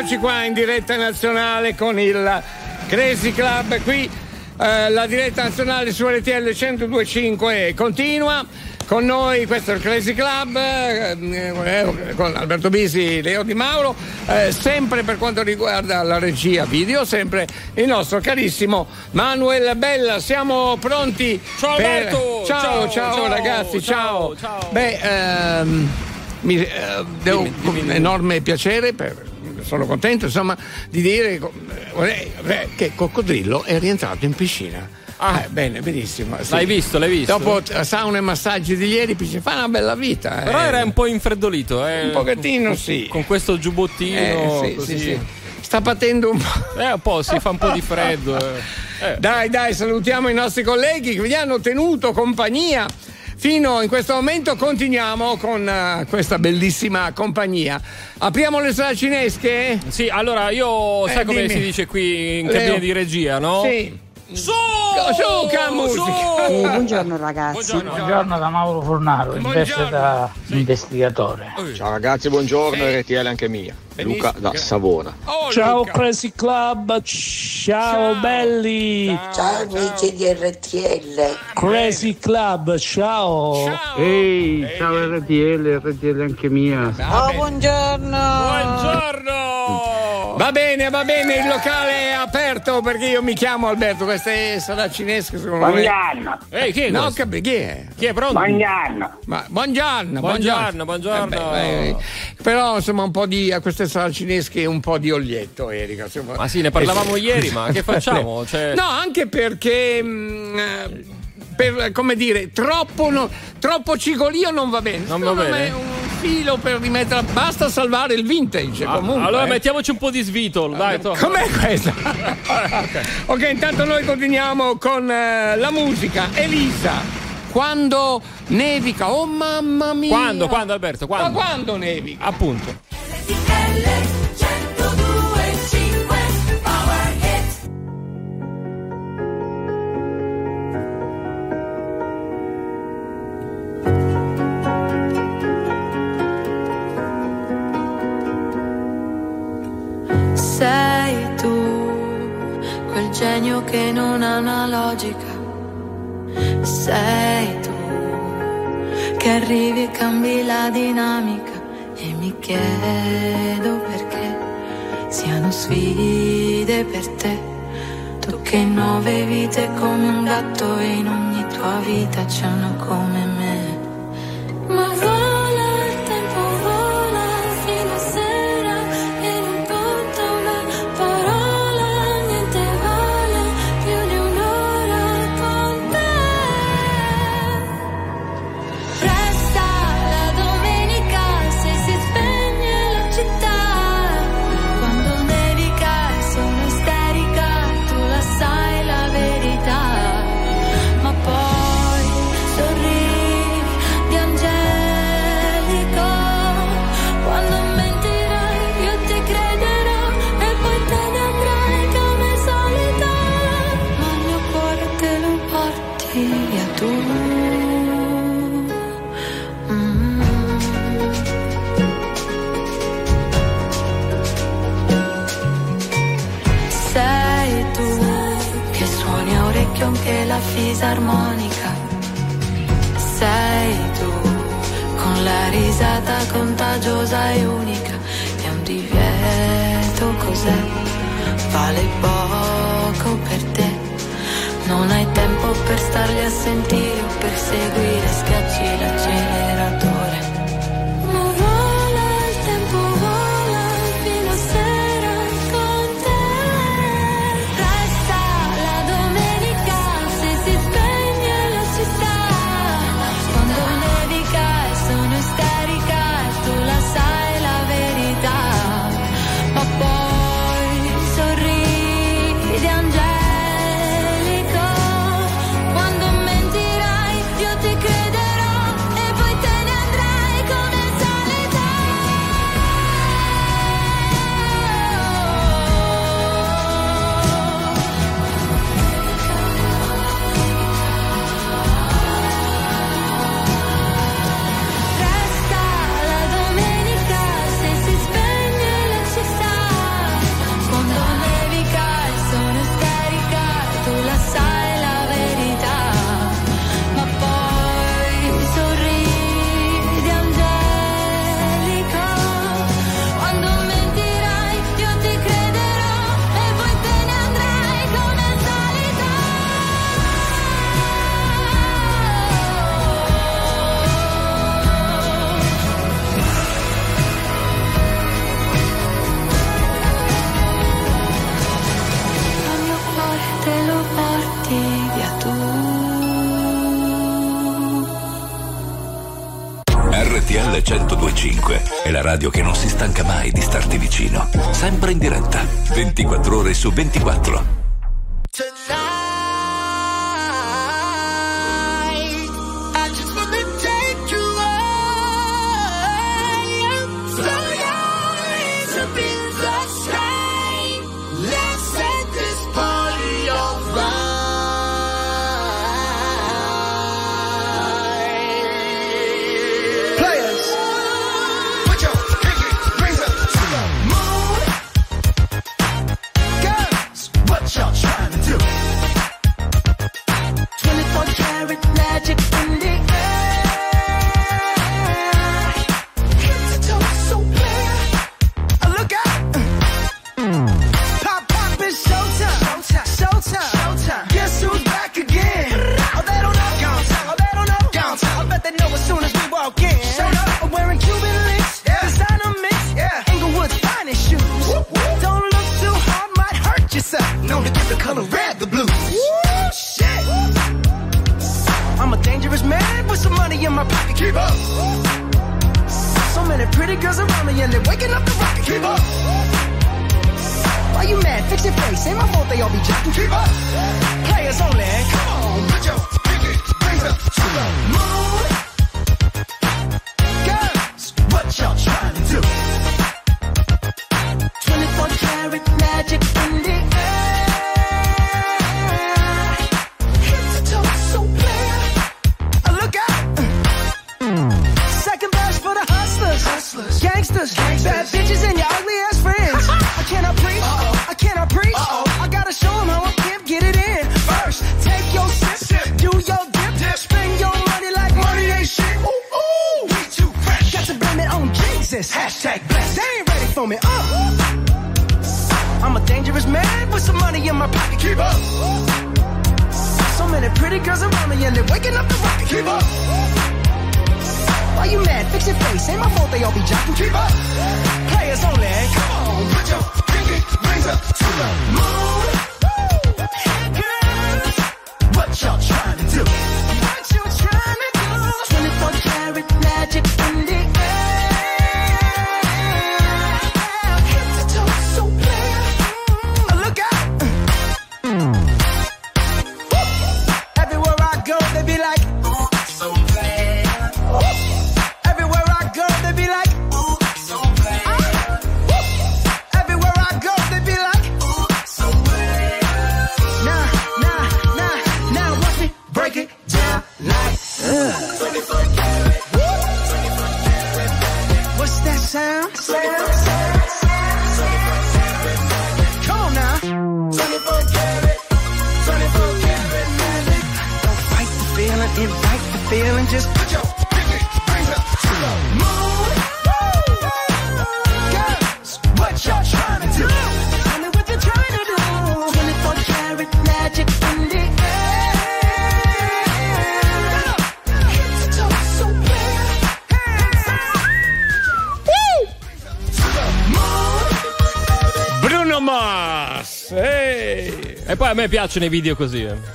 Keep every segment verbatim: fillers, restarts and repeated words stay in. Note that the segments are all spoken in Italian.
eccoci qua in diretta nazionale con il Crazy Club. Qui eh, la diretta nazionale su R T L centodue e cinque continua. Con noi questo è il Crazy Club, eh, con Alberto Bisi, Leo Di Mauro, eh, sempre per quanto riguarda la regia video, sempre il nostro carissimo Manuel Bella. Siamo pronti? Ciao per... Alberto! Ciao, ciao, ciao, ciao ragazzi, ciao! ciao. ciao. Beh, ehm, mi, eh, devo, dimmi, dimmi, con enorme piacere, per, sono contento insomma di dire eh, che Coccodrillo è rientrato in piscina. Ah, eh, bene, benissimo. Sì. L'hai visto, l'hai visto? Dopo sauna e massaggi di ieri, fa una bella vita. Però eh. era un po' infreddolito, eh. Un pochettino, con, sì. Con questo giubbottino, eh, sì, così. Sì, sì. Sta patendo un po'. Eh, un po', si fa un po' di freddo. Eh. Eh. Dai, dai, salutiamo i nostri colleghi che vi hanno tenuto compagnia. Fino in questo momento continuiamo con uh, questa bellissima compagnia. Apriamo le sale cinesche? Sì, allora io, eh, sai come dimmi. si dice qui in cabina di regia, no? Sì. Su! Su, musica! Su. Eh, buongiorno ragazzi. Buongiorno. buongiorno da Mauro Fornaro, in veste da sì. investigatore. Ciao ragazzi, buongiorno, sì. R T L anche mia. Benissimo. Luca da Savona. Oh, ciao Luca. Crazy Club, ciao, ciao. belli. Ciao amici di R T L. Crazy Club, ciao. ciao. Ehi, hey, ciao R T L, R T L anche mia. Oh, buongiorno. Buongiorno. Va bene, va bene, il locale è aperto perché io mi chiamo Alberto, questa è sala cinesca secondo me. Buongiorno. Ehi, chi è no, questo? Capi, chi è? Chi è pronto? Buongiorno. Ma, buongiorno, buongiorno, buongiorno. Eh beh, eh, però insomma un po' di a queste sale cinesche un po' di olietto, Erika. Insomma. Ma sì, ne parlavamo eh, ieri, ma che facciamo? Cioè... No, anche perché mh, per, come dire, troppo, no, troppo cigolio non va bene. Non va bene. Un filo per rimettere, basta salvare il vintage. Ah, comunque. Allora eh. mettiamoci un po' di svitol, dai. To- Com'è questa? okay. ok, intanto noi continuiamo con uh, la musica. Elisa, quando nevica, oh mamma mia. Quando, quando Alberto, quando? Ma quando nevica? Appunto. Sei tu, quel genio che non ha una logica. Sei tu, che arrivi e cambi la dinamica. E mi chiedo perché siano sfide per te. Tu che nove vite come un gatto e in ogni tua vita c'è uno come me. Ma vola il tempo, vola fino a sera e non conta una parola, niente vale più di un'ora con te. Resta la domenica se si spegne la città, quando nevica e sono isterica, tu la sai la verità, ma poi sorridi di angelico, quando mentirai io ti crederò e poi te ne andrai come solita, ma il mio cuore te lo porti via tu. Mm. Sei tu che suoni a orecchio anche la fisarmonica. Sei tu con la risata contagiosa e unica. È un divieto, cos'è? Vale poco per te. Non hai tempo per starli a sentire o per seguire, schiacci l'acceleratore. Ma vola il tempo, vola fino a sera con te. Resta la domenica se si spegne la città, quando nevica e sono isterica e tu la sai la verità, ma poi sorridi angelico, quando mentirai io ti crederò e poi te ne me lo porti via tu. R T L centodue e cinque è la radio che non si stanca mai di starti vicino, sempre in diretta, ventiquattro ore su ventiquattro. E poi a me piacciono i video così. Eh.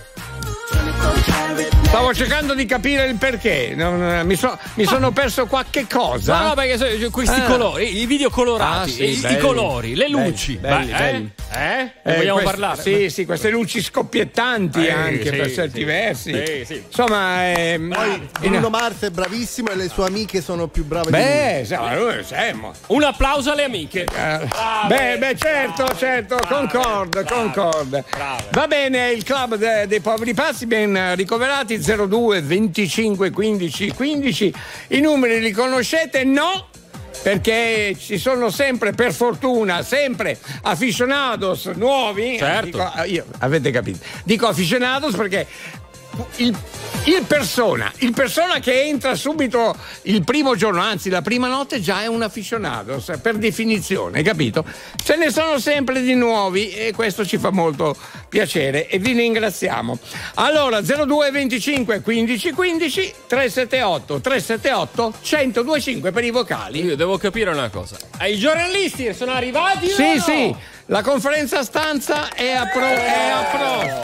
Stavo cercando di capire il perché. Non, mi, so, mi sono perso qualche cosa. No, no, perché so, questi ah. colori, i video colorati, ah, sì, i, belli, i colori, le luci. Belli, Beh, belli. Eh? Eh? Ne Eh, vogliamo queste, parlare? Sì, sì, queste luci scoppiettanti eh, anche sì, per certi sì, versi. sì, sì. Insomma, ehm, poi Bruno Mars è bravissimo e le sue amiche sono più brave beh, di lui. lui. Siamo. Un applauso alle amiche. Eh, beh, beh, certo, certo, concordo, concordo. Va bene, il club de, dei poveri pazzi, ben ricoverati, zero due venticinque quindici quindici. I numeri li conoscete? No? Perché ci sono sempre, per fortuna, sempre aficionados nuovi. Certo. Dico, io, avete capito? Dico aficionados perché il, il persona, il persona che entra subito il primo giorno, anzi la prima notte, già è un aficionados, per definizione, capito? Ce ne sono sempre di nuovi e questo ci fa molto piacere e vi ringraziamo. Allora, zero due venticinque quindici quindici tre sette otto tre sette otto uno zero due cinque per i vocali. Io devo capire una cosa. Eh, I giornalisti sono arrivati? Sì, o no? sì. La conferenza stanza è a pro, è a pro, è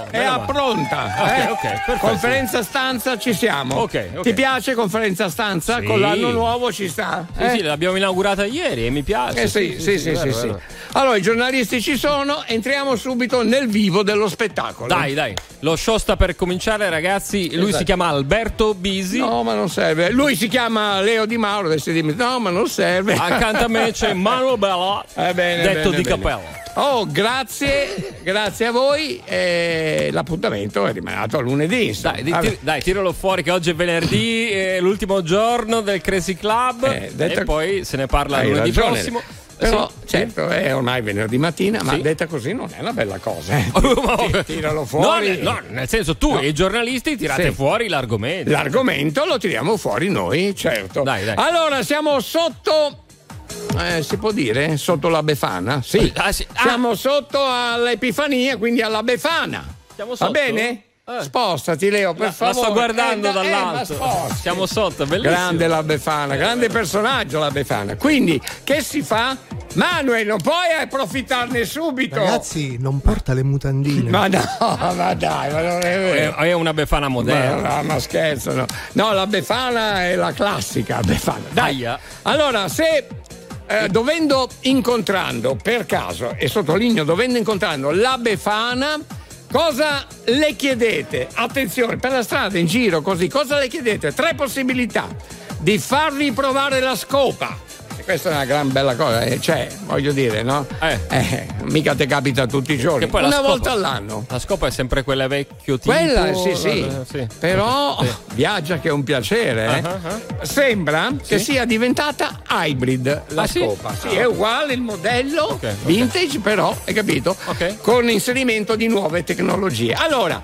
pronta. Ok, eh? ok, perfetto. Conferenza stanza ci siamo. Ok, ok. Ti piace conferenza stanza? Sì. Con l'anno nuovo ci sta? Sì, eh? sì, l'abbiamo inaugurata ieri e mi piace. Eh sì, sì, sì, sì, sì. Allora, i giornalisti ci sono, entriamo subito nel vivo dello spettacolo. Dai, dai, lo show sta per cominciare, ragazzi. Lui Esatto. si chiama Alberto Bisi. No, ma non serve. Lui si chiama Leo Di Mauro, adesso dimmi, no, ma non serve. Accanto a me c'è Manuel Bella, Eh, bene, detto bene, di bene. Cappella. Oh, grazie, grazie a voi. E l'appuntamento è rimandato a lunedì. insomma. Dai, di- Vabbè. ti- dai, tiralo fuori che oggi è venerdì, è l'ultimo giorno del Crazy Club Eh, detto- e poi se ne parla Hai lunedì ragione. prossimo. Però, Sì, certo, è ormai venerdì mattina, ma Sì. detta così non è una bella cosa. eh. sì. Tiralo fuori. No, no, nel senso tu No. e i giornalisti tirate Sì. fuori l'argomento. L'argomento lo tiriamo fuori noi, certo. Dai, dai. Allora, siamo sotto. Eh, si può dire? Sotto la Befana? Sì. Ah, sì. Ah. Siamo sotto all'Epifania, quindi alla Befana. Siamo Va sotto? bene? Eh. Spostati, Leo, per La, la favore. sto guardando Eh, da- eh, ma dall'alto. spostati. Siamo sotto, bellissimo. Grande la Befana, grande personaggio la Befana. Quindi, che si fa? Manuel, non puoi approfittarne subito. Ragazzi, non porta le mutandine. Ma no, ma dai, ma non è vero. È, è una Befana Ma, moderna. no, ma scherzano. No, la Befana è la classica Befana. Dai. Aia. Allora, se eh, dovendo incontrando per caso, e sottolineo dovendo incontrando la Befana, cosa le chiedete? Attenzione, per la strada, in giro, così, cosa le chiedete? Tre possibilità: di farvi provare la scopa. E questa è una gran bella cosa, eh, cioè, voglio dire, no? Eh. Eh, mica te capita tutti i giorni, Che poi la una scopa- volta all'anno. La scopa è sempre quella vecchio tipo. Quella sì, sì, eh, sì. però Sì. viaggia che è un piacere. eh. Ah, ah, Sembra che Sì. sia diventata hybrid la Ah, sì? scopa. Sì, è uguale il modello Ok, ok. vintage, però, hai capito? Ok. Con inserimento di nuove tecnologie. Allora,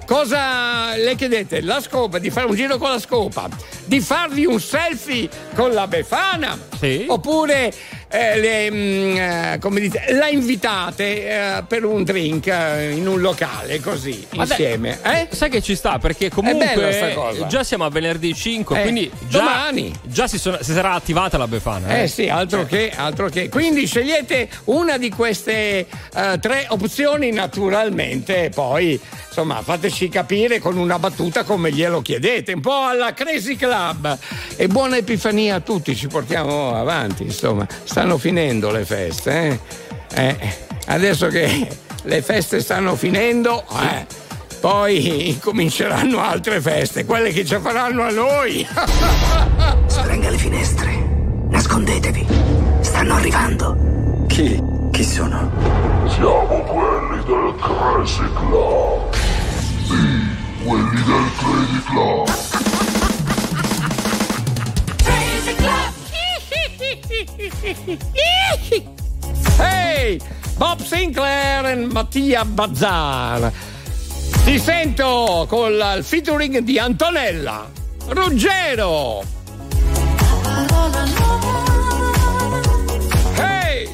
cosa le chiedete? La scopa, di fare un giro con la scopa, di farvi un selfie con la Befana? Sì. Oppure eh, le, mm, eh, come dite, la invitate eh, per un drink eh, in un locale così Ma dai, insieme eh? Sai che ci sta perché bella sta comunque cosa. già siamo a venerdì cinque, Eh, quindi già, domani. già si, sono- si sarà attivata la Befana. Eh Eh, sì, altro che, altro che. Quindi scegliete una di queste eh, tre opzioni naturalmente e poi insomma fateci capire con una battuta come glielo chiedete, un po' alla Crazy Club. E buona Epifania a tutti, ci portiamo avanti, insomma, stanno finendo le feste. Eh? Eh, adesso che le feste stanno finendo, eh, poi incominceranno altre feste, quelle che ci faranno a noi. Sprenga le finestre. Nascondetevi. Stanno arrivando. Chi? Chi sono? Siamo quelli del Crazy Club. Sì, quelli del Crazy Club. Crazy Club. Hey, Bob Sinclair e Mattia Bazzar. Ti sento con il featuring di Antonella Ruggero. Hey!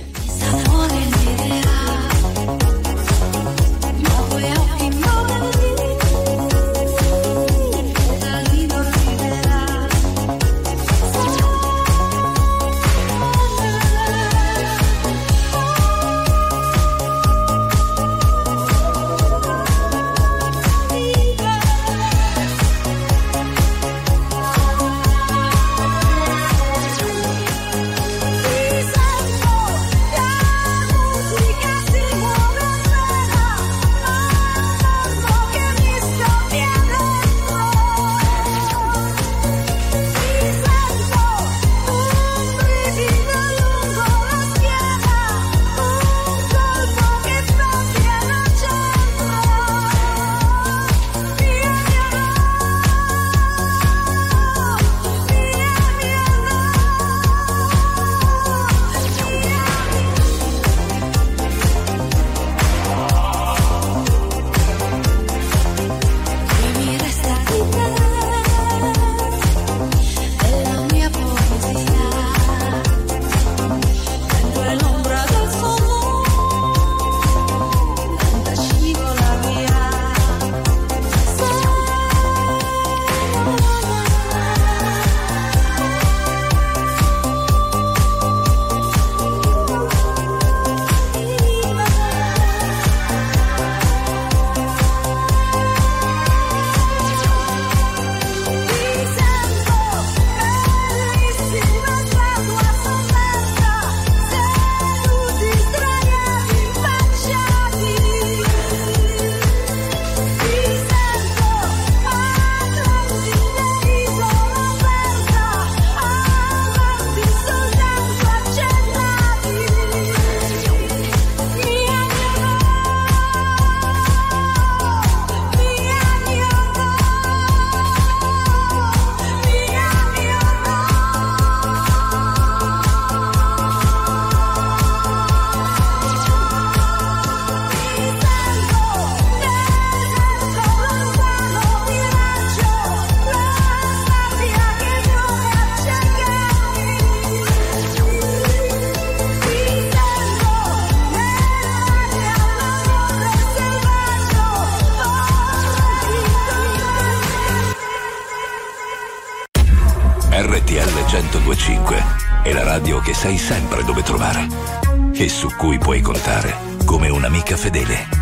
centodue e cinque è la radio che sai sempre dove trovare e su cui puoi contare come un'amica fedele.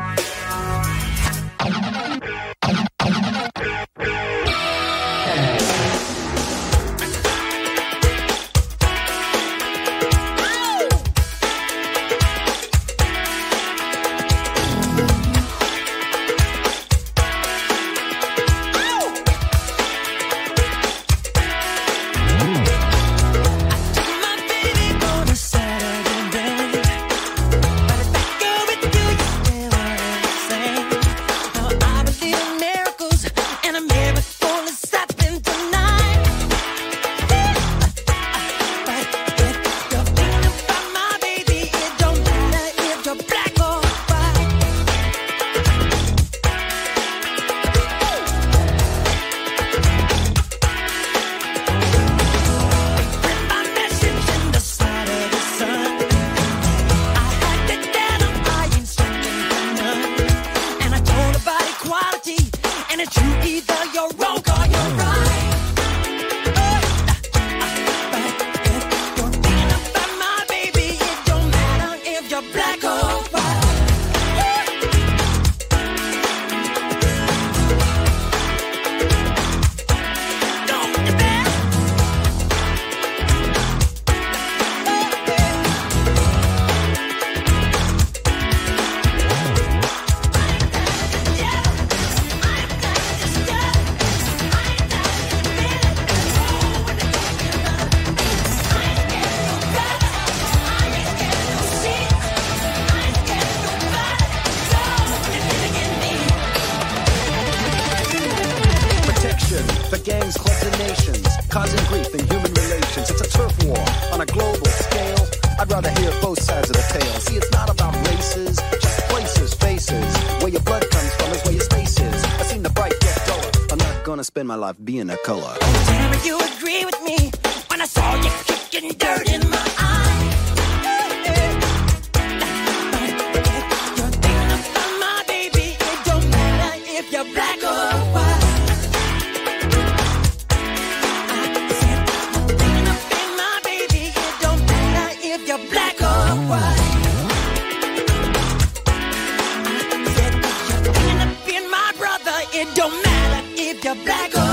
Spend my life being a color. Damn it, you agree with me when I saw you kicking dirt in my eye. You're thinking about my baby. It don't matter if you're black or white. I said you're thinking about my baby. It don't matter if you're black or white. I said you're thinking about my brother. It don't matter if you're black or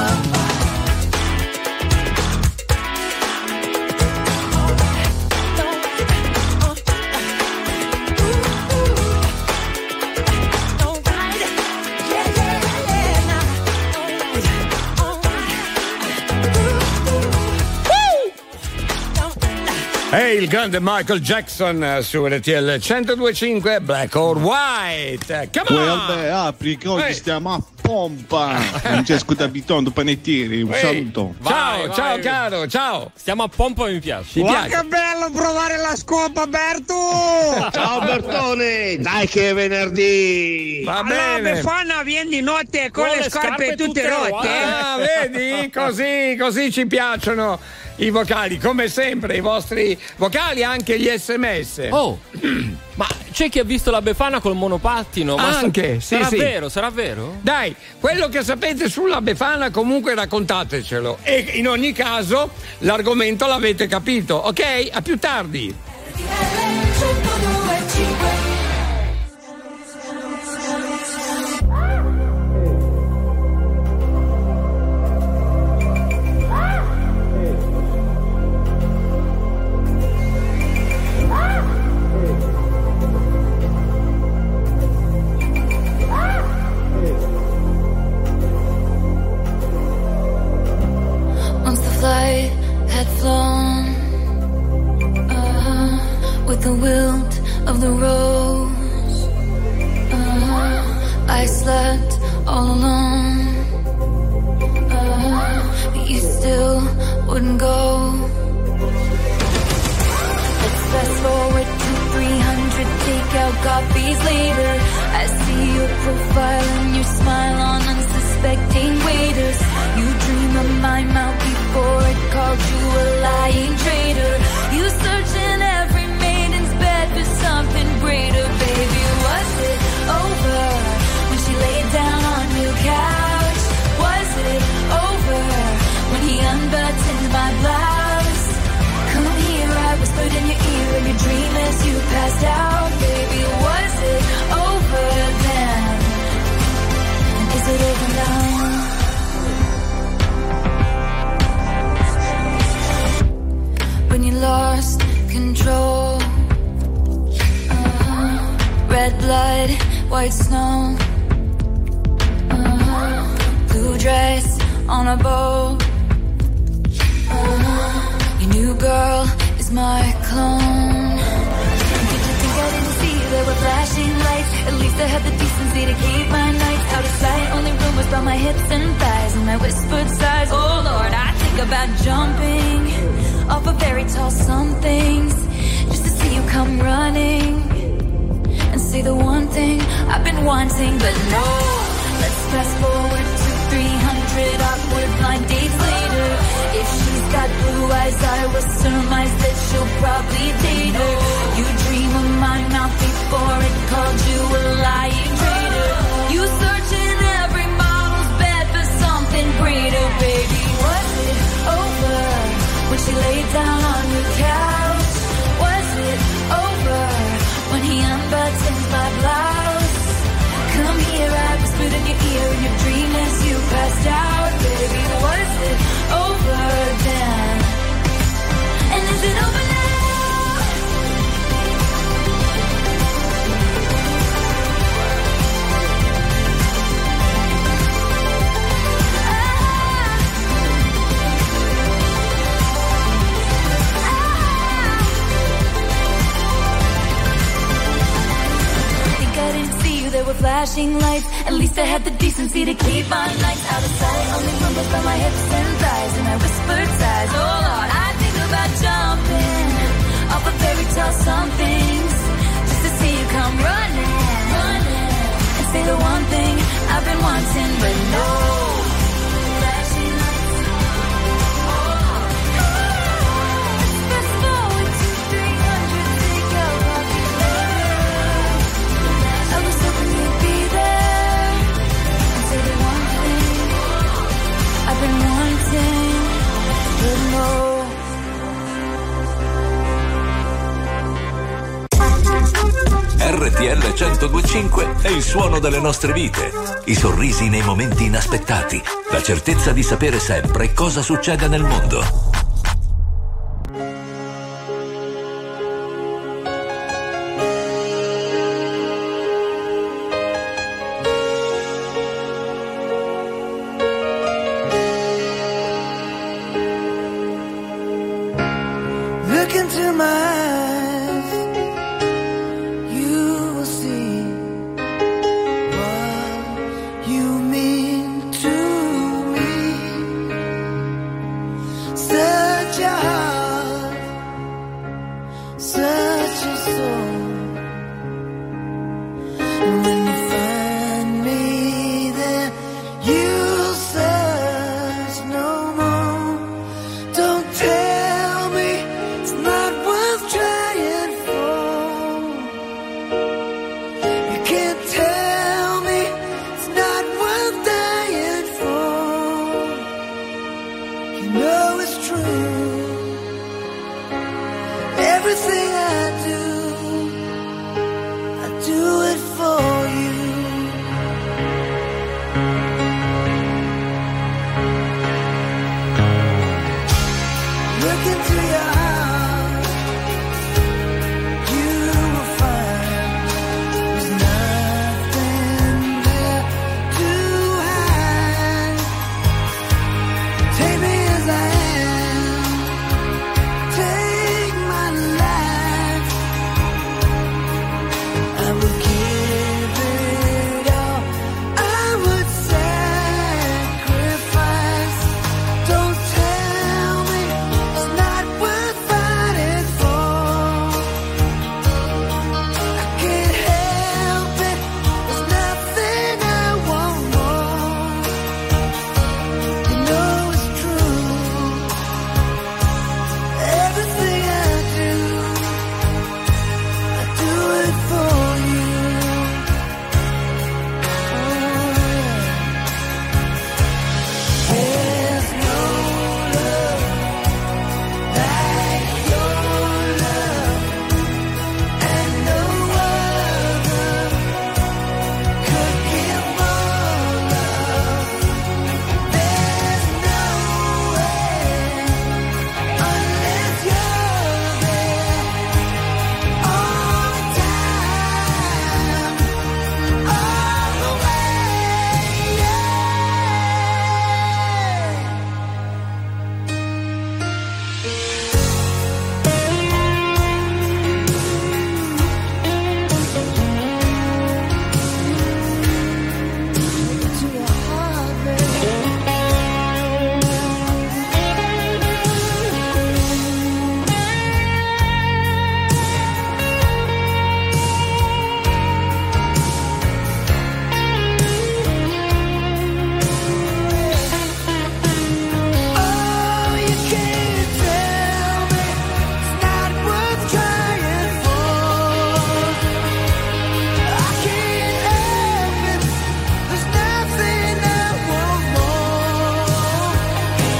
È il grande Michael Jackson su R T L centodue e cinque, Black or White. Come on! Vabbè, apri che oggi Ehi. stiamo a pompa. Francesco da Bitondo Panettieri, un Ehi. saluto. Ciao, Vai, ciao vai. caro, ciao. Stiamo a pompa, mi piace. Ti piace? che bello provare la scopa, Berto! Ciao Bertone, dai che è venerdì! Va Allora, bene. Befana viene di notte con, le scarpe, tutte rotte. Ah, vedi? Così, così ci piacciono i vocali, come sempre, i vostri vocali, anche gli sms. Oh, ma c'è chi ha visto la Befana col monopattino? Ma Anche, sa- sì, sarà sì. vero, sarà vero? Dai, quello che sapete sulla Befana comunque raccontatecelo. E in ogni caso l'argomento l'avete capito, ok? A più tardi. Once the flight had flown, uh, with the wilt of the rose, uh, I slept all alone, uh, but you still wouldn't go. Let's fast forward to three hundred takeout coffees later. I see your profile and your smile on unsuspecting waiters. You dream of my mouth before it called you a lying traitor. You search in every maiden's bed for something greater. Baby, was it over when she laid down on your couch? Was it over when he unbuttoned my blouse? white snow. Uh-huh. Blue dress on a boat. Uh-huh. Your new girl is my clone. Did you think I didn't see you? There were flashing lights. At least I had the decency to keep my nights out of sight. Only rumors about my hips and thighs and my whispered sighs. Oh Lord, I think about jumping off of very tall somethings just to see you come running and say the one thing I've been wanting. But no, let's fast forward to three hundred awkward blind dates later. If she's got blue eyes, I will surmise that she'll probably date her. You dream of my mouth before it called you a lying traitor. You search in every model's bed for something greater. Baby, was it over when she laid down on your couch? Was it over when he unbuttons my blouse? Come here, I whispered in your ear in your dream as you passed out. Baby, was it over then? And is it over now? I didn't see you, there were flashing lights. At least I had the decency to keep my nights out of sight. Only rumbles by my hips and thighs and my whispered sighs. Oh Lord, I think about jumping off of fairy tale somethings just to see you come running, running and say the one thing I've been wanting. But no, flashing lights. Let's fast forward to three hundred, take out Rocky Love. I was hoping you'd be there and say the one thing I've been wanting, but no. R T L centodue e cinque è il suono delle nostre vite, i sorrisi nei momenti inaspettati, la certezza di sapere sempre cosa succede nel mondo. Look into my eyes, you will see what you mean to me. Search your heart, search your soul, and when you find me there, you'll search no more. Don't tell me it's not worth trying for. You can't tell me it's not worth dying for. You know it's true. Everything I do, I do it for you. Look into your heart, you will find there's nothing there to hide. Take me as I am, take my life. I would give it all, I would say.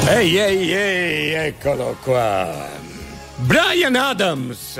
Ehi, ehi, ehi, eccolo qua. Bryan Adams.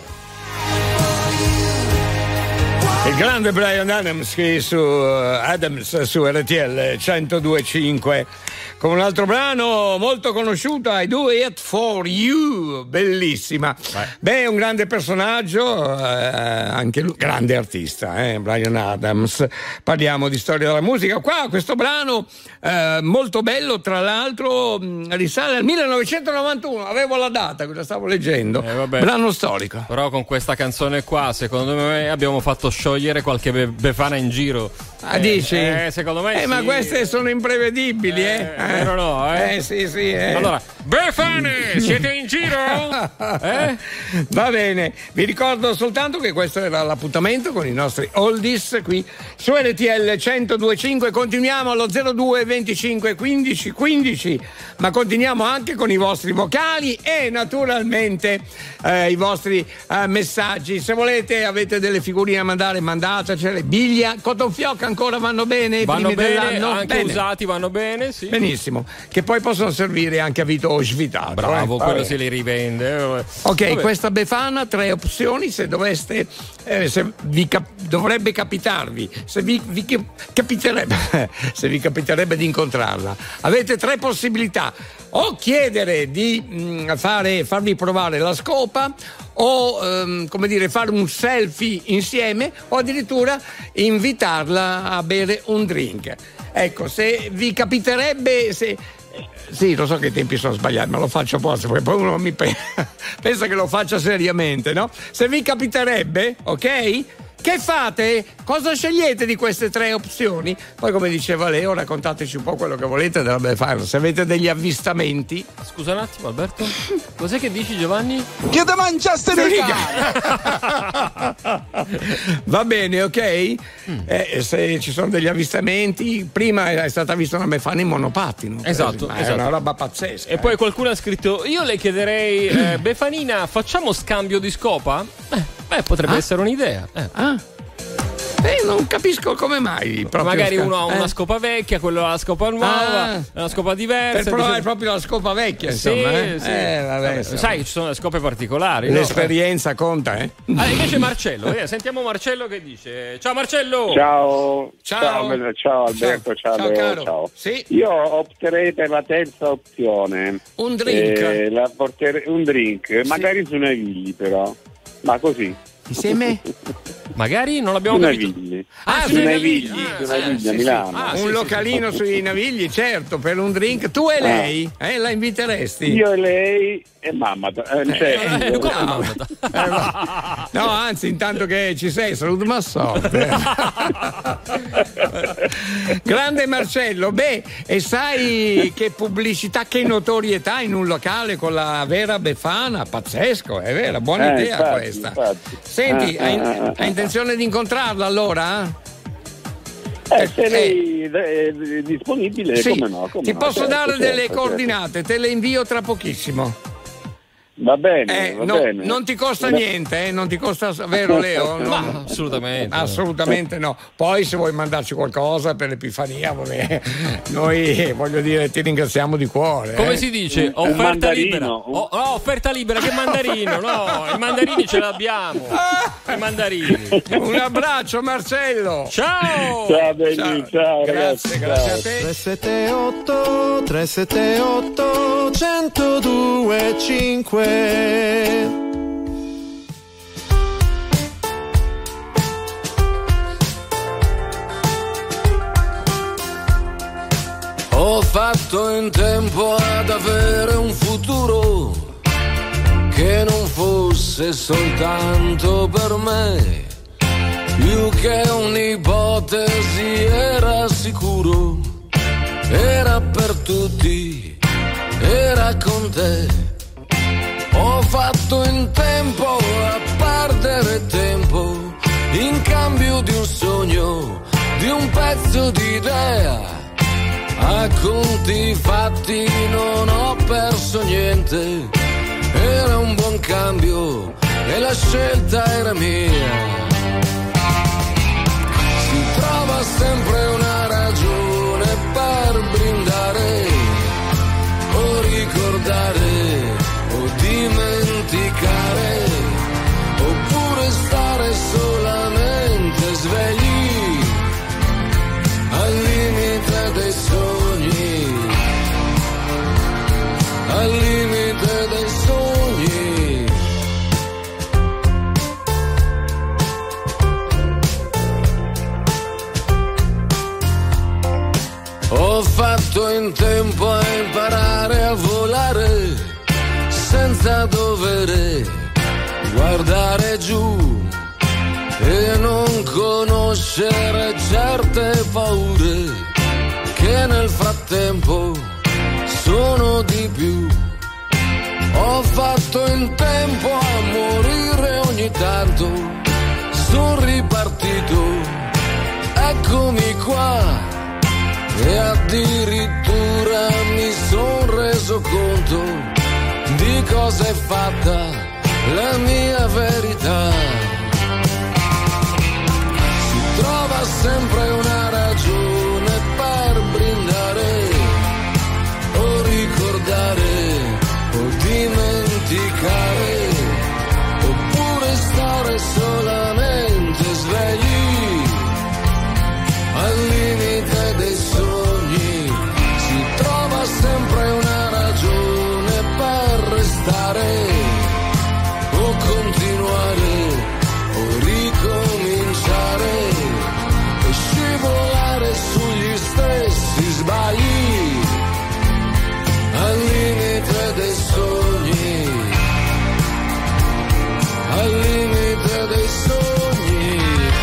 Il grande Bryan Adams qui su Adams su R T L centodue e cinque con un altro brano molto conosciuto, I Do It For You, bellissima. Beh, Beh un grande personaggio, eh, anche lui, grande artista, eh, Bryan Adams. Parliamo di storia della musica. Qua questo brano eh, molto bello, tra l'altro mh, risale al millenovecentonovantuno, avevo la data, cosa stavo leggendo. Eh, vabbè. Brano storico. Però con questa canzone qua, secondo me abbiamo fatto sciogliere qualche be- befana in giro. Ah, eh, dici? Eh, secondo me eh, sì. Ma queste sono imprevedibili, eh? eh? Vero no, eh? Eh, sì, sì, eh. Allora, befane, siete in giro? Eh? Va bene, vi ricordo soltanto che questo era l'appuntamento con i nostri oldies qui su R T L centodue e cinque. Continuiamo allo zero due venticinque quindici quindici, ma continuiamo anche con i vostri vocali e naturalmente eh, i vostri eh, messaggi. Se volete, avete delle figurine a mandare, mandatecele. Biglia, cotton fioc ancora vanno bene? Vanno primi bene, dell'anno? anche Bene. usati vanno bene, sì. Benissimo, che poi possono servire anche a Vito o svitato. Bravo, eh? quello Vabbè. si li rivende. Ok, Vabbè. Questa befana, tre opzioni, se doveste, eh, se vi cap- dovrebbe capitarvi, se vi, vi capiterebbe, se vi capiterebbe di incontrarla. Avete tre possibilità: o chiedere di mh, fare, farvi provare la scopa, o ehm, come dire, fare un selfie insieme, o addirittura invitarla a bere un drink. Ecco, se vi capiterebbe, se sì, lo so che i tempi sono sbagliati, ma lo faccio apposta perché poi uno mi pe- pensa che lo faccia seriamente, no? Se vi capiterebbe, ok? Che fate? Cosa scegliete di queste tre opzioni? Poi, come diceva Leo, raccontateci un po' quello che volete della Befana. Se avete degli avvistamenti. Scusa un attimo, Alberto. Cos'è che dici, Giovanni? Che te mangiaste di Va bene, ok? Mm. Eh, se ci sono degli avvistamenti, prima è stata vista una Befana in monopattino. Esatto, ma esatto. È una roba pazzesca. E eh. poi qualcuno ha scritto: io le chiederei, eh, Befanina, facciamo scambio di scopa? Eh, beh, potrebbe ah? essere un'idea. Eh. Ah. Eh, non capisco come mai. Magari sca- uno ha una eh? scopa vecchia, quello ha la scopa nuova, ah, una scopa diversa. Per provare dice... proprio la scopa vecchia, insomma. Sì, eh? sì. Eh, vabbè, vabbè, sai, ci sono le scope particolari. L'esperienza no? conta, eh? Ah, invece Marcello, eh, sentiamo Marcello che dice: ciao Marcello! Ciao, ciao, ciao, ciao Alberto, ciao, ciao, ciao, Leo, ciao. Sì. Io opterei per la terza opzione. Un drink? Eh, la porterei, un drink, sì. Magari su Navigli però, ma così. Insieme? Magari non l'abbiamo capito. Navigli. Ah, su Navigli, ah, su Navigli sì, a Milano. Sì. Ah, un sì, localino sì, sui Navigli, certo, per un drink. Tu e lei? Ah. Eh, la inviteresti? Io e lei e mamma. Eh, cioè, eh, eh, come no. Eh, no, anzi, intanto che ci sei, saluto ma sorte. Grande Marcello, beh, e sai che pubblicità, che notorietà in un locale con la vera Befana? Pazzesco, è vera, buona eh, idea infatti, questa. Infatti. Senti, ah, hai, ah, ah, hai intenzione di incontrarla allora? Eh, se lei è disponibile, sì, come no? Come ti no, posso certo, dare certo, delle certo. coordinate, te le invio tra pochissimo. Va bene, Eh, va no, bene. non ti costa niente, eh? Non ti costa, vero Leo? No, Ma, assolutamente. Assolutamente no. Poi se vuoi mandarci qualcosa per l'Epifania, vabbè, noi voglio dire ti ringraziamo di cuore. Come eh? si dice? Un Offerta mandarino, libera. un- Oh, no, offerta libera, che mandarino? No, i mandarini ce l'abbiamo. I mandarini. Un abbraccio Marcello. Ciao! Ciao, belli, ciao, Grazie, ragazzi, grazie ciao. a te. tre sette otto tre sette otto centodue e cinque. Ho fatto in tempo ad avere un futuro che non fosse soltanto per me, più che un'ipotesi era sicuro, era per tutti, era con te. Ho fatto in tempo a perdere tempo in cambio di un sogno, di un pezzo di idea. A conti fatti non ho perso niente, era un buon cambio e la scelta era mia. Si trova sempre una ragione per brindare fatto in tempo a imparare a volare senza dover guardare giù e non conoscere certe paure che nel frattempo sono di più. Ho fatto in tempo a morire ogni tanto, son ripartito, eccomi qua, e addirittura mi son reso conto di cosa è fatta la mia verità. Si trova sempre una ragione per brindare o ricordare o dimenticare, oppure stare solamente svegli al limite dei sogni. Si trova sempre una ragione per restare o continuare o ricominciare e scivolare sugli stessi sbagli al limite dei sogni, al limite dei sogni.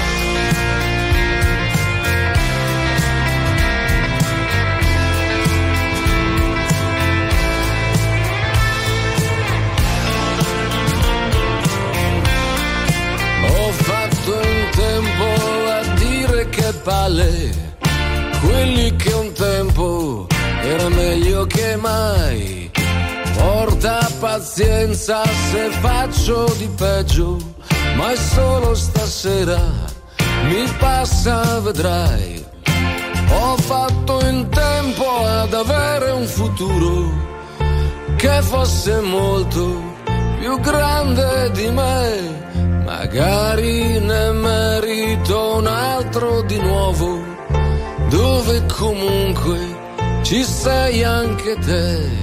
Ho fatto in tempo a dire che palle, quelli che un tempo era meglio che mai. Porta pazienza se faccio di peggio, ma è solo stasera, mi passa, vedrai. Ho fatto in tempo ad avere un futuro che fosse molto più grande di me, magari ne merito un altro di nuovo, dove comunque ci sei anche te.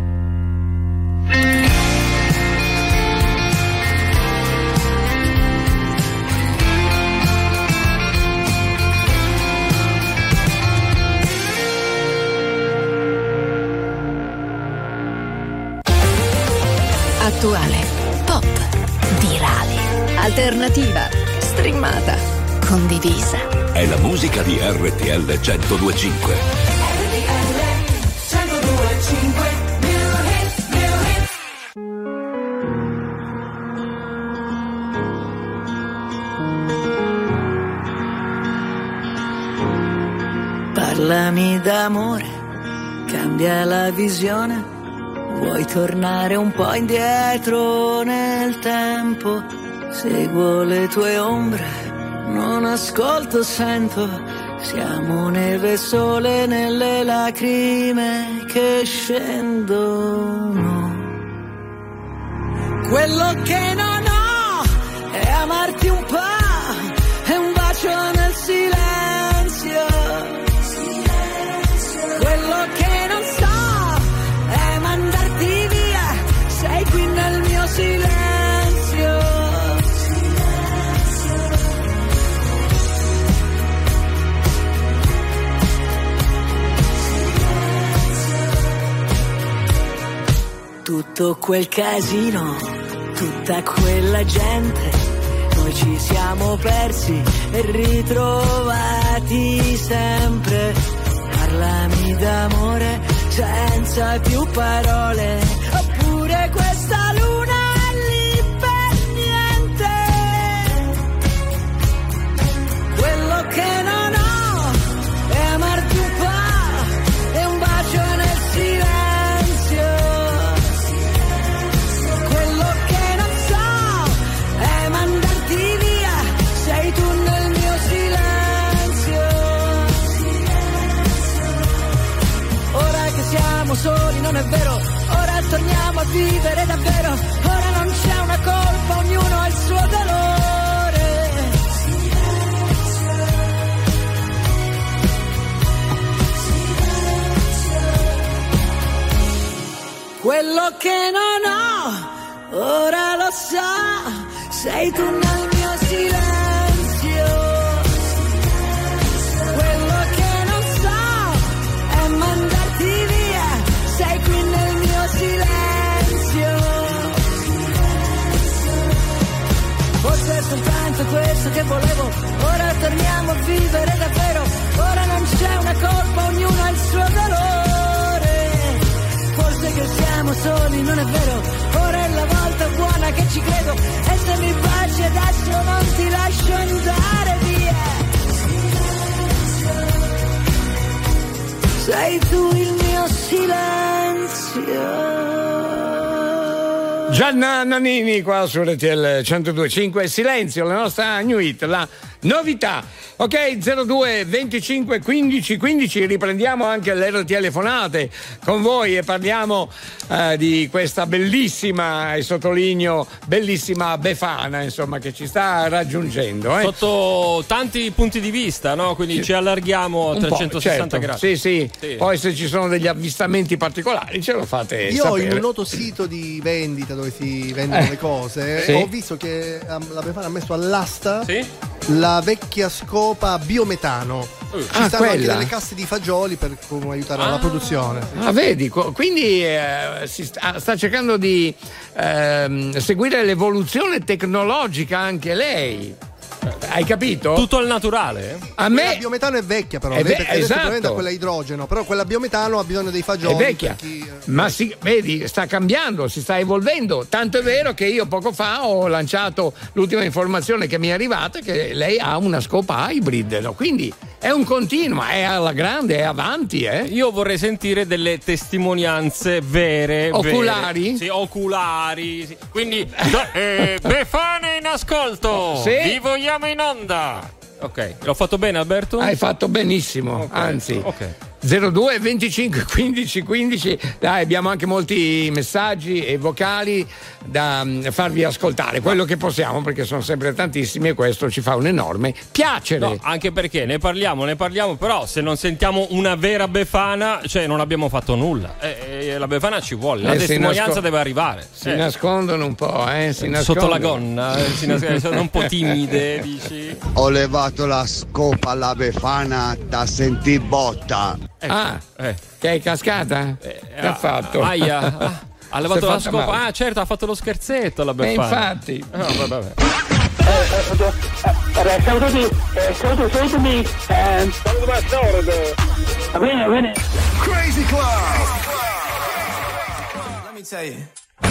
Attuale, pop, virale, alternativa, streamata, condivisa. È la musica di R T L centodue e cinque. R T L centodue e cinque. Parlami d'amore, cambia la visione. Vuoi tornare un po' indietro nel tempo? Seguo le tue ombre, non ascolto, sento. Siamo neve e sole nelle lacrime che scendono. Quello che non ho è amarti un po', è un bacio nel silenzio. Quello che non so è mandarti via, sei qui nel mio silenzio. Tutto quel casino, tutta quella gente, noi ci siamo persi e ritrovati sempre. Parlami d'amore senza più parole, oppure questa luna è lì per niente. Quello che non ho è amarti un po', è un bacio nel silenzio. Quello che non so è mandarti via, sei tu nel mio silenzio. Ora che siamo soli non è vero, ora torniamo a vivere davvero, ora non c'è una colpa, ognuno ha il suo dolore. Quello che non ho, ora lo so, sei tu nel mio silenzio. Quello che non so è mandare senso che volevo. Ora torniamo a vivere davvero. Ora non c'è una colpa, ognuno ha il suo dolore. Forse che siamo soli, non è vero. Ora è la volta buona che ci credo. E se mi baci adesso non ti lascio andare via. Sei tu il mio silenzio. Gianna Nannini qua su R T L centodue e cinque. Silenzio, la nostra new hit, la novità. Ok, zero due venticinque quindici quindici, riprendiamo anche le telefonate con voi e parliamo eh, di questa bellissima, e sottolineo bellissima Befana, insomma, che ci sta raggiungendo. Eh. Sotto tanti punti di vista, no? Quindi sì, ci allarghiamo a un trecentosessanta certo, gradi. Sì, sì, sì. Poi se ci sono degli avvistamenti particolari ce lo fate Io sapere. in un noto sito di vendita dove si vendono Eh, le cose sì. ho visto che um, la Befana ha messo all'asta sì? la vecchia scopa biometano. Uh. Ci Ah, stanno anche quella? delle casse di fagioli per come aiutare Ah. la produzione. Ah, vedi, co- quindi eh, si sta, sta cercando di ehm, seguire l'evoluzione tecnologica anche lei. Hai capito? Tutto al naturale? A Quella me biometano è vecchia però, È lei ve- perché adesso esatto. probabilmente ha quella idrogeno, però quella biometano ha bisogno dei fagioli. è vecchia, per chi, eh, ma si, vedi, sta cambiando, si sta evolvendo. Tanto è vero che io poco fa ho lanciato l'ultima informazione che mi è arrivata, che lei ha una scopa hybrid, no? Quindi è un continuo, è alla grande, è avanti, eh? Io vorrei sentire delle testimonianze vere. Oculari? Vere. Sì, oculari. Sì. Quindi, da- eh, Befana in ascolto. Sì. Vi vogliamo in onda. Ok, l'ho fatto bene, Alberto? Hai fatto benissimo, Ok, anzi. ok. zero due venticinque quindici quindici. Dai, abbiamo anche molti messaggi e vocali da mm, farvi ascoltare, quello che possiamo, perché sono sempre tantissimi e questo ci fa un enorme piacere. No, anche perché ne parliamo, ne parliamo, però se non sentiamo una vera Befana, cioè non abbiamo fatto nulla. Eh, eh, la Befana ci vuole, la Eh, si testimonianza nasco- deve arrivare. Si Eh. nascondono un po', eh? Si Sotto la nascondono. gonna, eh, si nas- sono un po' timide, dici? Ho levato la scopa alla Befana da sentì botta. Ecco, Ah, eh. che è cascata? che ha fatto? Aia, ah, ha levato Si è la fatta scopa. male. Ah, certo, ha fatto lo scherzetto la E Befana. infatti. No, vabbè, vabbè. Siamo tutti, eh, siamo tutti, salutami, eh, va bene, va bene. Crazy Club. Let me tell you.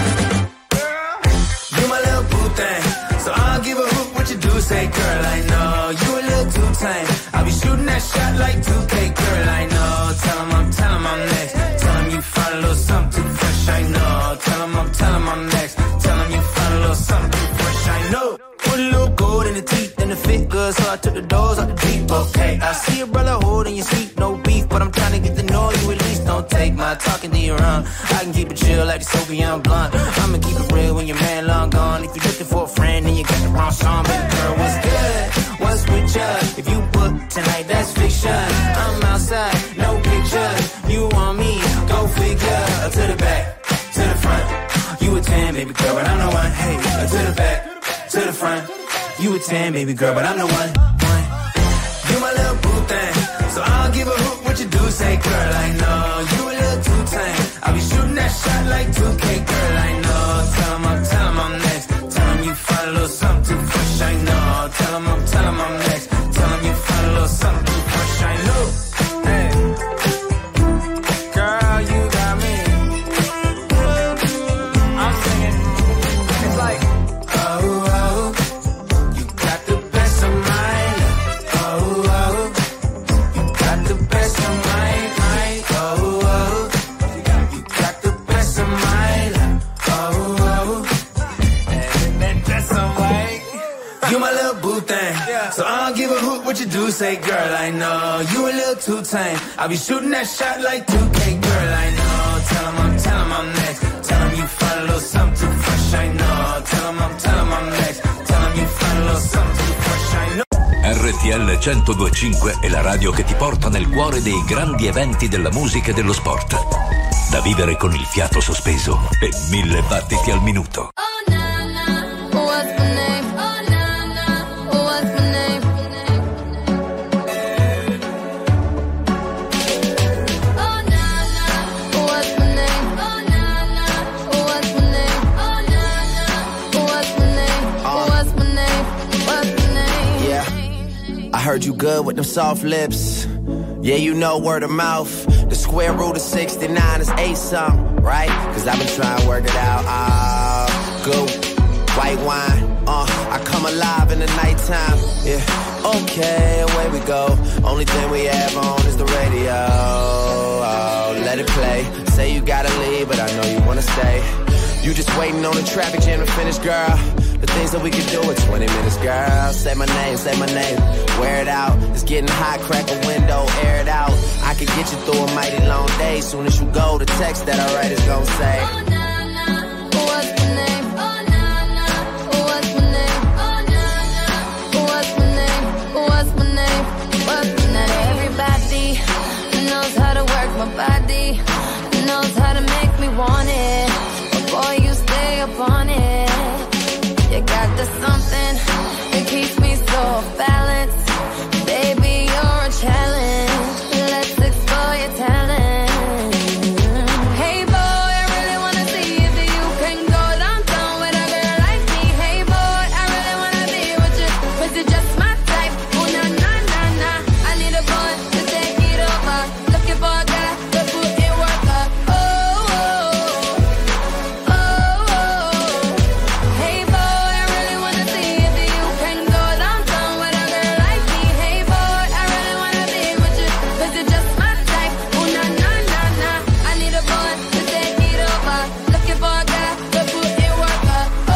You my little boo thing, so I'll give a hoot what you do. Say, girl, I know you a little too tame. I'll be shooting that shot like two K, girl, I know. Tell 'em I'm, tell 'em I'm next. Tell 'em you find a little something too fresh, I know. Tell 'em I'm, tell 'em I'm next. Tell 'em you find a little something too fresh, I know. Put a little gold in the teeth and the fit good, so I took the doors out the deep. Okay, I see a brother holding your seat, no beef, but I'm trying to get to know you at least. Don't take my talking to your own. I can keep it chill like the Soviet blunt. I'ma keep it real when your man long gone. If you're looking for a friend, then you got the wrong song. Baby girl, what's good? What's with you? If you book tonight, that's fiction. I'm outside, no pictures. You want me? Go figure. To the back, to the front. You a ten, baby girl, but I'm the one. Hey, to the back, to the front. You a ten, baby girl, but I'm the one. one. You my little boo thing, so I'll give a hoot what you do. Say, girl, I know you a little too tame. I'll be shooting that shot like two K, girl, I know. Tell 'em I'm, tell 'em I'm next. Tell 'em you find a little something too fresh, I know. Tell 'em I'm, tell 'em I'm next. Tell 'em you find a little something too fresh, I know. Hey, girl, you got me. I'm singing. It's like, oh, oh, you got the best of mine. Oh, oh, you got the best of mine. mine. Oh, oh, you got the best of mine. Oh, oh, and that dress I'm like, you my little boo thing. So I don't give a hoot what you do. Say, girl, I know you a little too tame. I'll be shooting that shot like two K, girl, I know. Tell 'em I'm, tell 'em I'm next. Tell 'em you find a little something too fresh, I know. Tell 'em I'm, tell 'em I'm next. Tell 'em you find a little something too fresh, I know. R T L centodue e cinque è la radio che ti porta nel cuore dei grandi eventi della musica e dello sport. Da vivere con il fiato sospeso e mille battiti al minuto. What's my name? Oh na na. What's my name? Oh na na. What's my name? Oh na na. What's my name? Oh na na. What's my name? What's my name? What's my name? Heard you good with them soft lips. Yeah, you know word of mouth. The square root of sixty-nine is eight something, right? Cause I've been trying to work it out. Ah, uh, good white wine. Uh, I come alive in the nighttime. Yeah, okay, away we go. Only thing we have on is the radio. Oh, let it play. Say you gotta leave, but I know you wanna stay. You just waiting on the traffic jam to finish, girl. The things that we could do in twenty minutes, girl. Say my name, say my name. Wear it out. It's getting hot, crack a window, air it out. I could get you through a mighty long day. Soon as you go, the text that I write is gonna say. Oh, nah, nah. What's my name? Oh, nah, nah. What's my name? Oh, nah, nah. What's my name? What's my name? What's my name? Everybody knows how to work my body. Knows how to make me want it. But boy, you stay up on it. You got the something that keeps me so balanced. Baby, you're a challenge. Let's explore your talent. Hey boy, I really wanna see if you can go downtown with a girl like me. Hey boy, I really wanna be with you, cause you're just my type. Oh na na na na, I need a boy to take it over. Looking for a guy to put in work up. Oh oh, oh oh. Hey boy, I really wanna see if you can go downtown with a girl like me. Hey boy, I really wanna be with you, cause you're just my type. Oh na na na na, I need a boy to take it over. Looking for a guy to put in work up. Oh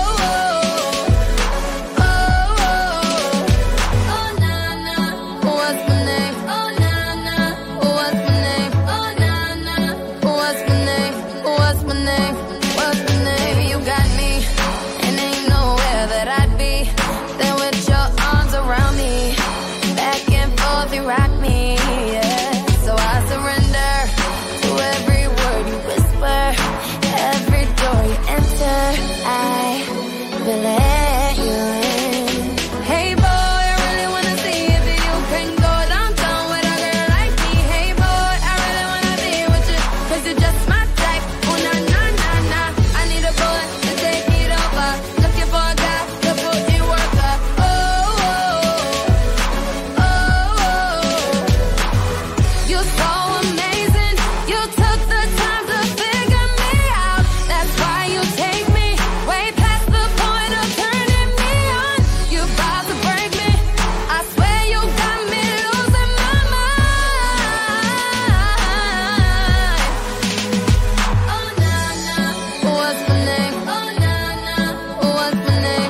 oh, oh oh, oh na na. What's my name? Oh na na. What's my name? Oh na na. What's my name? What's my name? What's my name? Baby, you got me, and ain't nowhere that I'd be than with your arms around me. Back and forth, you rock me, yeah. So I surrender to every word you whisper, every door you enter. I will let you in. Hey boy, I really wanna see if you can go downtown with a girl like me. Hey boy, I really wanna be with you, cause you're just my type. Oh na na na na, I need a boy to take it over. Looking for a guy to put in work up. Oh oh, oh oh. You're so amazing, you took the time to figure me out. That's why you take me way past the point of turning me on. You about to break me, I swear you got me losing my mind. Oh na na, what's my name? Oh na na, what's my name?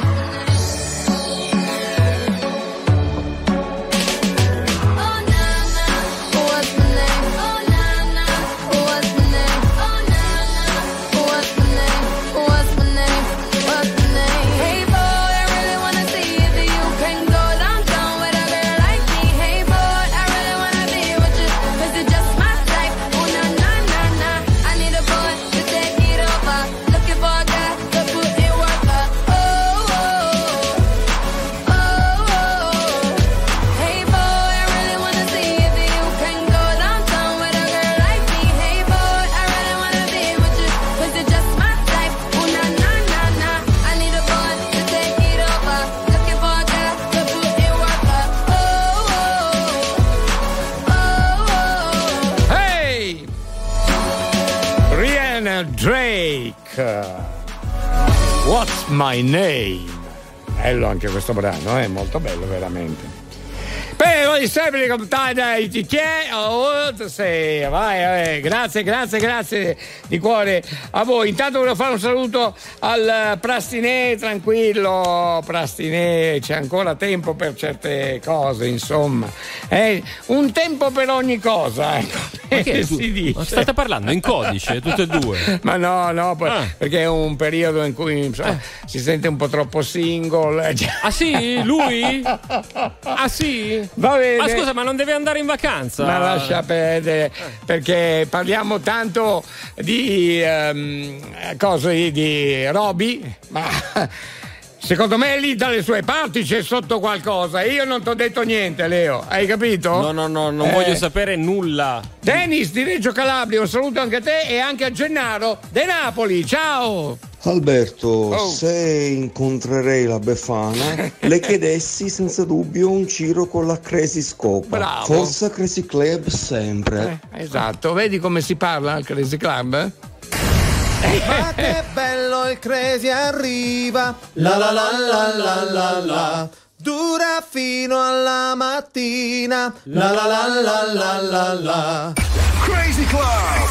Oh na na, what's my name? Oh na na, what's my name? Oh na na, what's my name? What's my name? What's my name? Hey boy, I really wanna see if you can go downtown with a girl like me. Hey boy, I really wanna be with you, cause you're just my type. Oh na na na na, I need a boy to take it over. Looking for a guy to put in work up. Oh oh, oh oh. Hey boy, I really wanna see if you can go downtown with a girl like me. Hey boy, I really wanna be with you, cause you're just my type. Oh na na na na, I need a boy to take it over. Looking for a guy to put in work up. Oh oh, oh oh. Hey! Rihanna Drake. What's my name? Bello anche questo brano, è molto bello veramente. Però di sempre come dai, ti chiede, oh, sì, vai, vai, grazie, grazie, grazie di cuore a voi. Intanto volevo fare un saluto al Prastinè, tranquillo, Prastinè, c'è ancora tempo per certe cose, insomma. Eh, un tempo per ogni cosa, ecco. Ma che si tu, dice. state parlando in codice, tutte e due? Ma no, no, poi- Ah. perché è un periodo in cui insomma, si sente un po' troppo single. Ah sì? Lui? Ah sì? Va bene. Ma scusa, ma non deve andare in vacanza? Ma lascia perdere, perché parliamo tanto di ehm, cose di, di Roby, ma secondo me lì dalle sue parti c'è sotto qualcosa. Io non ti ho detto niente, Leo, hai capito? No, no, no, non Eh. voglio sapere nulla. Dennis di Reggio Calabria, un saluto anche a te e anche a Gennaro De Napoli, ciao! Alberto, Oh. se incontrerei la Befana, le chiedessi senza dubbio un giro con la Crazy Scopa. Bravo. Forza Crazy Club sempre. Eh, esatto, vedi come si parla al Crazy Club? Ma che bello il Crazy arriva, la la la la la la la, dura fino alla mattina, la la la la la la la. Crazy Club.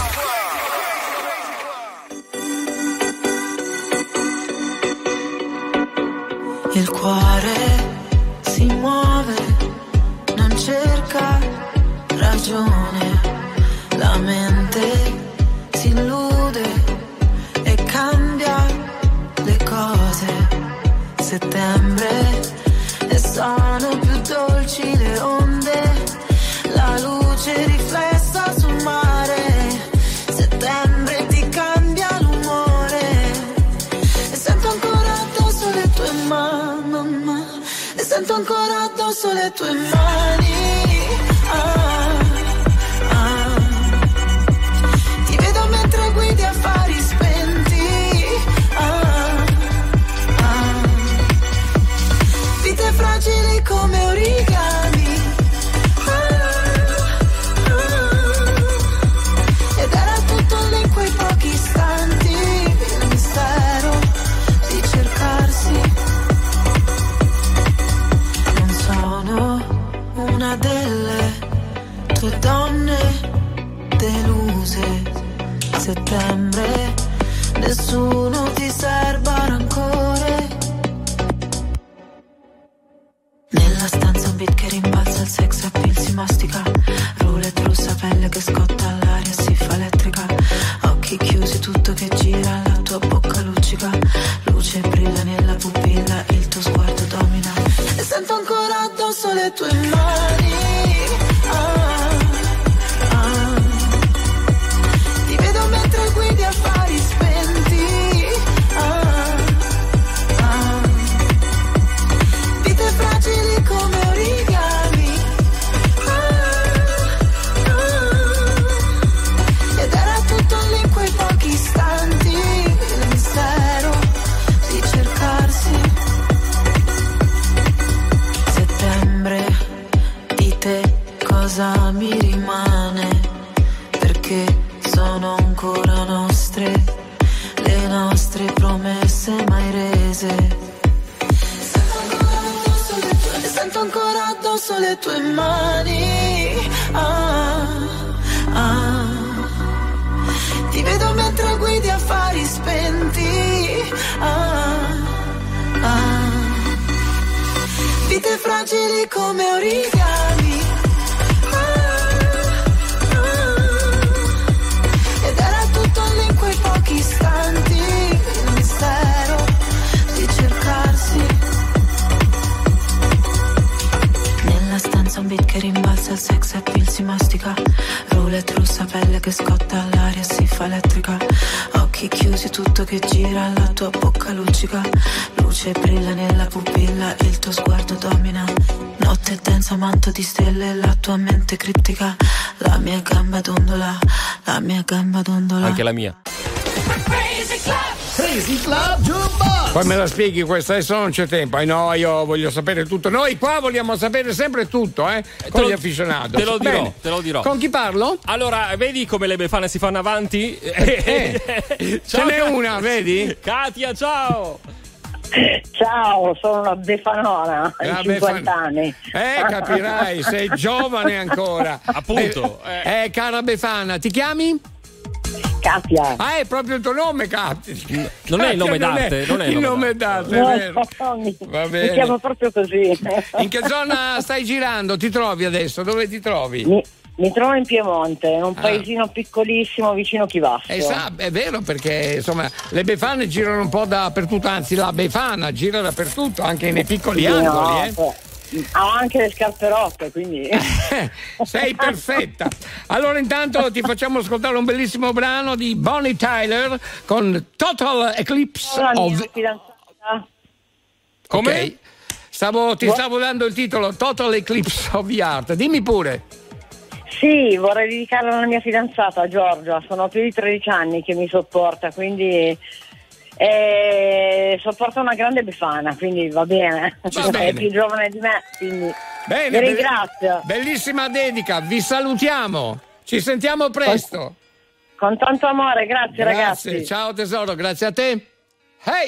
Il cuore si muove, non cerca ragione, la mente si illude e cambia le cose. Settembre e sono più dolci le onde, la luce riflessa sul mare. Settembre ti cambia l'umore e sento ancora addosso le tue mani, e sento ancora addosso le tue mani. Ah, ah. Ti vedo mentre guidi affari spenti. Ah, ah. Vite fragili come origami. Ah, ah. Ed era tutto lì in quei pochi istanti, il mistero di cercarsi. Non sono una delle tue donne deluse. Settembre, nessuno ti serba rancore. Nella stanza un beat che rimbalza, il sex appeal si mastica, roulette russa, pelle che scotta, l'aria si fa elettrica, occhi chiusi, tutto che gira, la tua bocca luccica, luce brilla nella pupilla, il tuo sguardo domina e sento ancora addosso le tue mani. Ah, ah. Ti vedo mentre guidi affari spenti. Ah, ah. Vite fragili come origami. Ah, ah. Ed era tutto lì in quei pochi istanti, il mistero di cercarsi. Settembre, di te cosa mi rimane? Perché sono ancora nostre, le nostre promesse mai rese. Sento ancora addosso le tue mani. Ah, ah. Ti vedo mentre guidi affari spenti. Ah, ah. Vite fragili come origami. Ah, ah. Ed era tutto lì in quei pochi istanti, il mistero di cercarsi. Nella stanza un beat che rimbalza, il sex appeal si mastica, roulette russa, pelle che scotta, l'aria si fa elettrica, occhi chiusi, tutto che gira, la tua bocca luccica, luce brilla nella pupilla, il tuo sguardo domina, notte densa, manto di stelle, la tua mente criptica, la mia gamba dondola, la mia gamba dondola. Anche la mia. Crazy Club Jukebox. Poi me la spieghi questa, adesso non c'è tempo. Eh no, io voglio sapere tutto. Noi qua vogliamo sapere sempre tutto, eh? Con Te gli lo- afficionados. Te lo dirò, Bene. te lo dirò. Con chi parlo? Allora, vedi come le befane si fanno avanti? Eh, ce n'è una, vedi? Katia, ciao! Ciao, sono una befanona, La hai cinquanta Befana- anni. Eh, capirai, sei giovane ancora. Appunto. Eh, eh, cara Befana, ti chiami? Katia. Ah, è proprio il tuo nome, Katia. Non è il nome Katia, non d'arte, non è il nome d'arte, è No, vero. no, mi, Va mi bene. chiamo proprio così. In che zona stai girando? Ti trovi adesso? Dove ti trovi? Mi, mi trovo in Piemonte, in un Ah. paesino piccolissimo vicino Chivasso. Eh, sa, è vero, perché insomma le Befane girano un po' dappertutto, anzi la Befana gira dappertutto, anche nei piccoli Sì, angoli, no, eh. beh, ho anche le scarpe rotte, quindi Sei perfetta. Allora intanto ti facciamo ascoltare un bellissimo brano di Bonnie Tyler con Total Eclipse la mia of... fidanzata. Come? Ok. Stavo, ti stavo dando il titolo Total Eclipse of the Heart. Dimmi pure. Sì, vorrei dedicarla alla mia fidanzata Giorgia, sono più di tredici anni che mi sopporta, quindi E sopporta una grande Befana, quindi va bene. Va bene. È più giovane di me, quindi Bene, vi ringrazio. Bellissima dedica, vi salutiamo. Ci sentiamo presto. Con tanto amore, grazie, Grazie, ragazzi. ciao tesoro, grazie a te. Hey!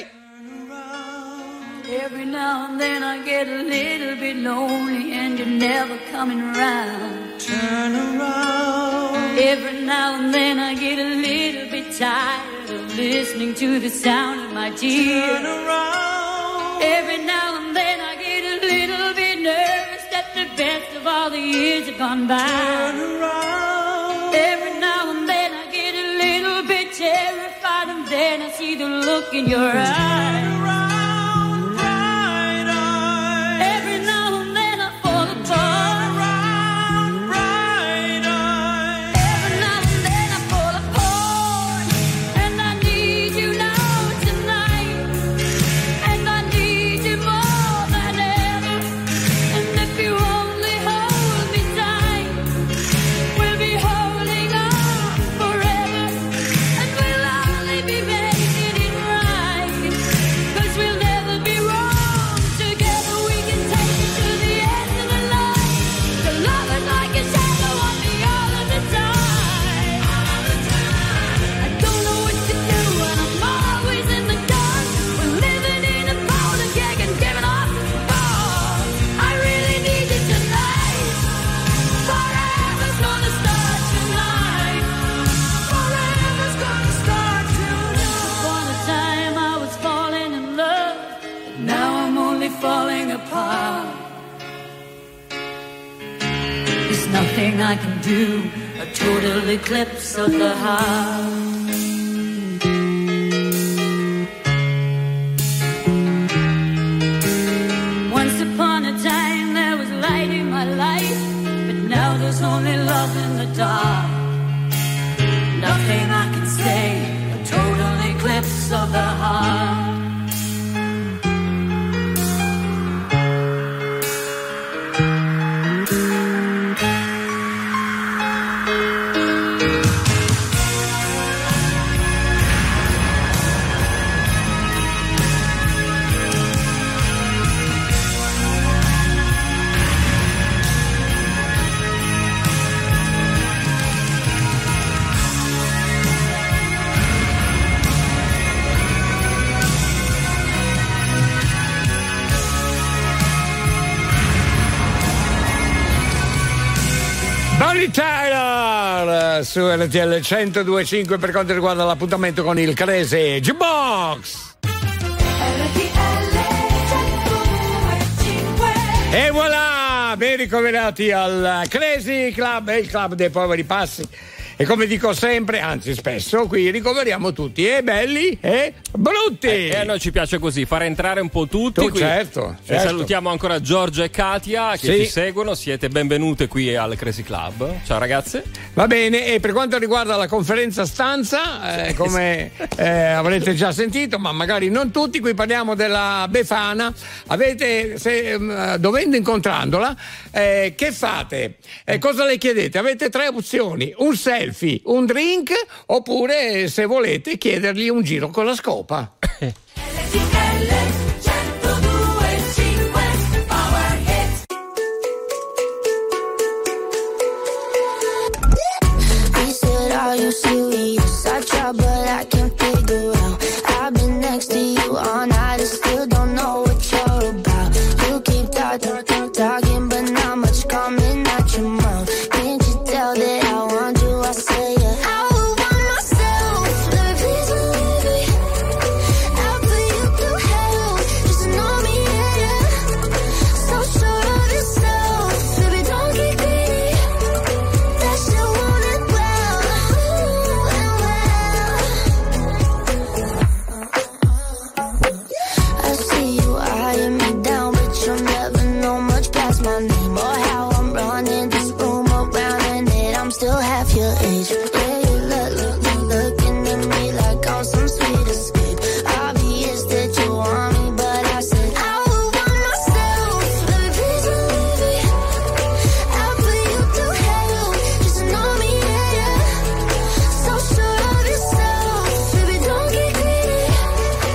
Every now and then I get a little bit lonely and you're never coming around. Turn around. Every now and then I get a little bit tired of listening to the sound of my tears. Turn around. Every now and then I get a little bit nervous that the best of all the years have gone by. Turn around. Every now and then I get a little bit terrified and then I see the look in your eyes. Falling apart. There's nothing I can do, a total eclipse of the heart. Once upon a time there was light in my life, but now there's only love in the dark. Nothing I can say, a total eclipse of the heart. Bonnie Tyler su R T L centodue e cinque per quanto riguarda l'appuntamento con il Crazy Jukebox. E voilà, ben ricoverati al Crazy Club, il club dei poveri passi. E come dico sempre, anzi spesso, qui ricoveriamo tutti, e belli e brutti. E eh, a noi ci piace così, fare entrare un po' tutti. Tu, qui. certo, E certo. salutiamo ancora Giorgia e Katia che Sì. ci seguono. Siete benvenute qui al Crazy Club. Ciao ragazze. Va bene, e per quanto riguarda la conferenza stanza, eh, come eh, avrete già sentito, ma magari non tutti, qui parliamo della Befana. Avete, se, eh, dovendo incontrandola, eh, che fate? Eh, cosa le chiedete? Avete tre opzioni: un selfie, un drink, oppure, se volete, chiedergli un giro con la scopa. He said, are you serious? I tried, but I can't figure out. I've been next to you all night and still don't know what you're about. You keep talking, talking, talking, but not much coming out your mouth. Can't you tell that I want you? I say yeah. I would want myself, baby, please believe me. I'll put you through hell, just to know me, yeah, yeah. So sure of yourself, baby, don't get greedy. That shit won't end well, ooh, and well. I see you eyeing me down, but you'll never know much past my name or how I'm running this room around, and that I'm still half your age. Yeah, you look, look, look, looking at me like I'm some sweet escape. Obvious that you want me, but I said I would want myself, baby, please believe me. I'll put you through hell, just to know me, yeah, yeah. So sure of yourself, baby, don't get greedy.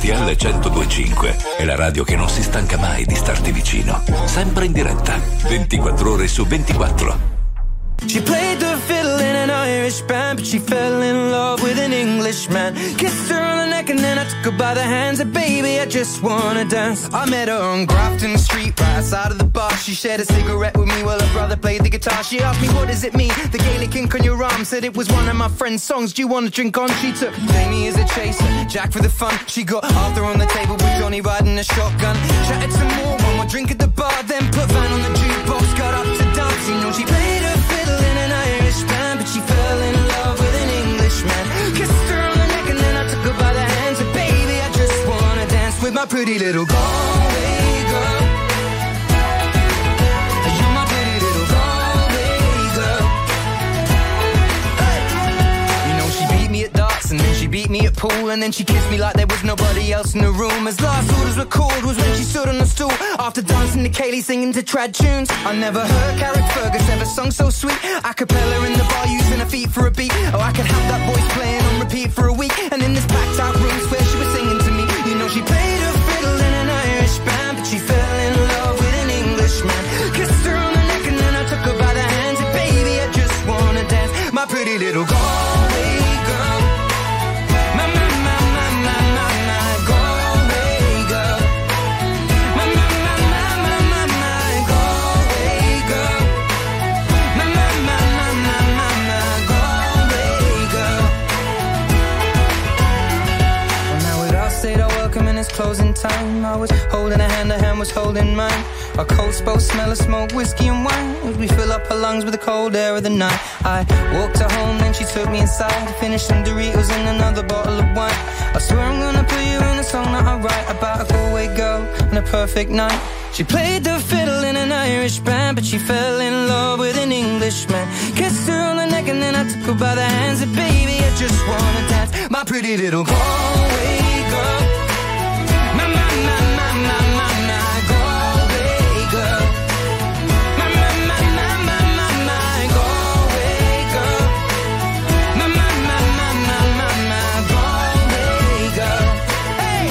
T L centodue e cinque è la radio che non si stanca mai di starti vicino. Sempre in diretta, ventiquattro ore su ventiquattro. She played the fiddle in an Irish band, but she fell in love with an Englishman. Kissed her on the neck and then I took her by the hands. And baby, I just wanna dance. I met her on Grafton Street, right outside of the bar. She shared a cigarette with me while her brother played the guitar. She asked me, what does it mean? The Gaelic ink on your arm. Said it was one of my friend's songs. Do you wanna drink on? She took Jamie as a chaser, Jack for the fun. She got Arthur on the table with Johnny riding a shotgun. Chatted some more, one more drink at the bar. Then put Van on the jukebox, got up to dance. You know she played her fiddle in an Irish band, but she fell in love with an Englishman. Kissed her on the neck and then I took her by the hands. And baby, I just wanna dance with my pretty little Galway girl. You're my pretty little Galway girl. Hey. You know she beat me at darts and then she beat me at pool, and then she kissed me like there was nobody else in the room. As last orders were called was when she stood on the stool after dancing to Kaylee singing to trad tunes. I never heard Carrick Fergus ever sung so sweet. A cappella in the bar using her feet for a beat. Oh, I could have that voice playing on repeat for a week. And in this packed out room where she was singing to me. You know she played her fiddle in an Irish band, but she fell in love with an Englishman. Kissed her on the neck and then I took her by the hands. And baby, I just wanna dance, my pretty little Galway girl. My, my, my, my, my, my, my Galway girl. My, my, my, my, my, my, my Galway girl. My, my, my, my, my, my, my Galway girl. Well, now we'd all said our welcome and it's closing time. I was holding a hand, her hand was holding mine. Our coats both smell of smoke, whiskey and wine. As we fill up her lungs with the cold air of the night. I walked her home, then she took me inside. Finished some Doritos and another bottle of wine. I swear I'm gonna put you in a song that I write about a Galway girl and a perfect night. She played the fiddle in an Irish band, but she fell in love with an Englishman. Kissed her on the neck and then I took her by the hands. And baby, I just wanna dance, my pretty little Galway girl. My, my, my, my, my, my, my Galway girl. My, my, my, my, my, my, my Galway girl. My, my, my, my, my, my, my Galway girl. Hey!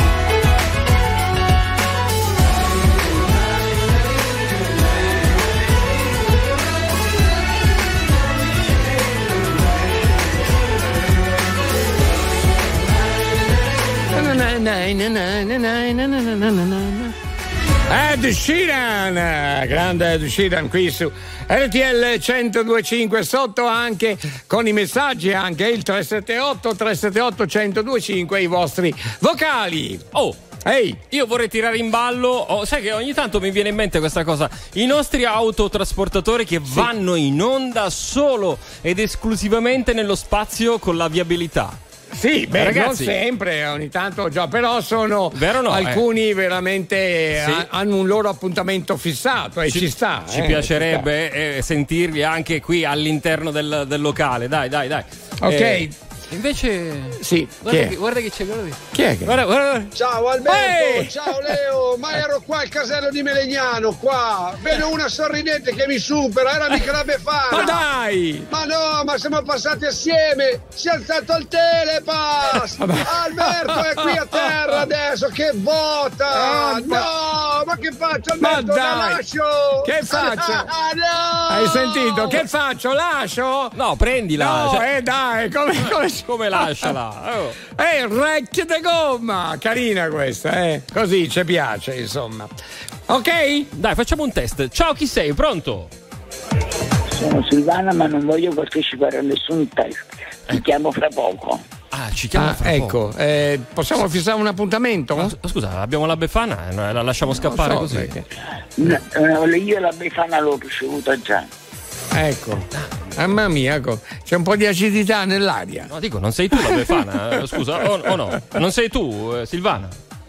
Ed Sheeran, grande Ed Sheeran qui su R T L centodue e cinque, sotto anche con i messaggi anche il tre sette otto tre sette otto centodue e cinque, i vostri vocali. Oh, ehi, io vorrei tirare in ballo, oh, sai che ogni tanto mi viene in mente questa cosa, i nostri autotrasportatori che sì. vanno in onda solo ed esclusivamente nello spazio con la viabilità. Sì, beh, ragazzi, non sempre, ogni tanto già, però sono vero no, alcuni eh. veramente sì. ha, hanno un loro appuntamento fissato e ci, ci sta. Ci eh, piacerebbe ci sta. Eh, sentirli anche qui all'interno del, del locale, dai, dai, dai. Ok. Eh, invece, sì, guarda, chi, che, guarda che c'è, guarda chi è che? Guarda, guarda. Ciao Alberto, Ehi! ciao Leo, ma ero qua al casello di Melegnano, qua, vedo una sorridente che mi supera, era mica la Befana. Ma dai! Ma no, ma siamo passati assieme, si è alzato il telepass, Alberto è qui a terra adesso, che vota, ah, no, ma che faccio Alberto, ma dai. la lascio? Che faccio? Ah, no! Hai sentito? Che faccio? Lascio? No, prendila. No, cioè... eh dai, come, come... come lasciala? Oh. Eh, recchio de gomma, carina questa, eh. Così ci piace, insomma. Ok? Dai, facciamo un test. Ciao, chi sei? Pronto? Sono Silvana, ma non voglio partecipare a nessun test. Ti chiamo fra poco. Ah, ci chiama ah, fra ecco, poco. Eh, possiamo fissare un appuntamento? Ma, scusa, abbiamo la Befana, la lasciamo scappare so, così? Perché... No, io la Befana l'ho ricevuta già. Ecco, mamma mia, c'è un po' di acidità nell'aria. No, dico, non sei tu la Befana, scusa, o, o no? Non sei tu, eh, Silvana?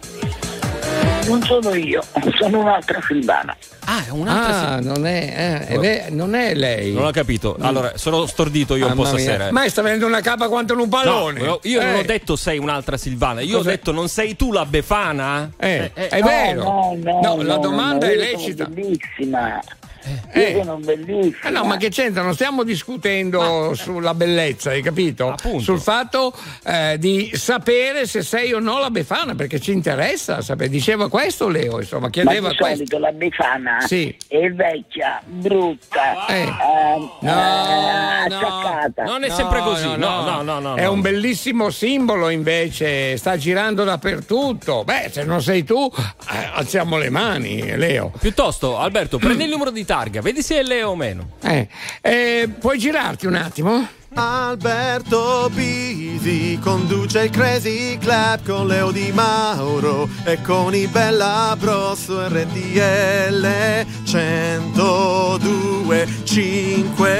Non sono io, sono un'altra Silvana. Ah, è un'altra Ah, non è, eh, è, non è lei. Non ho capito. Allora, sono stordito io mamma un po' stasera. Mia. Ma sta venendo una capa quanto in un pallone. No, io eh. non ho detto sei un'altra Silvana. Io Cos'è? ho detto non sei tu la Befana? Eh, eh, è no, vero. No, no, no, no la domanda no, è io lecita. Sono bellissima. Eh. Io sono bellissima. Eh no, ma che c'entra? Non stiamo discutendo ma, sulla bellezza, hai capito? Appunto. Sul fatto eh, di sapere se sei o no la Befana, perché ci interessa sapere. Diceva questo Leo, insomma, chiedeva ma di questo. solito la Befana sì. è vecchia, brutta, eh. eh, no, eh, attaccata. Non è no, sempre così, no, no, no, no, no, no È no. un bellissimo simbolo invece, sta girando dappertutto. Beh, se non sei tu, eh, alziamo le mani, Leo. Piuttosto, Alberto, prendi il numero di targa, vedi se è Leo o meno. Eh, eh, puoi girarti un attimo? Alberto Bisi conduce il Crazy Club con Leo Di Mauro e con i Bella Bros su R T L centodue e cinque.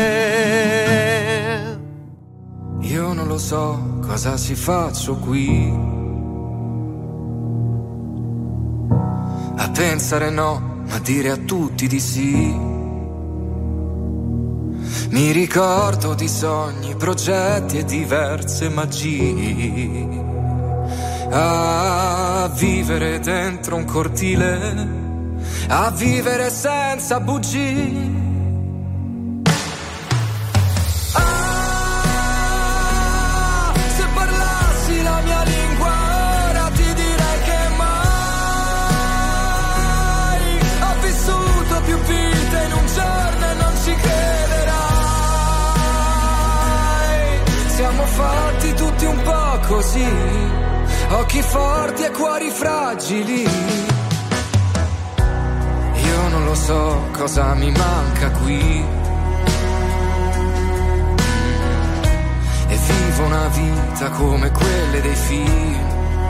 Io non lo so cosa si faccio qui a pensare no, ma dire a tutti di sì. Mi ricordo di sogni, progetti e diverse magie. A vivere dentro un cortile, a vivere senza bugie. Ah, se parlassi la mia lingua ora ti direi che mai ho vissuto più vite in un giorno e non ci crederai. Siamo fatti tutti un po' così, occhi forti e cuori fragili. Io non lo so cosa mi manca qui e vivo una vita come quelle dei film,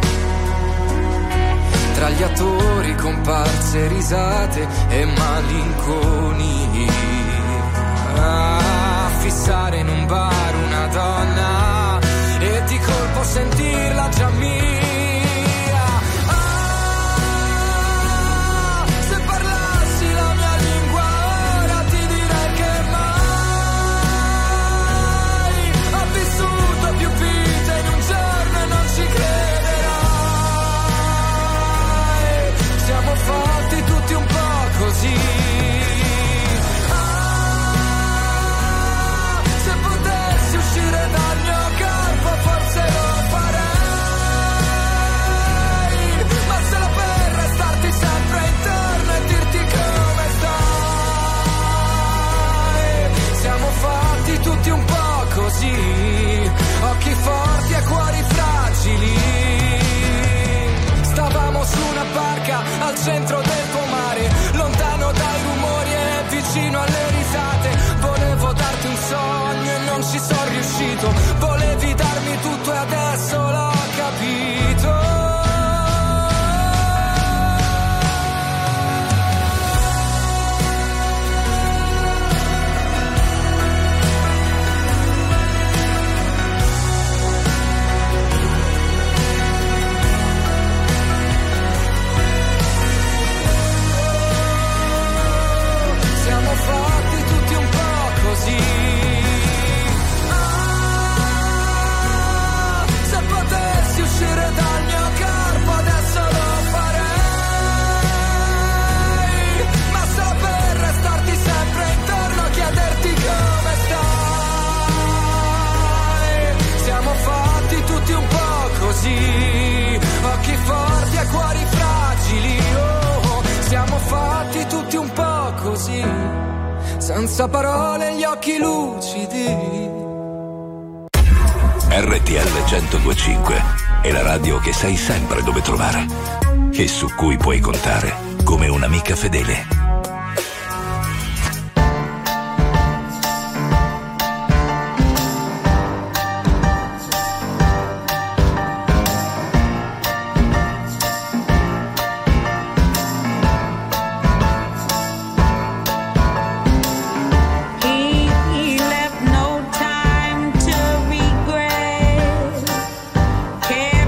tra gli attori, comparse, risate e malinconia. Ah, fissare in un bar una donna e di colpo sentirla già mia. Ah, se parlassi la mia lingua ora ti direi che mai ho vissuto più vite in un giorno e non ci crederai. Siamo fatti tutti un po' così. Tutti un po' così, occhi forti e cuori fragili. Stavamo su una barca al centro del pomare, lontano dai rumori e vicino alle risate. Volevo darti un sogno e non ci sono riuscito. Volevi darmi tutto e adesso l'ho capito. Fatti tutti un po' così. Ah, se potessi uscire dal mio corpo adesso lo farei, ma solo per restarti sempre intorno a chiederti come stai. Siamo fatti tutti un po' così, occhi forti e cuori fragili. Oh, siamo fatti tutti un po' così, senza parole, gli occhi lucidi. R T L centodue e cinque è la radio che sai sempre dove trovare e su cui puoi contare come un'amica fedele.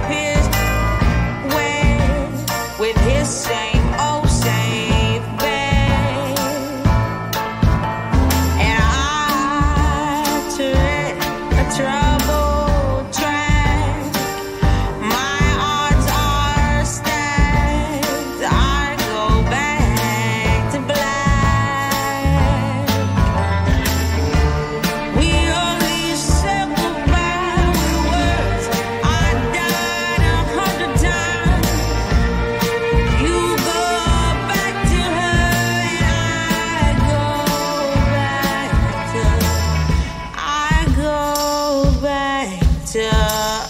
With his same old same bed. better.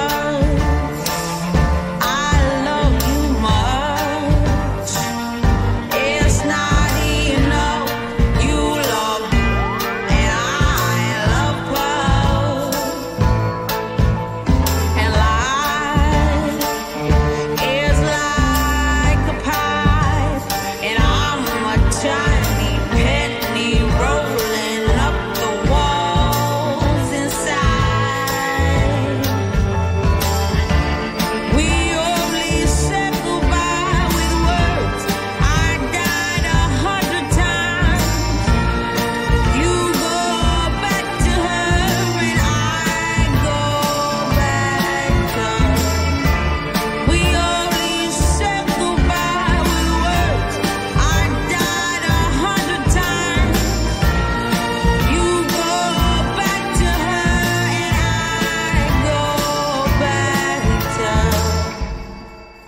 I love you much. It's not enough. You love and I love both. And life is like a pipe, and I'm a tiny penny rolling up the walls inside. We only said goodbye with words. I died a hundred times. You go back to her and I go back to her. We only said goodbye with words. I died a hundred times. You go back to her and I go back to her.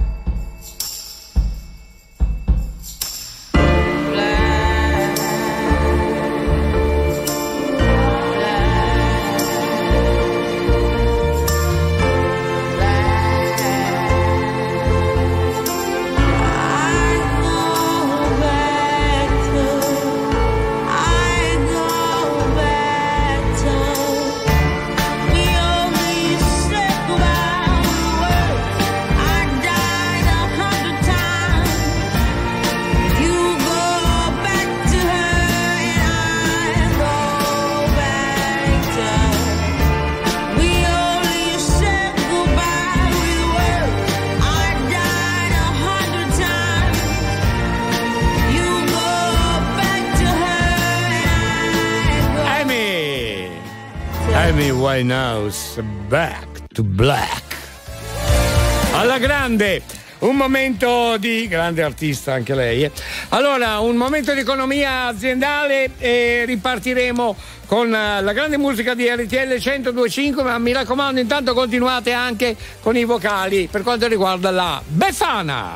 Amy Amy Winehouse, Back to Black. Alla grande, un momento di grande artista anche lei. eh. Allora, un momento di economia aziendale e ripartiremo con eh, la grande musica di R T L centodue e cinque, ma mi raccomando, intanto continuate anche con i vocali per quanto riguarda la Befana.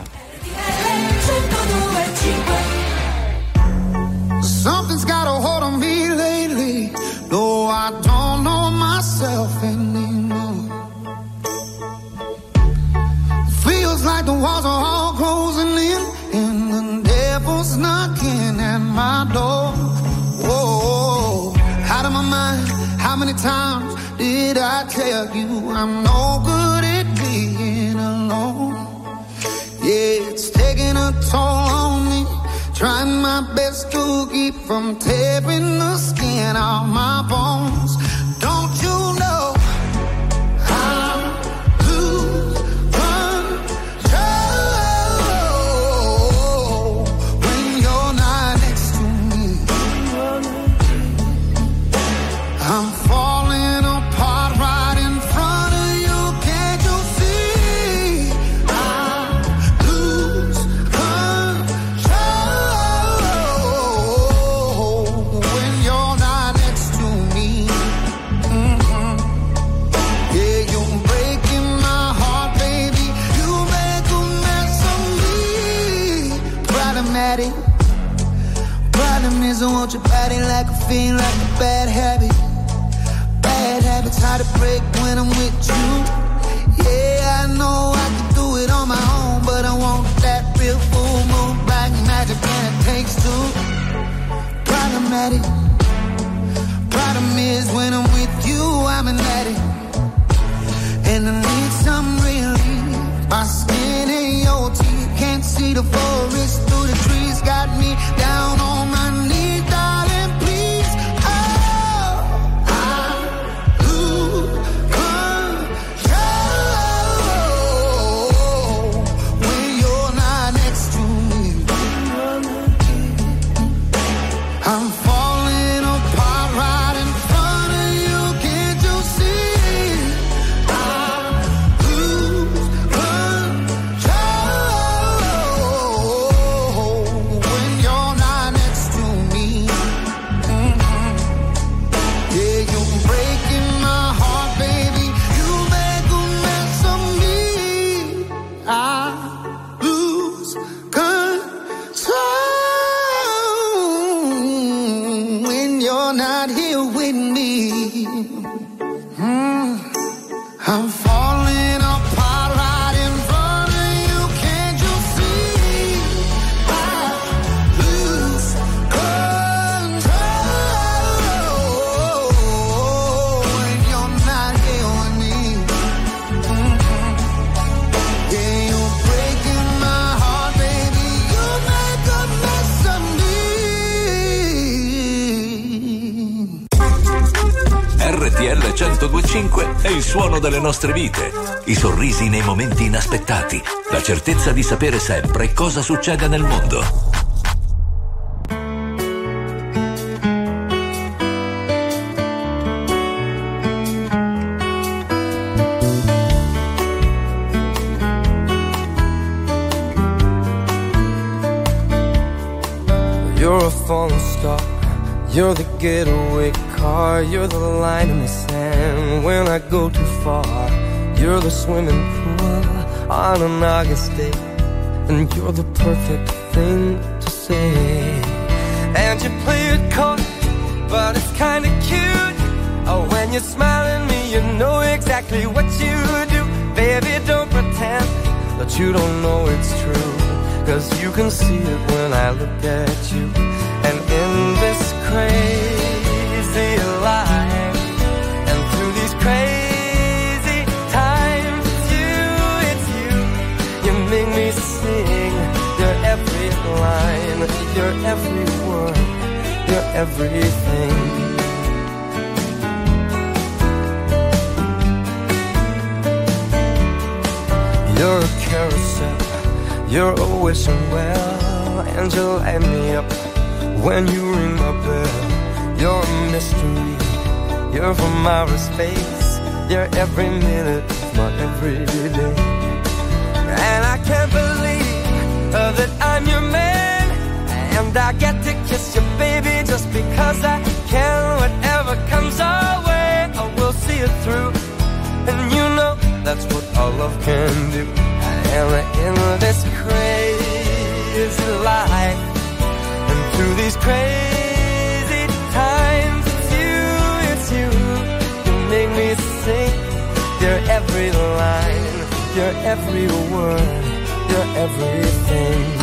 Something's got a hold on me lately. No, I don't know myself anymore. Feels like the walls are all closing in, and the devil's knocking at my door. Whoa, out of my mind. How many times did I tell you I'm no good at being alone? Yeah, it's taking a toll on me. Trying my best to keep from tearing the skin off my bones. Don't you know I lose control when you're not next to me? I'm falling apart right in front of you. Can't you see? I lose control when you're not next to me. Mhm. Yeah, you're breaking my heart, baby. You make a mess of me. Problematic. Problem is I want your body like a fiend, like a bad habit. Bad habits hard to break when I'm with you. Yeah, I know I can do it on my own, but I want that real full moon black magic, and it takes two. Problematic. Problem is when I'm with you, I'm an addict, and I need some relief. My skin and your teeth can't see the forest through the trees. Got me down on my knees, darling, please. Oh, I lose control when you're not next to me. I'm falling I'm falling apart right in front of you. Can't you see? I lose control when you're not here with me. Mm-hmm. Yeah, you're breaking my heart, baby. You make a mess of me. R T L centodue e cinque è il suono delle nostre vite, i sorrisi nei momenti inaspettati, la certezza di sapere sempre cosa succede nel mondo. You're a falling star, you're the getaway car, you're the line in the sand when I go too far. You're the swimming pool on an August day, and you're the perfect thing to say. And you play it cold, but it's kinda cute. Oh, when you smile at me, you know exactly what you do. Baby, don't pretend that you don't know it's true, 'cause you can see it when I look at you. And in this crazy life, and through these crazy times, it's you, it's you. You make me sing your every line, your every word, your everything. You're a carousel, you're a wishing well, and you light me up when you ring my bell. You're a mystery, you're from outer space, you're every minute of my everyday. And I can't believe uh, that I'm your man, and I get to kiss you, baby, just because I can. Whatever comes our way, I will see it through, and you know that's what our love can do. And in this crazy life, and through these crazy times, it's you, it's you. You make me sing your every line, your every word, your everything.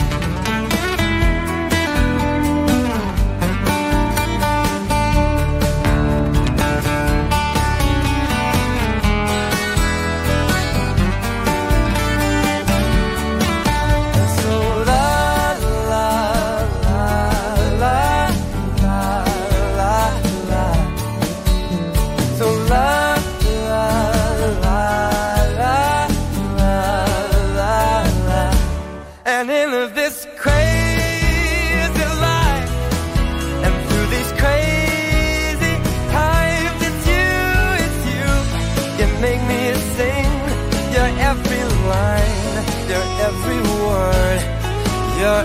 You're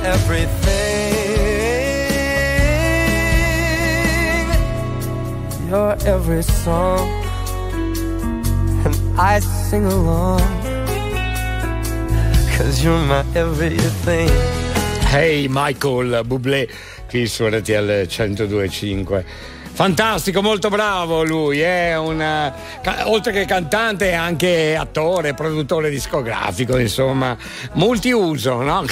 everything, you're every song, and I sing along, 'cause you're my everything. Hey Michael Bublé, qui su R T L centodue e cinque. Fantastico, molto bravo lui, è un ca- oltre che cantante è anche attore, produttore discografico, insomma, multiuso, no?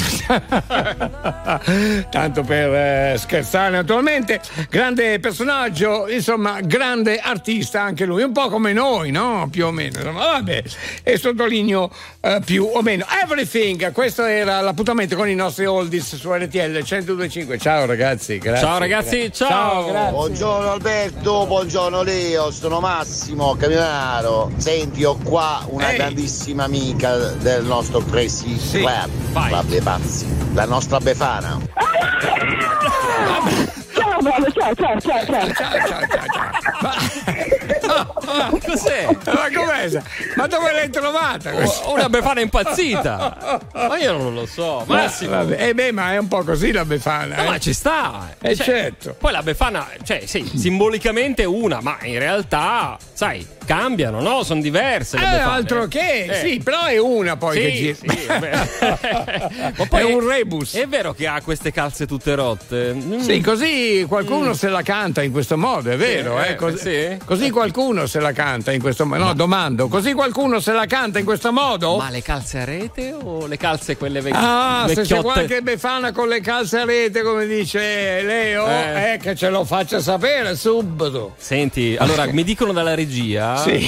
Tanto per eh, scherzare naturalmente, grande personaggio, insomma, grande artista anche lui, un po' come noi, no? Più o meno, insomma, vabbè, e sottolineo eh, più o meno. Everything, questo era l'appuntamento con i nostri oldies su R T L centodue e cinque. Ciao ragazzi, grazie. Ciao ragazzi, grazie. ciao. Ciao, grazie. Buongiorno Alberto, buongiorno Leo, sono Massimo Camionaro. Senti, ho qua una Ehi. grandissima amica del nostro Crazy Sì, Club, vai. Club dei Pazzi, la nostra Befana. Ciao bello, ciao ciao ciao ciao. Ciao, ciao, ciao, ciao. Ma, ma, cos'è? Ma com'è? Ma dove l'hai trovata? questa? Una Befana impazzita. Ma io non lo so. Massimo. Vabbè, eh beh, ma è un po' così la Befana. No, eh. ma ci sta. Eh, Cioè, certo. Poi la Befana, cioè, sì, simbolicamente una, ma in realtà, sai, cambiano, no? Sono diverse le Eh, befane. altro che, Eh. sì, però è una poi Sì, che gira. sì, vabbè. Ma poi È un rebus. È vero che ha queste calze tutte rotte. Mm. Sì, così qualcuno Mm. se la canta in questo modo, è vero, Sì, eh, eh, così, sì. così qualcuno se la canta in questo modo. No, domando, così qualcuno se la canta in questo modo? Ma le calze a rete o le calze quelle vecchie? Ah, se c'è vecchiotte? qualche befana con le calze a rete, come dice Leo, Eh. eh, che ce lo faccia sapere subito. Senti, allora mi dicono dalla regia Sì.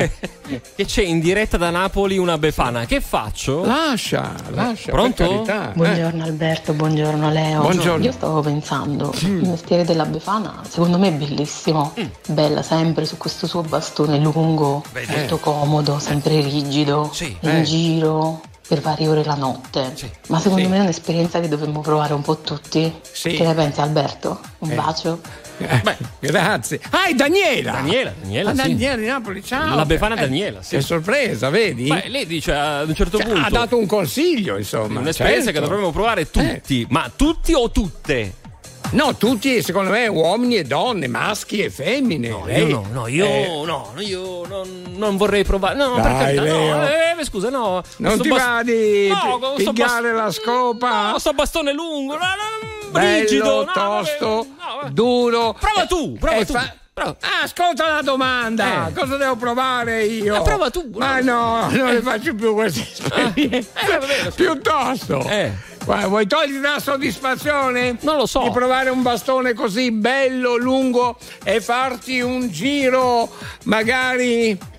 che c'è in diretta da Napoli una befana. Che faccio? Lascia, lascia. Pronto? per carità, eh. Buongiorno Alberto, buongiorno Leo. Buongiorno. Io stavo pensando, il mestiere della befana secondo me è bellissimo, bella sempre su questo suo bastone lungo, Vedi. molto comodo, sempre rigido, in eh. giro per varie ore la notte. Ma secondo Sì. me è un'esperienza che dovremmo provare un po' tutti. Sì. Che ne pensi Alberto? Un Eh. bacio. Eh, grazie. Ah, è Daniela. Daniela, Daniela, Ah, sì. Daniela di Napoli, ciao. La befana Eh, Daniela, sì. Che sorpresa, vedi? Beh, lei dice ad un certo Cioè, punto ha dato un consiglio, insomma. un'esperienza certo. che dovremmo provare tutti, ma tutti o tutte? No, tutti, secondo me, uomini e donne, maschi e femmine. No, Lei- io no, no, io eh, no, no, io non, non vorrei provare. No, Dai, per carità, Leo. no, eh, scusa, no. Non sto ti bas- va di no, pi- sto pigliare la scopa? No, sto bastone lungo, no, no, bello, rigido, no, tosto, vabbè, no, vabbè. duro. Prova tu, prova Eh, tu. fa- Prova. Ah, ascolta la domanda. Eh. Cosa devo provare io? Eh, prova tu. Ma no, non le faccio più queste esperienze. Eh, va bene. Piuttosto. Eh. Guarda, vuoi toglierti la soddisfazione? Non lo so. Di provare un bastone così bello, lungo e farti un giro, magari. Eh,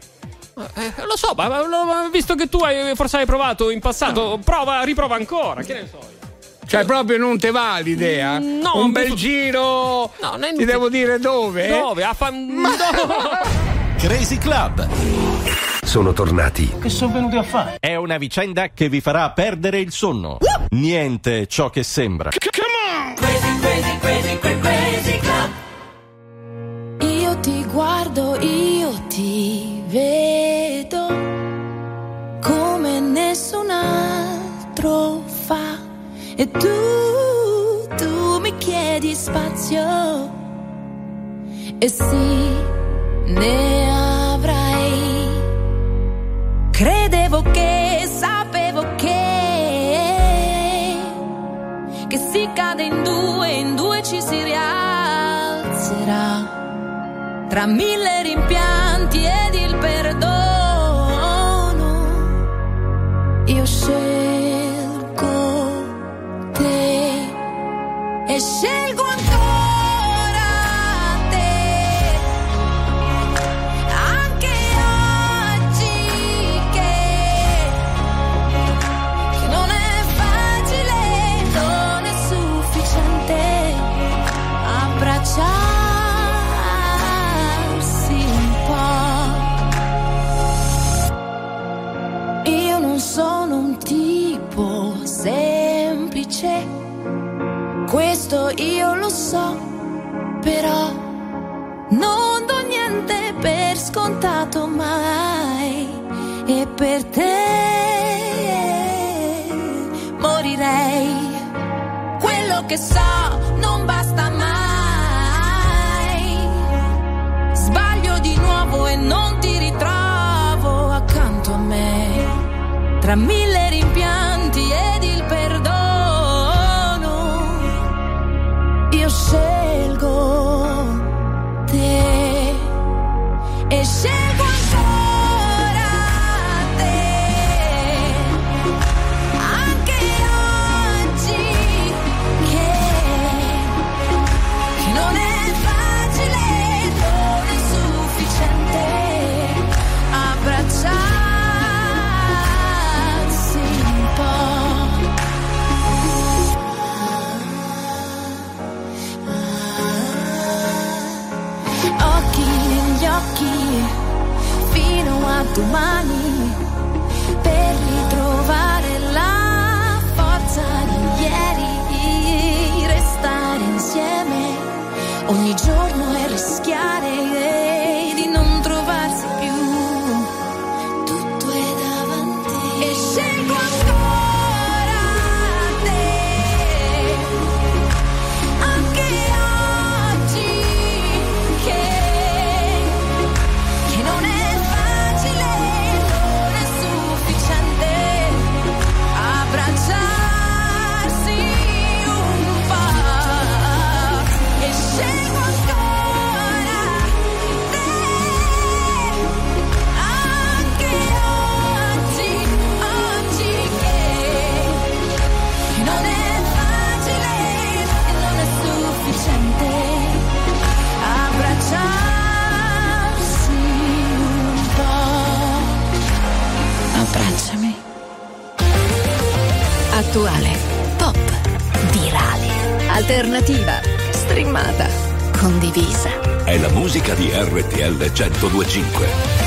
lo so, ma, ma- ma visto che tu hai, forse hai provato in passato, prova, riprova ancora, che ne so io. Cioè, proprio non te va l'idea? Mm, no, un bel non- giro. No, non è Ti devo dire dove? Dove? A fan... Crazy Club. Sono tornati. Che sono venuti a fare? È una vicenda che vi farà perdere il sonno. Niente ciò che sembra. Crazy, crazy, crazy, crazy, crazy club. Io ti guardo, io ti vedo come nessun altro fa. E tu, tu mi chiedi spazio. E sì, ne avrai. Credevo che, sapevo che Che si cade in due, in due ci si rialzerà. Tra mille rimpianti ed il perdono io scelgo te e scelgo ancora te. Anche oggi che, che non è facile, non è sufficiente abbracciarsi un po'. Io non sono un tipo semplice, questo io lo so, però non do niente per scontato mai. E per te morirei. Quello che so non basta mai. Sbaglio di nuovo e non ti ritrovo accanto a me. Tra mille rimpianti ed il perdono io scelgo te e scelgo ancora te. Anche oggi che, che non è facile, non è sufficiente abbracciarsi un po'. Occhi negli occhi fino a domani per ritrovare la forza di ieri, restare insieme ogni giorno e rischiare eh, di non trovarsi più. Tutto è davanti e scelgo ancora te. Anche oggi che, che non è Abbracciami. Attuale, pop, virale, alternativa, streamata, condivisa. È la musica di R T L centodue e cinque.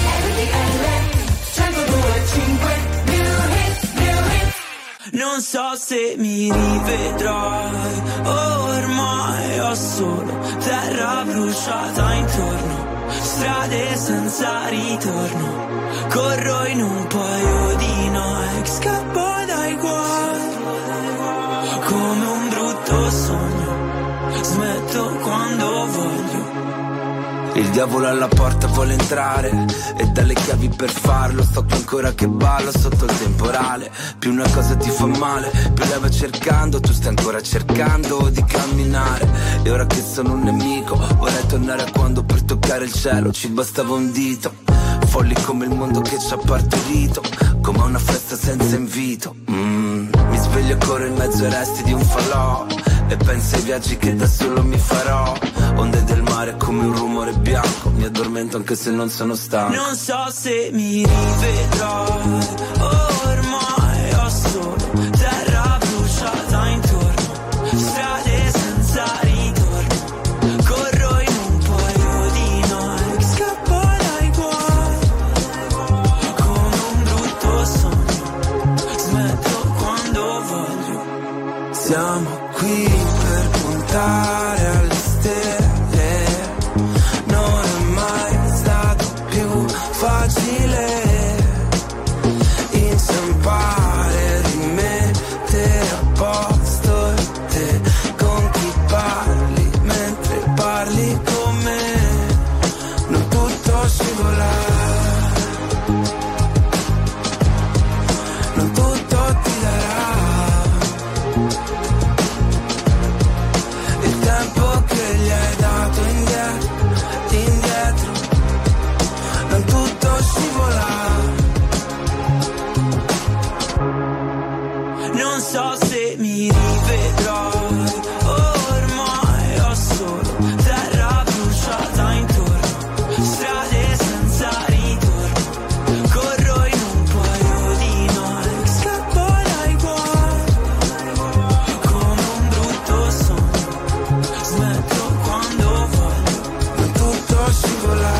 Non so se mi rivedrai, ormai ho solo terra bruciata intorno, strade senza ritorno, corro in un paio di Nike, scappo dai guai, come un brutto sogno, smetto quando voglio. Il diavolo alla porta vuole entrare e dalle chiavi per farlo. Sto qui ancora che ballo sotto il temporale. Più una cosa ti fa male, più lei va cercando. Tu stai ancora cercando di camminare. E ora che sono un nemico vorrei tornare a quando per toccare il cielo ci bastava un dito. Folli come il mondo che ci ha partorito, come una festa senza invito. mm, Mi sveglio ancora in mezzo ai resti di un falò e penso ai viaggi che da solo mi farò. Onde del mare come un rumore bianco, mi addormento anche se non sono stanco. Non so se mi rivedrai, ormai ho solo terra bruciata intorno, strade senza ritorno, corro in un paio di Nike, scappo dai guai, come un brutto sogno, smetto quando voglio. Siamo qui per puntare alle stelle, non è mai stato più facile inciampare, rimettere a posto te con chi parli mentre parli con me, non tutto scivola, non tutto ti darà il tempo che gli hai dato indietro, indietro, non tutto scivola. Non so se mi rivedrai, ormai ho solo terra bruciata intorno, strade senza ritorno, corro in un paio di Nike, scappo dai guai, come un brutto sogno, smetto quando voglio. Non tutto scivola,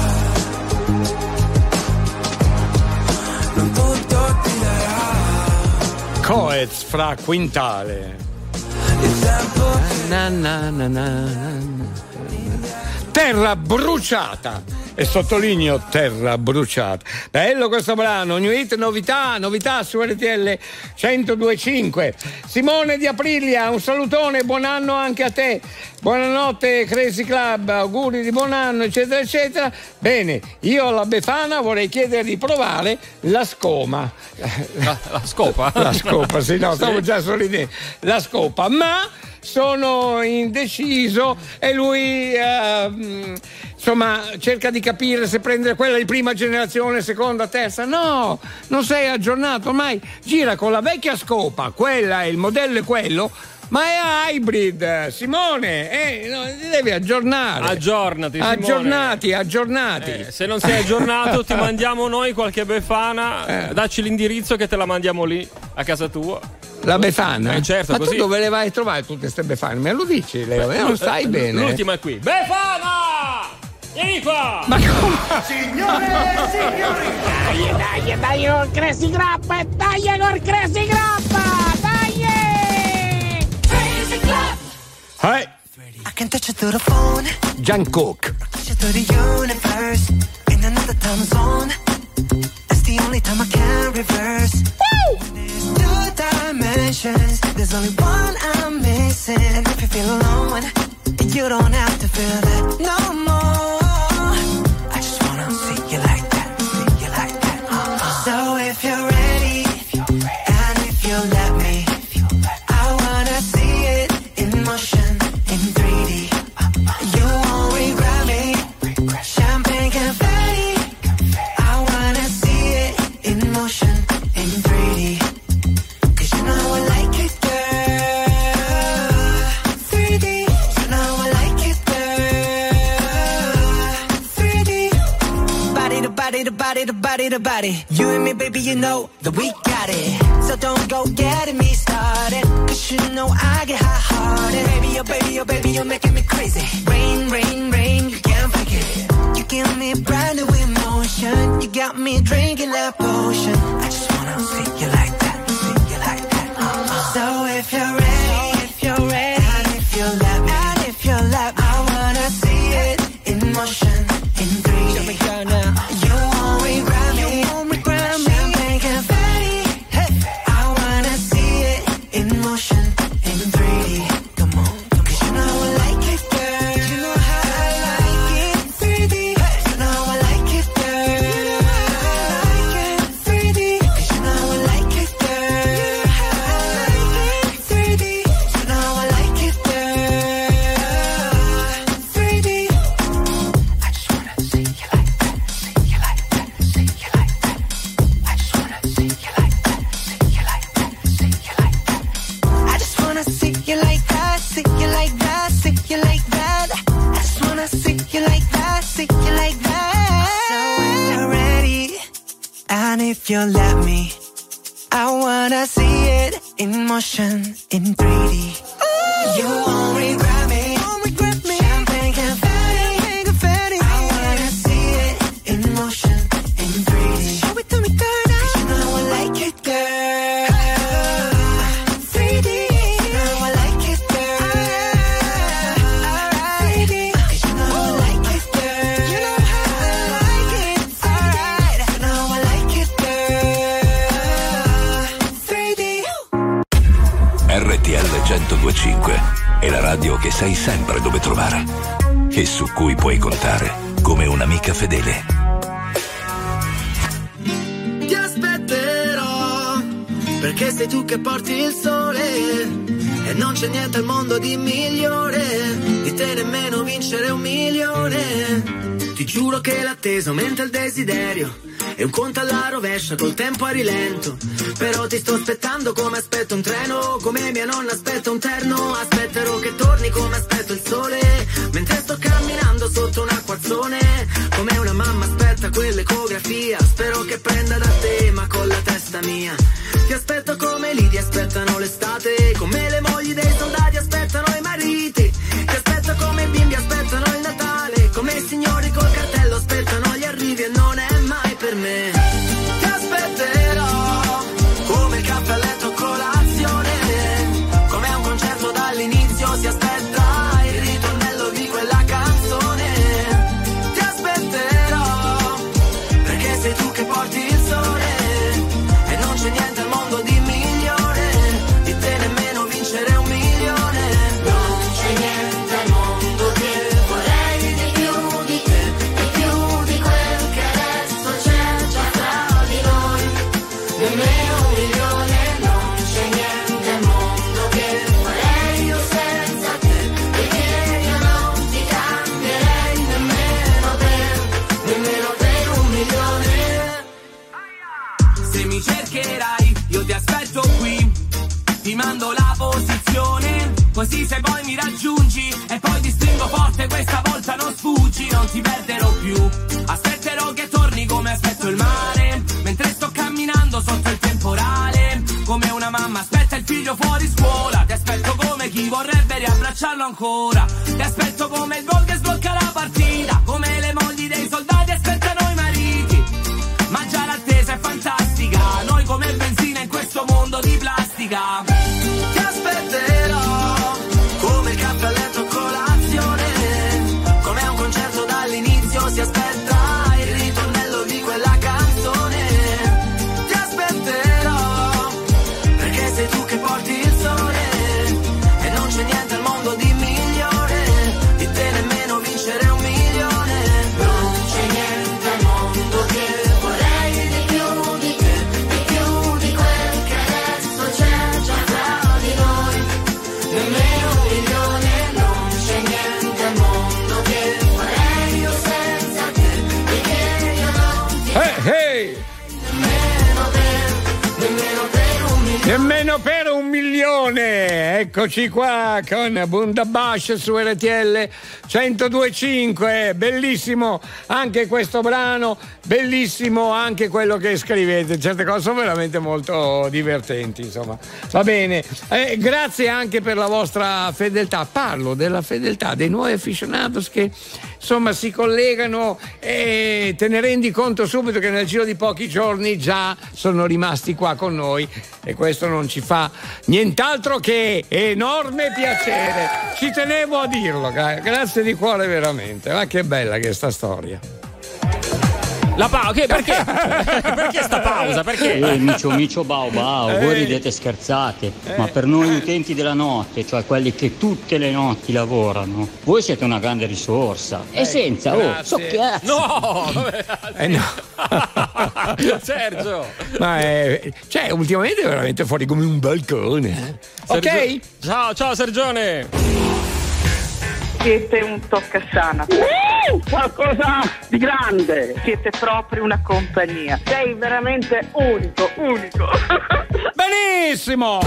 non tutto ti darà Coez fra Quintale. il tempo Na, na, na, na, na. Terra bruciata, e sottolineo terra bruciata. Bello questo brano, new hit, novità, novità su R T L centodue e cinque. Simone di Aprilia, un salutone, buon anno anche a te. Buonanotte Crazy Club, auguri di buon anno, eccetera eccetera. Bene, io alla Befana vorrei chiedere di provare la scoma. La, la scopa? La scopa, sì, no, stavo Sì. già sorridendo. La scopa, ma sono indeciso e lui eh, insomma cerca di capire se prendere quella di prima generazione, seconda, terza. No, non sei aggiornato, ormai gira con la vecchia scopa, quella è il modello è quello, ma è hybrid. Simone, eh, no, ti devi aggiornare. Aggiornati, Simone. Aggiornati, aggiornati. Eh, se non sei aggiornato ti mandiamo noi qualche Befana, Eh. dacci l'indirizzo che te la mandiamo lì a casa tua. La Befana? Eh, certo, ma così. tu dove le vai a trovare tutte queste Befane? Me lo dici, Leo? Eh, non stai bene. L'ultima è qui. Befana! Vieni qua! Ma come? Signore e signori, dai, dai, dai col Crazy Club, dai col Crazy Club, dai! Crazy Club! Hey, I can touch it through the phone, Jan Cook. touch it through the universe, in another time zone. That's the only time I can reverse. Woo! There's two dimensions, there's only one I'm missing. And if you feel alone, you don't have to feel that no more. I just wanna see you like that, see you like that. Uh-uh. So if you're ready, if you're ready, and if you let me, if you let me, I wanna see it in motion, in three D. You won't regret me. Champagne confetti. I wanna see it in motion, in three D. Cause you know I like it, girl. three D. You know I like it, girl. little body. You and me, baby, you know that we got it. So don't go getting me started, cause you know I get hot-hearted. Baby, oh baby, oh baby, you're making me crazy. Rain, rain, rain, you can't fake it. You give me brand new emotion. You got me drinking that potion. I just wanna see you like that, see you like that. Uh-uh. So if you're ready, if you're ready, and if you let me, and if you let me, I wanna see it in motion, in three D. Show me girl now. You won't regret me, you won't regret me. Champagne confetti, hey. I wanna see it in motion, in three D. Come on, come on. Cause you know I like it, girl. You know how I like it in three D. Hey. You know I like it, girl. You know how I like it in three D. Cause you know I like it, girl. You know how I like it in three D. You know I like it, girl. three D. I just wanna see you like that, see you like that, see you like that. I just wanna see you like that, see you like that, see you like that. I just wanna see you like that, see you like that, see you like that. I just wanna see you like that, see you like that. So if you're ready, and if you let me, I wanna see it in motion, in three D. You won't regret me, won't regret me. Champagne confetti, confetti. I wanna see it in motion, in three D. Show it to me, girl. Cause you know I like it, girl. three D. You know I like it, girl. Alright. three D. Cause you know I like it, girl. You know how I like it. Alright. You know I like it, girl. three D. R T L centodue e cinque è la radio che sai sempre dove trovare e su cui puoi contare come un'amica fedele. Ti aspetterò, perché sei tu che porti il sole e non c'è niente al mondo di migliore di te, nemmeno vincere un milione. Ti giuro che l'attesa aumenta il desiderio e un conto alla rovescia col tempo a rilento. Però ti sto aspettando come aspetto un treno, come mia nonna aspetta un terno. Aspetterò che torni come aspetto il sole, mentre sto camminando sotto un acquazzone, come una mamma aspetta quell'ecografia. Spero che prenda da te ma con la testa mia. Ti aspetto come lì ti aspettano l'estate, come le mogli dei soldati aspettano i mariti. Ti aspetto come i bimbi aspettano il Natale, come i signori col cartello aspettano gli arrivi e non è mai per me. Ti aspetterò come il caffè a letto colazione, come a un concerto dall'inizio si aspetta il ritornello di quella canzone. Ti aspetterò perché sei tu che porti il sole e non c'è niente al mondo di migliore di te, nemmeno vincere un milione. Non c'è niente al mondo che vorrei di più di te, di più di quel che adesso c'è già tra di noi, nemmeno un milione. Non c'è niente al mondo che farei io senza te, perché io non ti cambierei nemmeno per, nemmeno per un milione. Se mi cercherai, io ti aspetto qui, ti mando la posizione, così se poi mi raggiungi e poi ti stringo forte, questa volta non sfuggi, non ti perderò più. Aspetterò che torni come aspetto il mare, mentre sto camminando sotto il temporale, come una mamma aspetta il figlio fuori scuola. Ti aspetto come chi vorrebbe riabbracciarlo ancora, ti aspetto come il gol che sblocca la partita, come le mogli dei soldati aspettano i mariti. Ma già l'attesa è fantastica, noi come benzina in questo mondo di plastica. Ti aspetterò come il caffè a letto colazione, come a un concerto dall'inizio si aspetta il ritornello di quella canzone. Ti aspetterò perché sei tu che porti il sole e non c'è niente al mondo di migliore di te, nemmeno vincere un milione. Non c'è niente al mondo che vorrei di più di te, di più di quel che adesso c'è già tra di noi, nemmeno un milione. Non c'è niente al mondo che farei io senza te, perché io non ti Hey, hey! nemmeno per, nemmeno per un milione. Nemmeno per un milione. milione, eccoci qua con Bundabash su R T L centodue e cinque, bellissimo anche questo brano, bellissimo anche quello che scrivete, certe cose sono veramente molto divertenti, insomma, va bene, eh, grazie anche per la vostra fedeltà, parlo della fedeltà dei nuovi aficionados che insomma si collegano e te ne rendi conto subito che nel giro di pochi giorni già sono rimasti qua con noi e questo non ci fa nient'altro che enorme piacere, ci tenevo a dirlo, grazie di cuore veramente, ma che bella che è sta storia. La pausa, che perché? Perché sta pausa? Perché? Eh, micio micio bao bao, voi Eh. ridete scherzate, Eh. ma per noi utenti della notte, cioè quelli che tutte le notti lavorano, voi siete una grande risorsa. E senza, oh, so grazie. cazzo. No! Eh no. Sergio! Ma è, cioè, ultimamente è veramente fuori come un balcone. eh. Ok? Sergio- Ciao, ciao Sergione! Siete un toccasana. Uh, qualcosa di grande. Siete proprio una compagnia. Sei veramente unico, unico. Benissimo!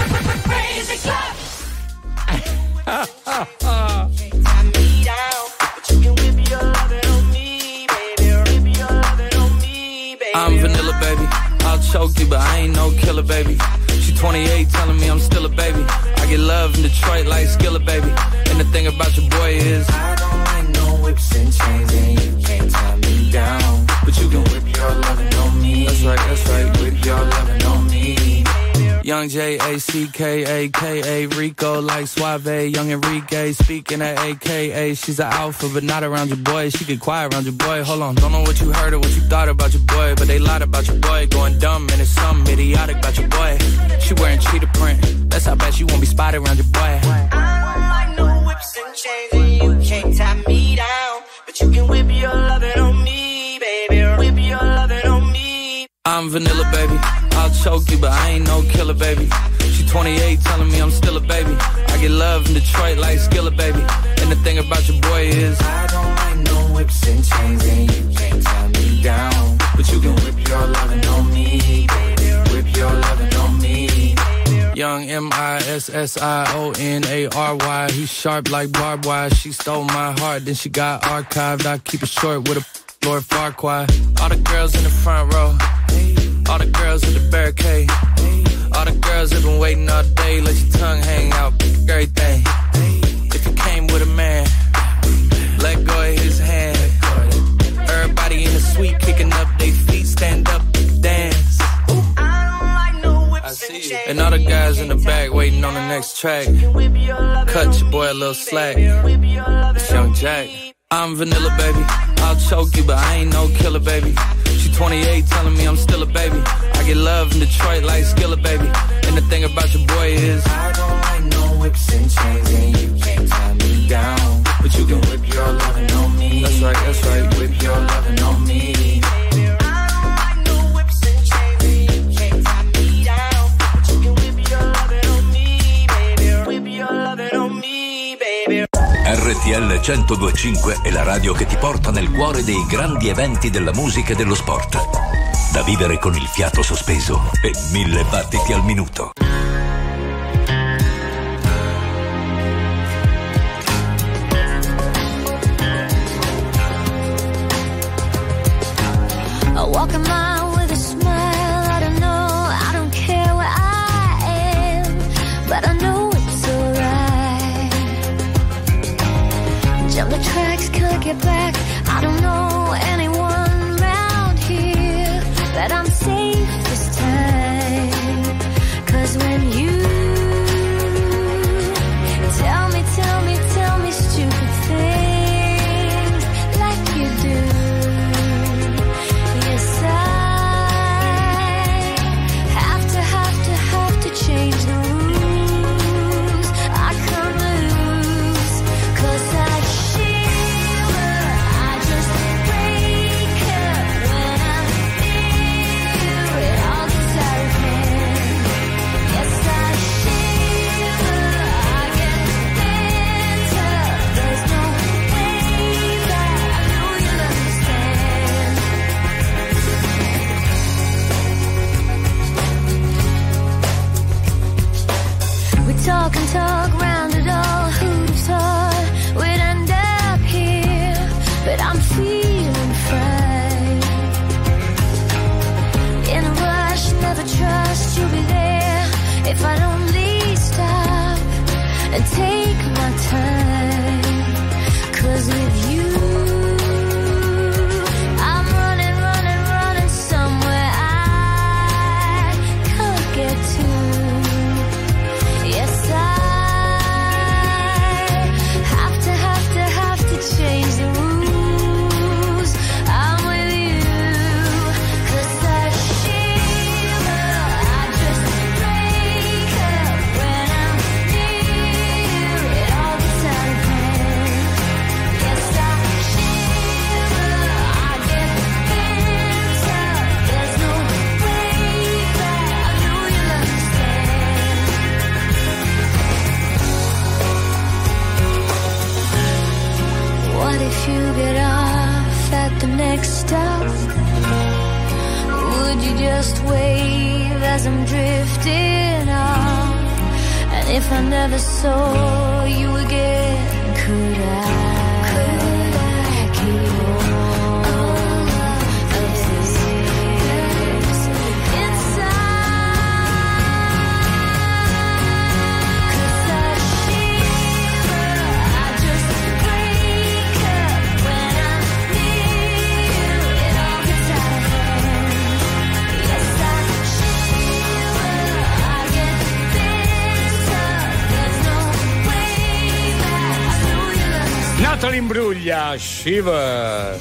I'm vanilla, baby. I'll choke you, but I ain't no killer, baby. She twenty-eight, telling me I'm still a baby. I get love in Detroit like Skillet, baby. And the thing about your boy is I don't like no whips and chains, and you can't tie me down. But you can whip your lovin' on me. That's right, that's right, whip your lovin' on me. Young J A C K A K A Rico like Suave. Young Enrique speaking at A K A. She's an alpha, but not around your boy. She get quiet around your boy. Hold on, don't know what you heard or what you thought about your boy, but they lied about your boy. Going dumb and it's something idiotic about your boy. She wearing cheetah print. That's how bad she won't be spotted around your boy. I don't like no whips and chains, and you can't tie me down. But you can whip your lovin' on me, baby. Whip your lovin' on me. I'm vanilla, baby. I'll choke you, but I ain't no killer, baby. She twenty-eight, telling me I'm still a baby. I get love in Detroit like Skillet, baby. And the thing about your boy is I don't like no whips and chains, and you can't tie me down. But you can whip your lovin' on me, baby. Whip your lovin' on me. Young M I S S I O N A R Y. He's sharp like barbed wire. She stole my heart, then she got archived. I keep it short with a Lord Farquaad. All the girls in the front row, all the girls at the barricade, all the girls have been waiting all day. Let your tongue hang out, everything. If you came with a man, let go of his hand. Everybody in the suite kicking up their feet, stand up, dance. I see you. And all the guys in the back waiting on the next track. Cut your boy a little slack. It's Young Jack. I'm vanilla, baby. I'll choke you, but I ain't no killer, baby. She twenty-eight, telling me I'm still a baby. I get love in Detroit like Skillet, baby. And the thing about your boy is I don't like no whips and chains, and you can't tie me down. But you can whip your lovin' on me. That's right, that's right, whip your lovin' on me. R T L centodue e cinque è la radio che ti porta nel cuore dei grandi eventi della musica e dello sport. Da vivere con il fiato sospeso e mille battiti al minuto. I walk a mile with a smile. I don't know, I don't care where I am, but I know it's alright. Jump the tracks, can't get back. I don't know anyone around here, but I'm safe this time. 'Cause when you tell me, tell me, tell me stupid things like you do, yes, I have to, have to, have to change the rules. I can't lose, 'cause I shiver, I just break up when I'm near you. It all gets out of hand. Yes, I and take my time. 'Cause with you I'm running, running, running somewhere I can't get to. Yes, I have to, have to, have to change the rules. I'm with you, 'cause I shiver, I just break up when I'm near you. It all gets out of hand. Yes, I shiver, I get bent up. There's no way back. I know you'll understand. What if you get off at the next stop? Would you just wave as I'm drifting off? And if I never saw you again, could I? Could I keep all of this inside? 'Cause I shiver, I just break up when I'm near you. It all gets out of hand. Yes, I shiver, I get bent up. There's no way back. I know you'll understand. Natalie Imbruglia, Shiver.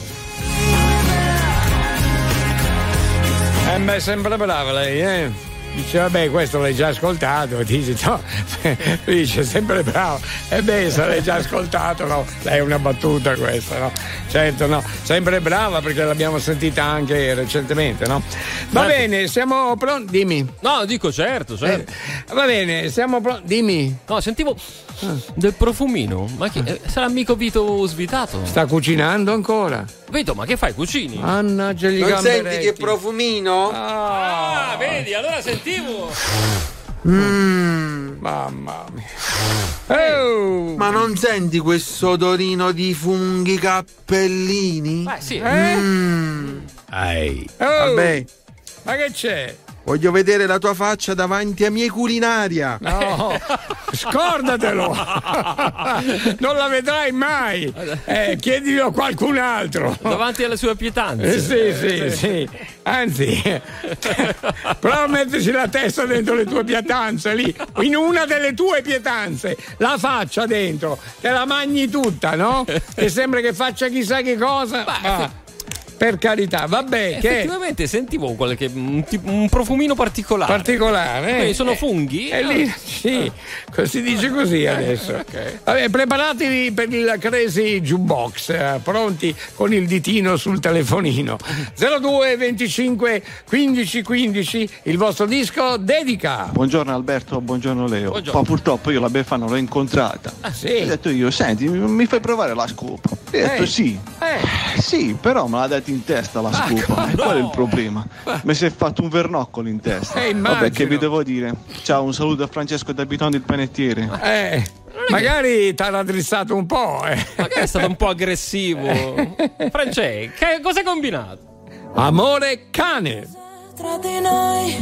Eh beh, sembra brava lei, eh? Dice, vabbè, questo l'hai già ascoltato. Dice, no, dice, sempre bravo. E beh, se l'hai già ascoltato, no? Lei è una battuta questa, no? Certo, no. Sempre brava perché l'abbiamo sentita anche recentemente, no? Va Certo. bene, siamo pronti? Dimmi. No, dico certo, certo. Eh, va bene, siamo pronti. Dimmi. No, sentivo del profumino. Ma chi? eh, sarà mica Vito svitato? Sta cucinando ancora? Vito, ma che fai? Cucini? Mannaggia gli Non gamberetti. senti che profumino? Ah, vedi, allora sentivo. Mm. Mamma mia. Oh. Ma non senti questo odorino di funghi cappellini? Eh sì. Mm. Ehi. Oh. Vabbè, Ma che c'è? voglio vedere la tua faccia davanti a miei culinaria. No, scordatelo. Non la vedrai mai. Eh, chiedilo a qualcun altro. Davanti alle sue pietanze. Eh, sì, sì, sì. Anzi, prova a metterci la testa dentro le tue pietanze lì, in una delle tue pietanze, la faccia dentro, te la mangi tutta, no? E sembra che faccia chissà che cosa. Ah, per carità, vabbè, che Effettivamente sentivo qualche un, tipo- un profumino particolare. particolare. Quindi Eh? sono funghi? E lì, sì, si dice così adesso. Vabbè, preparatevi per il Crazy Jukebox, eh, pronti con il ditino sul telefonino. zero due venticinque quindici quindici, il vostro disco dedica. Buongiorno Alberto, buongiorno Leo. Buongiorno. Poi purtroppo io la Befana l'ho incontrata. Ah, sì? Ho detto io, senti, mi fai provare la scopa? E ho detto Eh. sì. Eh. Sì, però me l'ha data in testa la Ah, scopa. E no. qual è il problema? Mi si è fatto un vernoccolo in testa. Eh, immagino. Vabbè, che vi devo dire? Ciao, un saluto a Francesco D'Abitone il panettiere. Eh, magari ti ha raddrizzato un po'. Eh. Magari è stato un po' aggressivo. Francesco, che cosa hai combinato? Amore cane. Tra di noi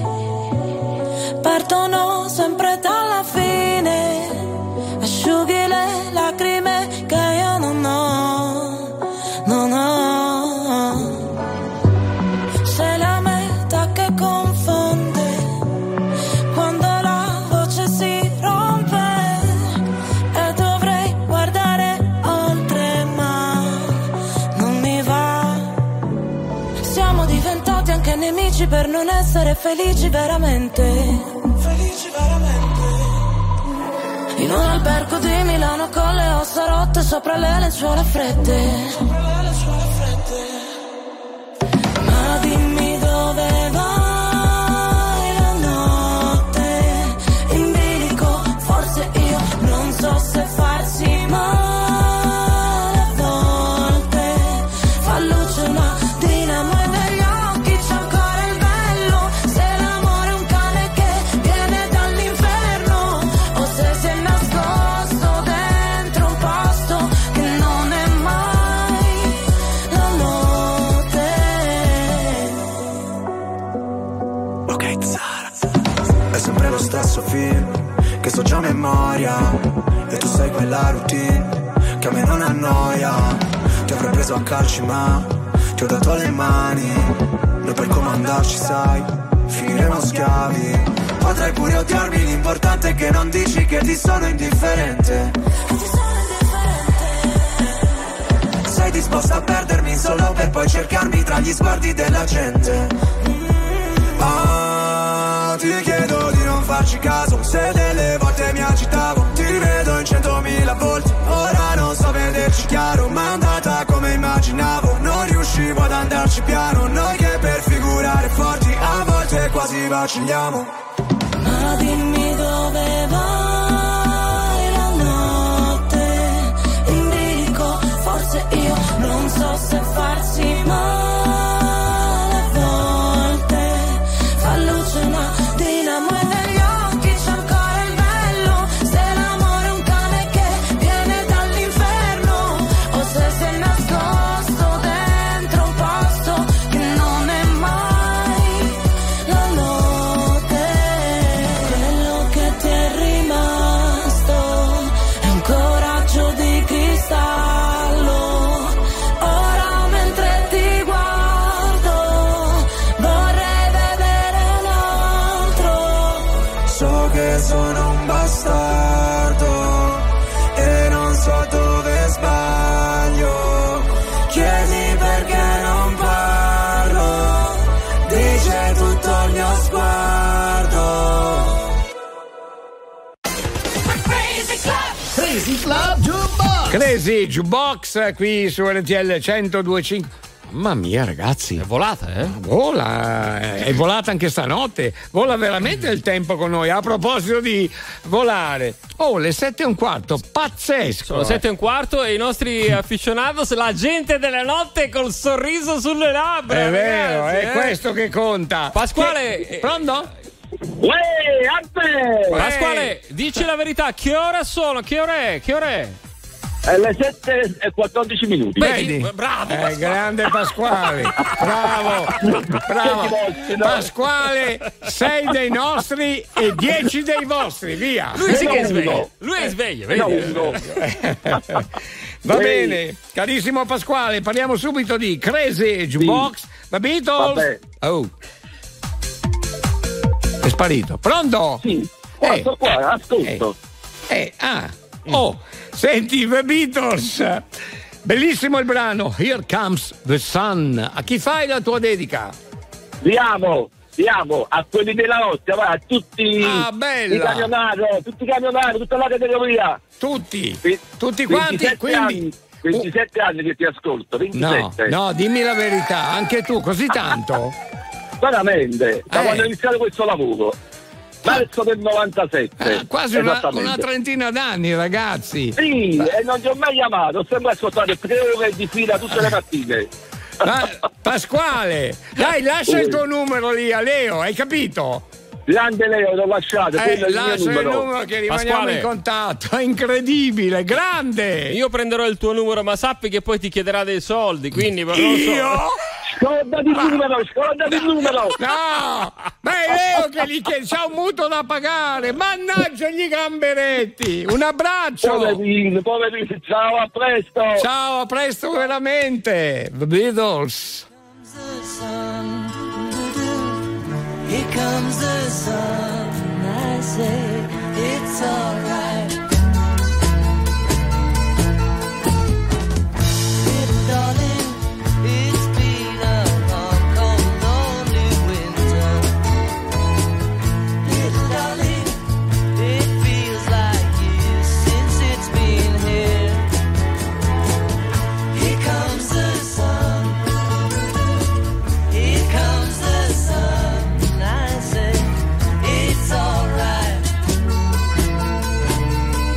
partono sempre dalla fine, asciughi le lacrime che io non ho, non ho. Sei la meta che confonde quando la voce si rompe e dovrei guardare oltre ma non mi va. Siamo diventati anche nemici per non essere felici veramente. Felici veramente. In un albergo di Milano con le ossa rotte sopra le lenzuola fredde. Sopra le lenzuola fredde. Ma dimmi dove vai la notte in bilico. Forse io non so se farsi male a volte. Fa luce una dinamo e negli occhi c'è ancora il bello. Se l'amore è un cane che viene dall'inferno o se si è nascosto dentro un posto che non è mai la notte. Ok, Zara. È sempre lo stesso film, che so già a memoria. E tu sai quella routine che a me non annoia. Ti avrei preso a calci ma ti ho dato le mani. Noi per comandarci sai, finiremo schiavi. Potrai pure odiarmi, l'importante è che non dici che ti sono indifferente. Sei disposta a perdermi solo per poi cercarmi tra gli sguardi della gente. Ah, ti chiedo di non farci caso, se delle volte mi agitavo. Ti vedo in centomila volte, ora non so vederci chiaro. Ma è andata come immaginavo, non riuscivo ad andarci piano. Noi che per figurare forti a volte quasi vacilliamo. Ma dimmi dove vai la notte in bilico, forse io non so se farsi male a volte. Fa luce una dinamo e negli occhi c'è ancora il bello. Se l'amore è un cane che viene dall'inferno, o se si è nascosto dentro un posto che non è mai la notte. Quello che ti è rimasto è un coraggio di cristallo. Ora mentre ti guardo vorrei vedere un altro. So che sono un bastardo e non so dove sbaglio. Chiedi perché non parlo, dice tutto il mio sguardo. Crazy Club Jukebox. Crazy Jukebox qui su R T L centodue e cinque. Mamma mia, ragazzi. È volata, eh? Vola, è volata anche stanotte. Vola veramente il tempo con noi. A proposito di volare. Oh, le sette e un quarto, pazzesco. Sono sette e un quarto e i nostri aficionados, la gente della notte col sorriso sulle labbra. È vero, ragazzi, è eh? questo che conta. Pasquale, Che... Pronto? Uè, Arte! Pasquale, dici la verità, che ora sono? Che ora è? Che ora è? È le sette e quattordici minuti. Vedi? Bravo, Eh, grande Pasquale. Bravo, bravo. Pasquale, sei dei nostri e dieci dei vostri, via. Lui sì che è No, sveglio. no. Lui è sveglio, No, vedi? no. Va Ehi. bene, carissimo Pasquale, parliamo subito di Crazy Jukebox. The Beatles. Vabbè. Oh. È sparito. Pronto? Sì. Qua, sto qua, ascolto. Eh, eh, ah. Oh, senti, The Beatles. Bellissimo il brano Here Comes the Sun. A chi fai la tua dedica? Diamo, diamo a quelli della notte, va, a tutti Ah, bella. i camionari, tutti i camionari, tutta la categoria. Tutti? Vi- Tutti quanti? ventisette Quindi anni, ventisette anni che ti ascolto, No, ventisette. no, dimmi la verità, anche tu, così tanto? Veramente, da Eh. quando ho iniziato questo lavoro. Marzo del novantasette. Eh, quasi una, esattamente. una trentina d'anni, ragazzi. Sì, e non ti ho mai chiamato, ho sempre ascoltato tre ore di fila tutte le mattine. Pa- Pasquale, dai, lascia il tuo numero lì a Leo, hai capito? Grande Leo, l'ho lasciato, Eh, quello è il mio lascia il numero. numero che rimaniamo Pasquale. in contatto, è incredibile, grande. Io prenderò il tuo numero, ma sappi che poi ti chiederà dei soldi, quindi non lo so. Io? Scordati il numero, scordati il numero. No, ma è Leo che gli chiede, c'ha un mutuo da pagare, mannaggia gli gamberetti, un abbraccio. Poverino, poverino, ciao, a presto. Ciao, a presto veramente. The Beatles. Here comes the sun, I say it's alright. Little darling, it's been a long, cold, lonely winter. Little darling, it feels like years since it's been here. Here comes the sun. Here comes the sun. I say it's alright.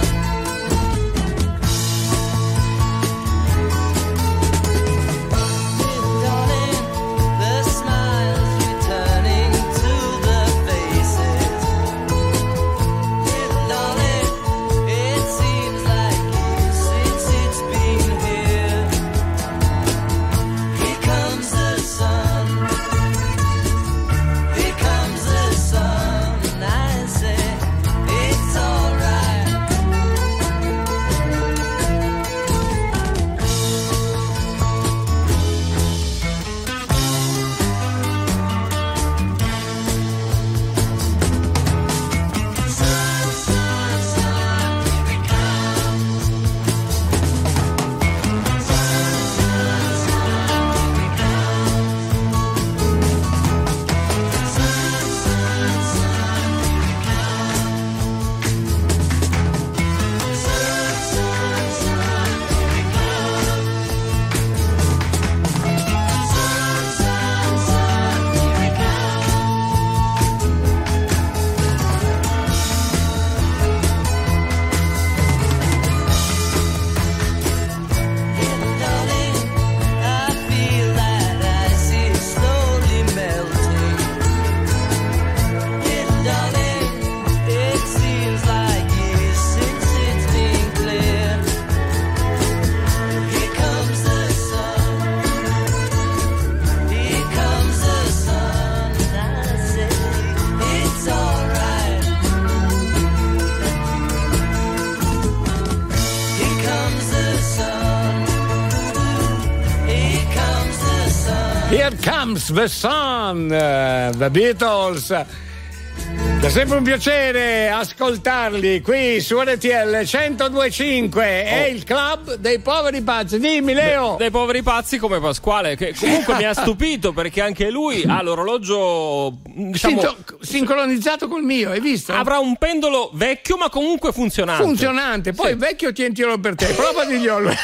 Here Comes the Sun, uh, The Beatles. È sempre un piacere ascoltarli qui su R T L centodue e cinque, è il club dei poveri pazzi. Dimmi, Leo. De, dei poveri pazzi come Pasquale, che comunque mi ha stupito perché anche lui ha l'orologio, diciamo, Sinto- sincronizzato col mio, hai visto? Avrà un pendolo vecchio ma comunque funzionante. Funzionante, poi Sì. vecchio tientilo per te, prova di glielo.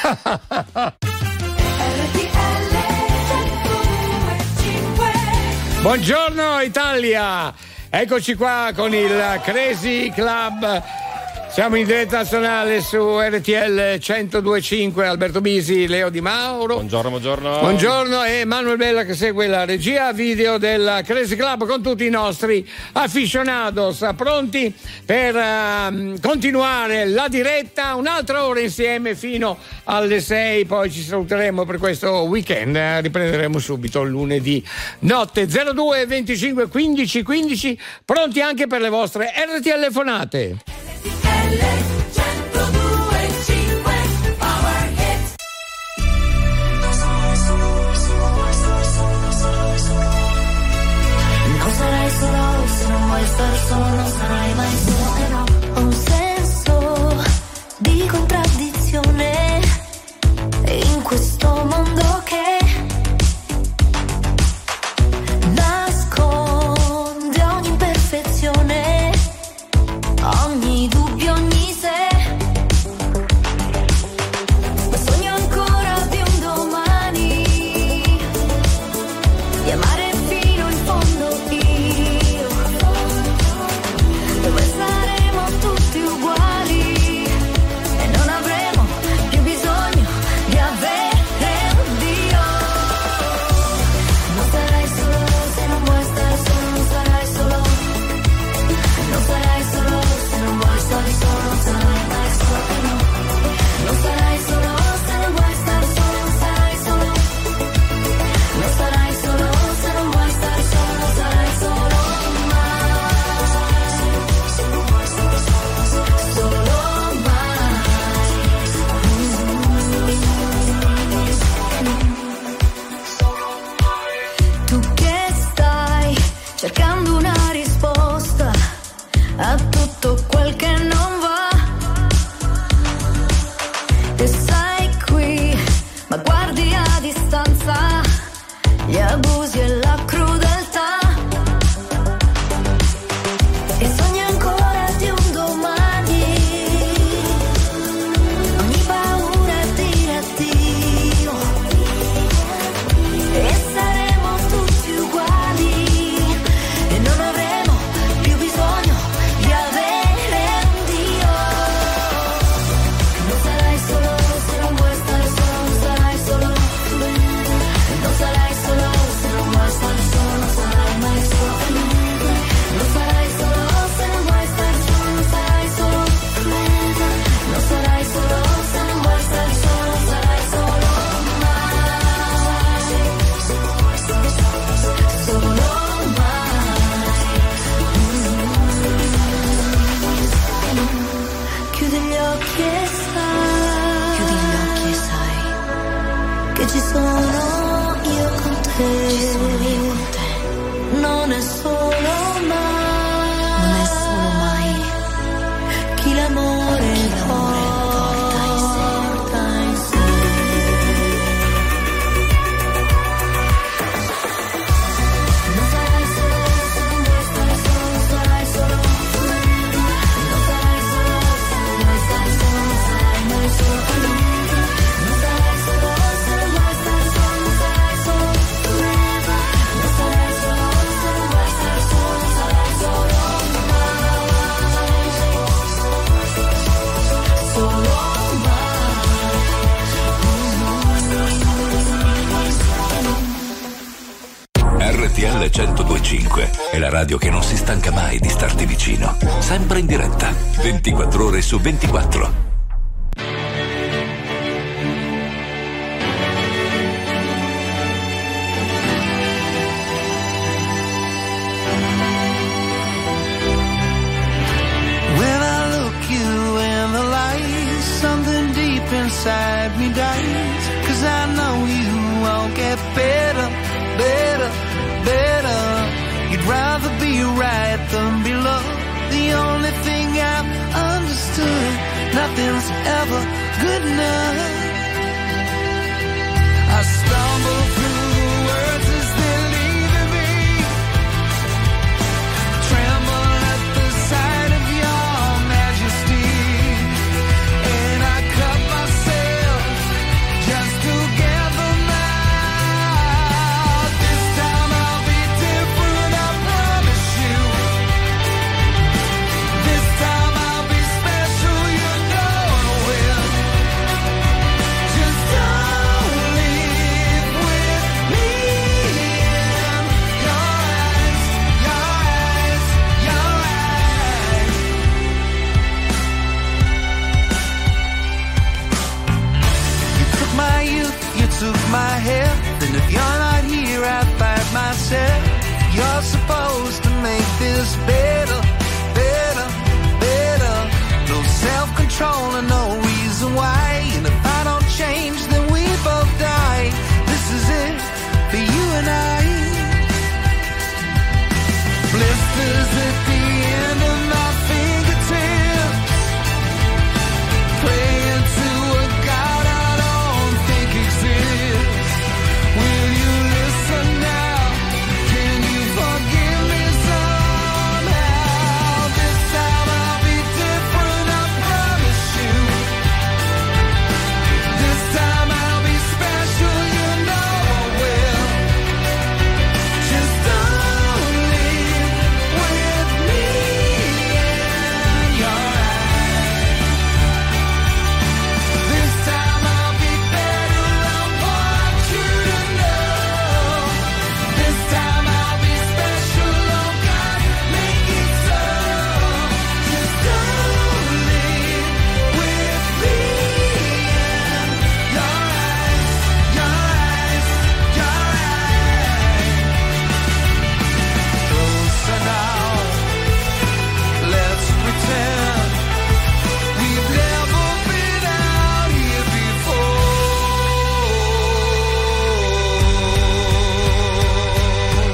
Buongiorno Italia, eccoci qua con il Crazy Club. Siamo in diretta nazionale su R T L centodue e cinque, Alberto Bisi, Leo Di Mauro. Buongiorno, buongiorno. Buongiorno e Manuel Bella che segue la regia video del Crazy Club con tutti i nostri aficionados pronti per uh, continuare la diretta un'altra ora insieme fino alle sei, poi ci saluteremo per questo weekend, eh, riprenderemo subito lunedì notte. Zero due venticinque quindici quindici, pronti anche per le vostre R T L telefonate. Non sarai solo se non vuoi stare solo, non sarai mai solo, e no. Ho un senso di contraddizione in questo mondo che nasconde ogni imperfezione, ogni dubbio, ogni se. Ma sogno ancora di un domani, di amare fino in fondo io, dove saremo tutti uguali e non avremo più bisogno di avere un Dio. Non sarai solo se non vuoi stare solo, non sarai solo. Non sarai solo se non vuoi stare solo, non sarai mai solo, e no. Non sarai solo se non vuoi stare solo, non sarai solo. Non sarai solo se non vuoi stare solo, non sarai solo mai. Solo mai. Tu che stai cercando una risposta a tutto quel che non va, e sei qui ma guardi a distanza gli abusi e la crudeltà, e sogni ancora di un domani, ogni paura è dire addio, e saremo tutti uguali e non avremo più bisogno di avere un Dio. Non sarai solo se non vuoi stare solo, non sarai solo. Non sarai solo se non vuoi stare solo, non sarai mai solo. Non sarai solo se non vuoi stare solo, non sarai solo. Non sarai solo se non vuoi stare solo, non sarai solo mai. Solo mai. Chiudi gli occhi e sai, chiudi gli occhi e sai che ci sono io con te, ci sono io con te. Non è solo mai, non è solo mai chi l'amore, chi l'amore porta in sé, porta in sé. Non sarai solo se non vuoi stare solo, non sarai solo. Non sarai solo se non vuoi stare solo, non sarai mai solo. Non sarai solo se non vuoi stare solo, non sarai solo. Non sarai solo se non vuoi stare solo, non sarai solo mai. Solo R T L centodue e cinque è la radio che non si stanca mai di starti vicino. Sempre in diretta, ventiquattro ore su ventiquattro. When I look you in the light, something deep inside me dies. Cause I know you won't get better, better. rather be right than be loved. The only thing I've understood, nothing's ever good enough. I stumble through the words as they're leaving me, tremble at the sight of your majesty, and I cut myself just to get them out. This time I'll be different, I promise you. This time I'll be special, you know I will. Just don't leave with me in your eyes, your eyes, your eyes. You took my youth, you took my health, and if you're not here, I find myself. You're supposed to make this better, better, better. No self-control and no reason why. And if I don't change, then we both die. This is it for you and I. Blisters at the end of my fingertips, praying to a God I don't think exists. Will you listen now? Can you forgive me somehow? This time I'll be different, I promise you. This time I'll be special, you know I will. Just don't leave with me in your eyes. This time I'll be better, I want you to know. This time I'll be special, oh God, make it so. Just don't leave with me in your eyes, your eyes, your eyes. Closer now, let's pretend we've never been out here before.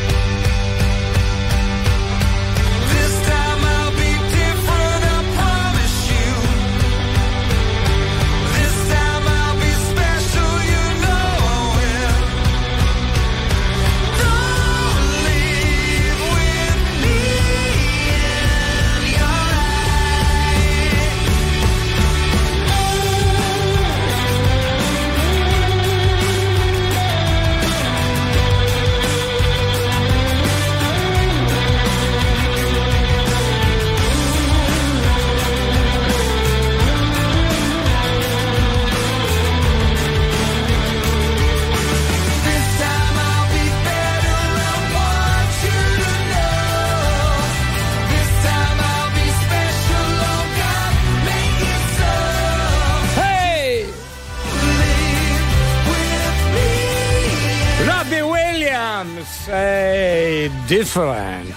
This time I'll be different, I promise you. This time I'll be special, you know I will. Don't leave with me in your This time I'll be better, I want you to know. This time I'll be special, oh God, make it so. Hey! Leave with me. Robbie Williams, hey, different.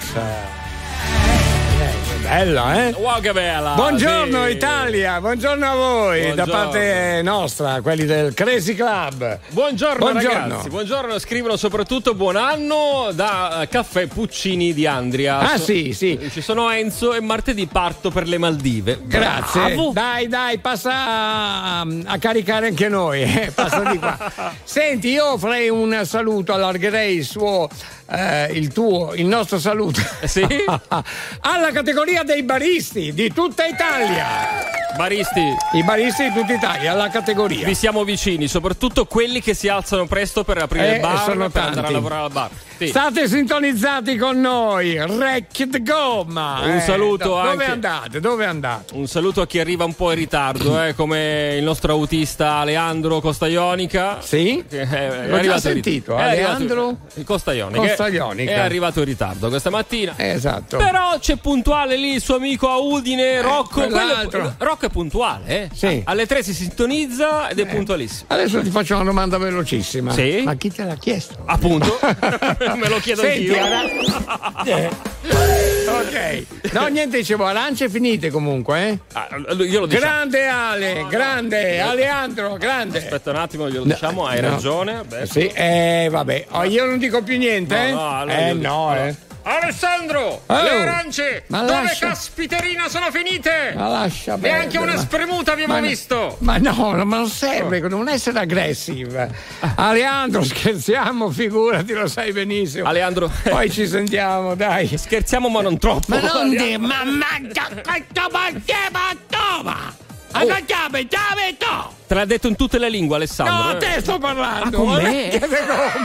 Eh, bella, eh? Wow, che bella! Buongiorno sì. Italia, buongiorno a voi Buongiorno. da parte nostra, quelli del Crazy Club. Buongiorno, Buongiorno. ragazzi, buongiorno, scrivono soprattutto buon anno da eh, Caffè Puccini di Andria. Ah, So- sì, sì. Ci sono Enzo e martedì parto per le Maldive. Grazie. Bravo. Dai, dai, passa a, a caricare anche noi. Eh. Passa di qua. Senti, io farei un saluto, allargherei il suo, eh, il tuo, il nostro saluto. Sì? Alla categoria dei baristi di tutta Italia. Baristi, I baristi di tutta Italia, alla categoria. vi siamo vicini, soprattutto quelli che si alzano presto per aprire Eh, il bar, sono per tanti. andare a lavorare al bar. Sì. State sintonizzati con noi, Racket Gomma. Un Eh, saluto do- Dove anche- andate? Dove andate? Un saluto a chi arriva un po' in ritardo, eh, come il nostro autista Aleandro Costaionica. Sì? Che è L'ho già arrivato in sentito, rit- è Aleandro arrivato- Costaionica. Costaionica. È arrivato in ritardo questa mattina. Esatto. Però c'è puntuale lì il suo amico a Udine, Rocco. Quello quell'altro. è, Rocco è puntuale, eh? Sì. Alle tre si sintonizza ed è puntualissimo. Adesso ti faccio una domanda velocissima. Sì? Ma chi te l'ha chiesto? Appunto. Me lo chiedo Senti, anch'io. ara- eh. Ok. No, niente, dicevo, arance finite comunque, eh? Ah, io lo diciamo. Grande Ale, grande, Aleandro, grande. Aspetta un attimo, glielo diciamo, hai no. ragione. Beh, Sì, eh, vabbè. Oh, io non dico più niente, No, eh? no, allora eh, io dico- no, allora, eh. Alessandro, Oh, le arance ma dove lascia- caspiterina sono finite? Ma lascia E anche perdere, una ma- spremuta abbiamo ma- visto. Ma no, ma non serve, non essere aggressive. Aleandro, scherziamo, figurati, lo sai benissimo. Aleandro. Poi ci sentiamo, dai. Scherziamo, ma non troppo. Ma non di, ma manca, Oh. Te l'ha detto in tutte le lingue, Alessandro. No, te sto parlando. Ah, con me? Che te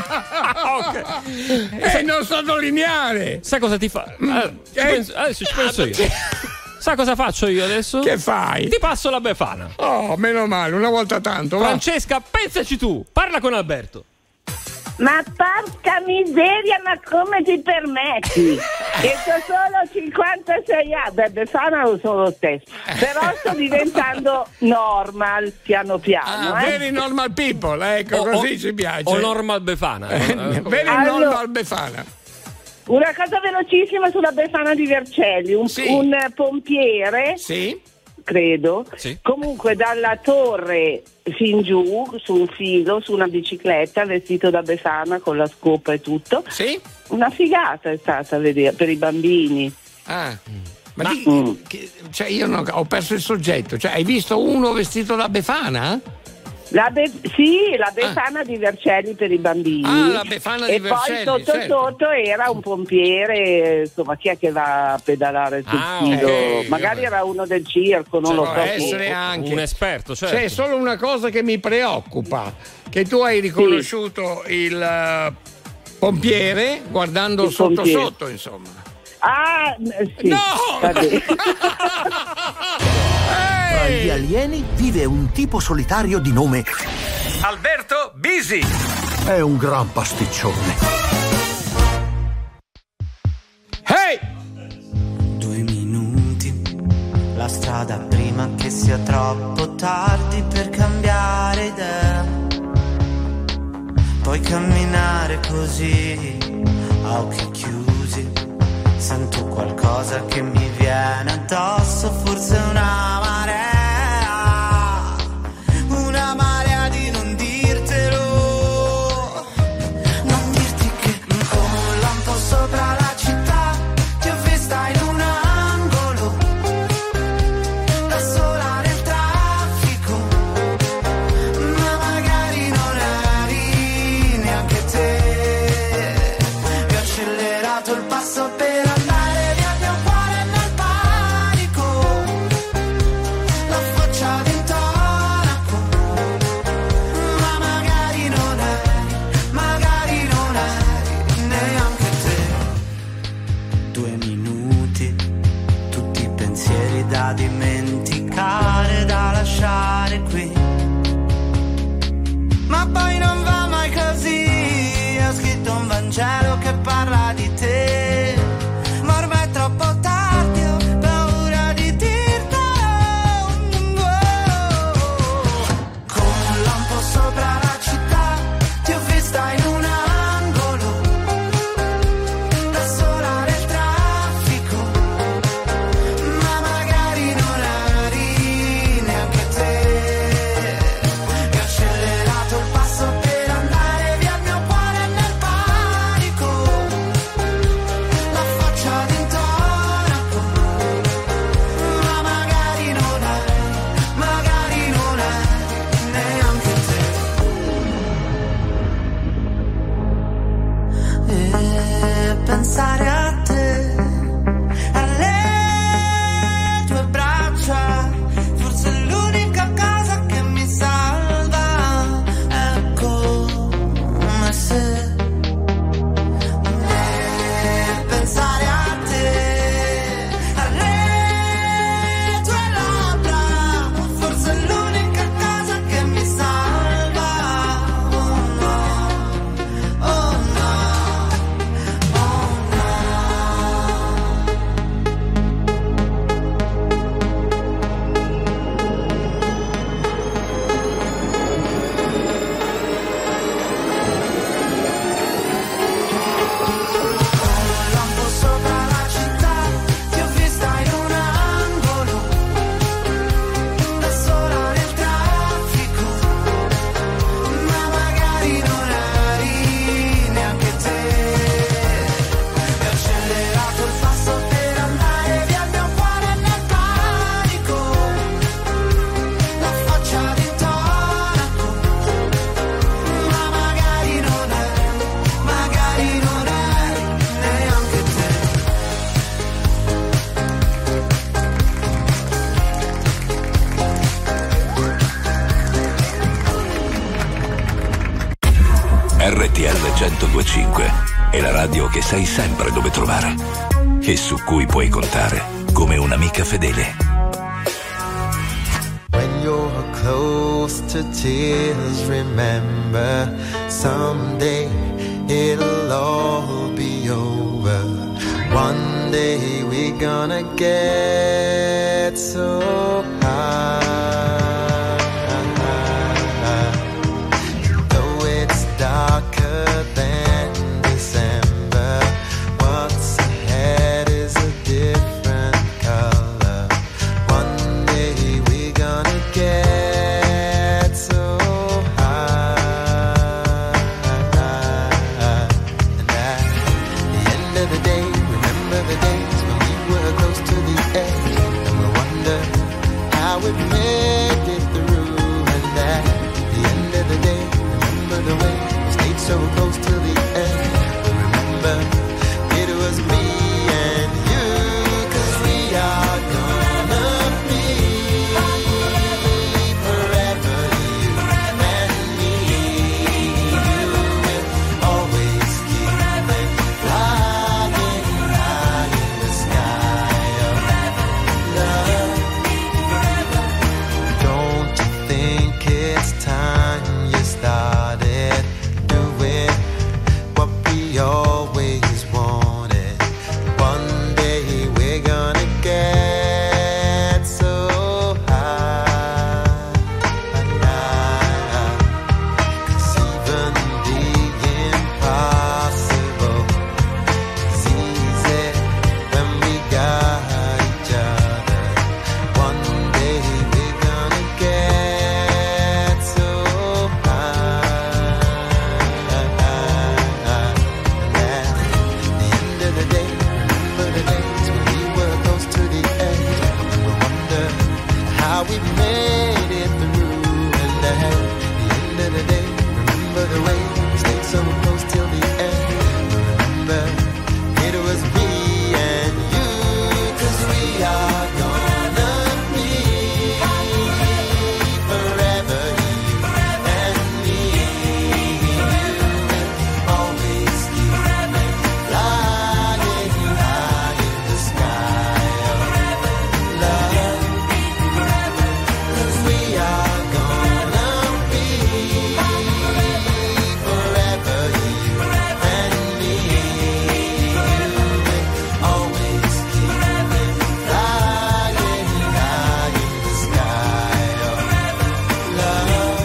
Eh, E non sottolineare. Sai cosa ti fa? Eh, ci penso- adesso ci penso io. Sai cosa faccio io adesso? Che fai? Ti passo la Befana. Oh, meno male, una volta tanto. Va. Francesca, pensaci tu. Parla con Alberto. Ma porca miseria, ma come ti permetti? Che ho solo cinquantasei anni, beh, Befana lo sono lo stesso, però sto diventando normal piano piano. Ah, eh. very normal people, ecco, O- così o- ci piace. O normal Befana. Eh, very Allora- normal Befana. Una cosa velocissima sulla Befana di Vercelli, un, Sì. un pompiere, Sì. credo, Sì. comunque dalla torre fin giù, su un filo, su una bicicletta, vestito da Befana con la scopa e tutto. Sì. Una figata è stata a vedere per i bambini. Ah. Ma di- che- cioè io non- ho perso il soggetto. Cioè, hai visto uno vestito da Befana? La be- sì, la Befana di Vercelli per i bambini. Ah, la Befana di e Vercelli, poi sotto certo. sotto era un pompiere, insomma, chi è che va a pedalare sul Ah, filo? ok, Magari era uno del circo, non lo Può so. essere anche Un esperto, certo. C'è solo una cosa che mi preoccupa, che tu hai riconosciuto il eh, pompiere guardando Il sotto pompiere. sotto, insomma. Ah, sì. No! Vabbè. Tra gli alieni vive un tipo solitario di nome Alberto Bisi. È un gran pasticcione. Hey! Due minuti, la strada prima che sia troppo tardi per cambiare idea. Puoi camminare così, a occhi chiusi. Sento qualcosa che mi viene addosso, forse una marea, una marea di non dirtelo, non dirti che come un lampo sopra la città ti ho vista in un angolo, da sola nel traffico, ma magari non eri neanche te, e ho accelerato il passo per andare via, il mio cuore nel panico, la faccia d'intonaco, ma magari non eri, magari non eri neanche te. Due minuti, tutti i pensieri da dimenticare, da lasciare qui, ma poi non va mai così. Ho scritto un Vangelo che parla di te, ma ormai è troppo tardi, ho paura di dirtelo. Con un lampo sopra la città ti ho vista in un angolo, da sola nel traffico, ma magari non centodue e cinque è la radio che sai sempre dove trovare e su cui puoi contare come un'amica fedele. When you're close to tears, remember someday it'll all be over. One day we're gonna get so high. Though it's darker than December, what's ahead is a different color. One day we're gonna get so high. And at the end of the day, remember the days when we were close to the edge, and we'll wonder how it made it through. And at the end of the day, remember the way we stayed so close to the edge. But remember, it was me and you, 'cause we are gonna be forever, you and me. You will always keep flying high in the sky of love. Don't you think it's time you started doing what we always wanted? One day we're gonna get so high. 'Cause even the impossible is easy when we got each other. One day we're gonna get so high. And at the end of the day, remember the days when we were close to the edge, and we'll wonder how we made it through. And at the end of the day, remember the way we stayed so close till the end. Remember, it was me and you, 'cause we are gonna be forever, you and me. You will always keep flying high in the sky of love. 'Cause we are gonna be forever, you and me. You will always keep flying high in the sky of love.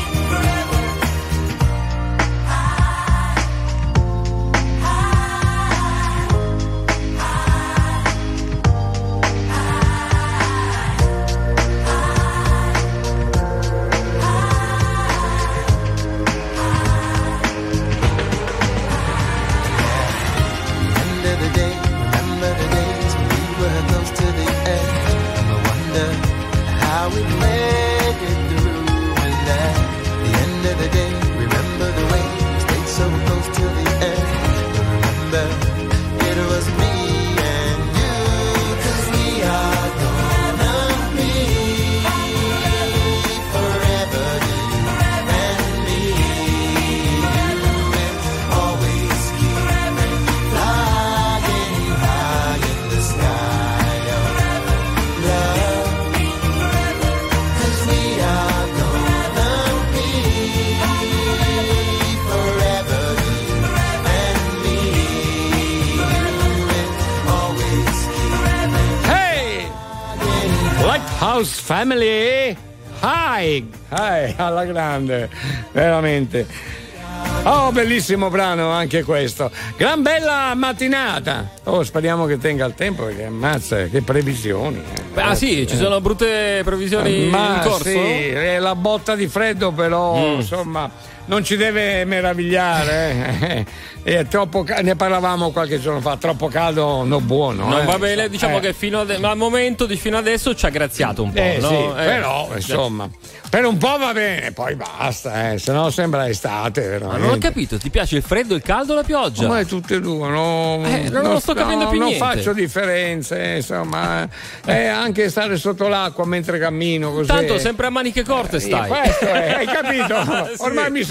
End of the day, remember the days when we were close to the edge, and we wonder how we made it through. And at the end of the day, remember the way we stayed so close to the edge. But remember, it was me and you, 'cause we are gonna be forever, you and me. You will always keep flying high in the sky of love. 'Cause we are gonna be forever, you and me. You will always keep Hey! Lighthouse Family! Hi! Hi, alla grande, veramente. Oh, bellissimo brano anche questo. Gran bella mattinata. Oh, speriamo che tenga il tempo, perché ammazza, che previsioni. eh. Ah sì, ci sono brutte previsioni Ma in corso? sì, è la botta di freddo, però Mm. insomma non ci deve meravigliare. eh. È troppo ca- ne parlavamo qualche giorno fa, troppo caldo, no buono. Non eh. va bene, diciamo Eh. che fino ad, al momento di fino adesso ci ha graziato un po', Eh, no? sì, Eh. però insomma, per un po' va bene, poi basta, eh, se no sembra estate. Ma Veramente. non ho capito, ti piace il freddo, il caldo o la pioggia? Ma è tutte e due, no, Eh, non lo sto capendo no, più non niente. faccio differenze, insomma, eh, anche stare sotto l'acqua mentre cammino così. Tanto sempre a maniche corte Eh, stai. questo è, hai capito? Sì. Ormai mi sono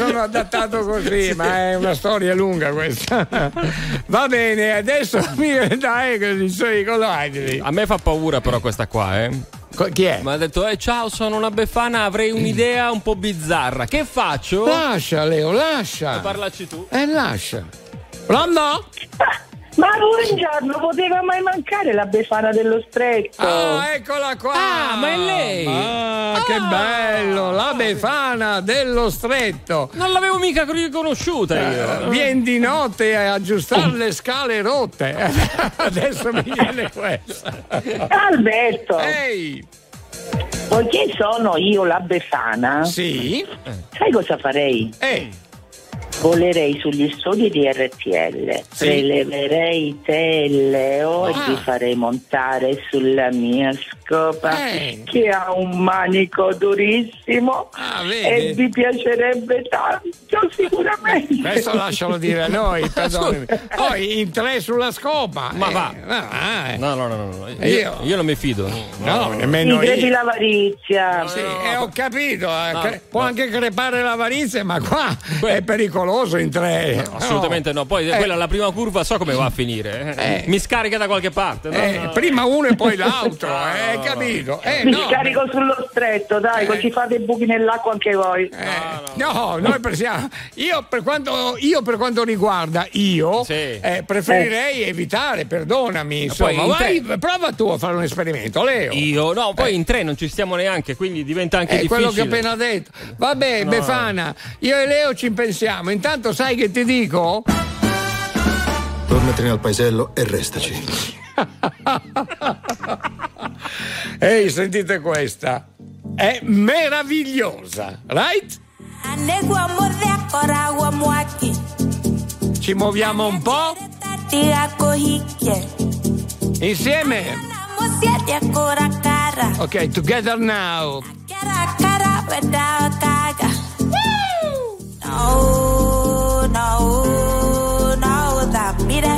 sono adattato così, sì. Ma è una storia lunga questa. Va bene, adesso dai che sei colati. A me fa paura però questa qua, eh. Chi è? Mi ha detto, eh, ciao, sono una Befana, avrei un'idea un po' bizzarra. Che faccio? Lascia, Leo, lascia. E parlaci tu. Eh, lascia. Pronto? Ma buongiorno, poteva mai mancare la Befana dello Stretto? Ah, eccola qua! Ah, ma è lei! Ah, ah, che bello! La Befana dello Stretto! Non l'avevo mica riconosciuta io! Eh, Vieni di notte a aggiustare le scale rotte! Adesso mi viene questa! Alberto! Ehi! Poiché sono io la Befana, sì? Sai cosa farei? Ehi! Volerei sugli studi di R T L, sì. Preleverei tele e ah. ti farei montare sulla mia scopa eh. che ha un manico durissimo ah, e vi piacerebbe tanto sicuramente. Questo lascialo dire a noi, perdonami. Poi in tre sulla scopa. Ma eh. va. Ah, eh. No, no, no, no, no. Io, io, io non mi fido. No, no nemmeno mi credi io. l'avarizia. Sì, no, eh, no. ho capito. Eh, no, cre- può no. anche crepare l'avarizia, ma qua que- è pericoloso in tre. No, assolutamente no. Poi eh. quella la prima curva so come va a finire. Eh. Mi scarica da qualche parte. No? Eh, no. Prima uno e poi l'altro, no, hai no, capito? No. Eh, Mi no. scarico sullo Stretto, dai, eh. così fate buchi nell'acqua anche voi. Eh. No, no, no, noi pensiamo. Io per quanto io per quanto riguarda io sì. eh, preferirei eh. evitare, perdonami. Insomma, vai, tre... prova tu a fare un esperimento, Leo. Io no, poi eh. in tre non ci stiamo neanche, quindi diventa anche è difficile. Quello che ho appena detto. Vabbè, no. Befana, io e Leo ci pensiamo. Intanto sai che ti dico? Tornatene al paesello e restaci. Ehi, sentite questa. È meravigliosa, right? Ci muoviamo un po'? Insieme? Ok, together now. No, no, no, da mire.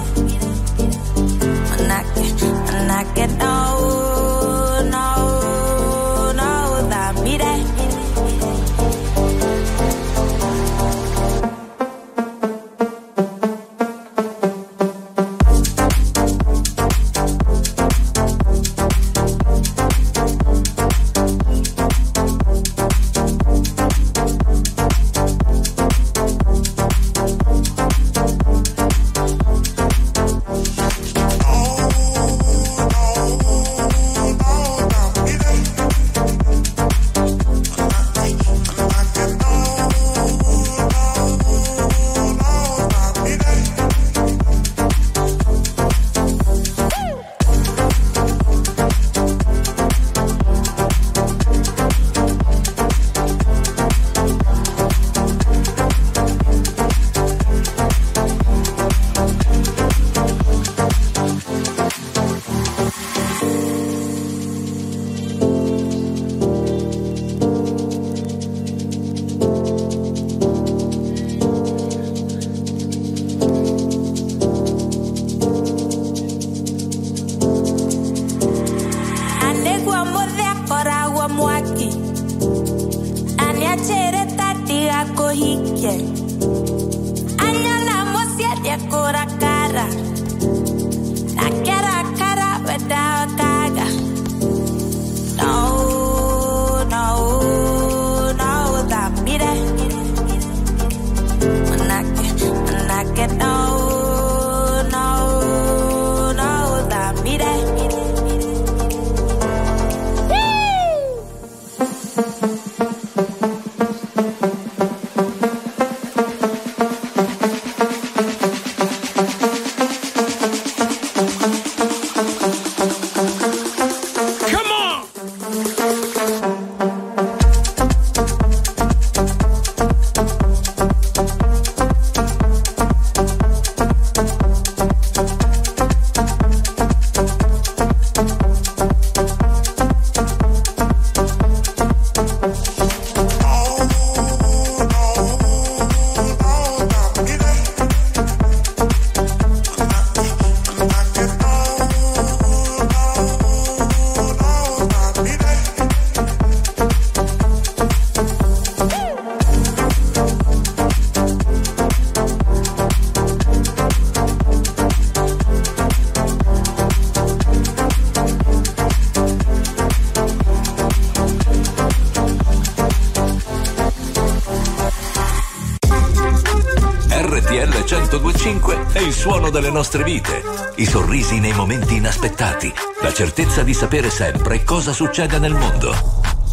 Manake, manake, no, no, no, da mire. suono delle nostre vite, i sorrisi nei momenti inaspettati, la certezza di sapere sempre cosa succede nel mondo.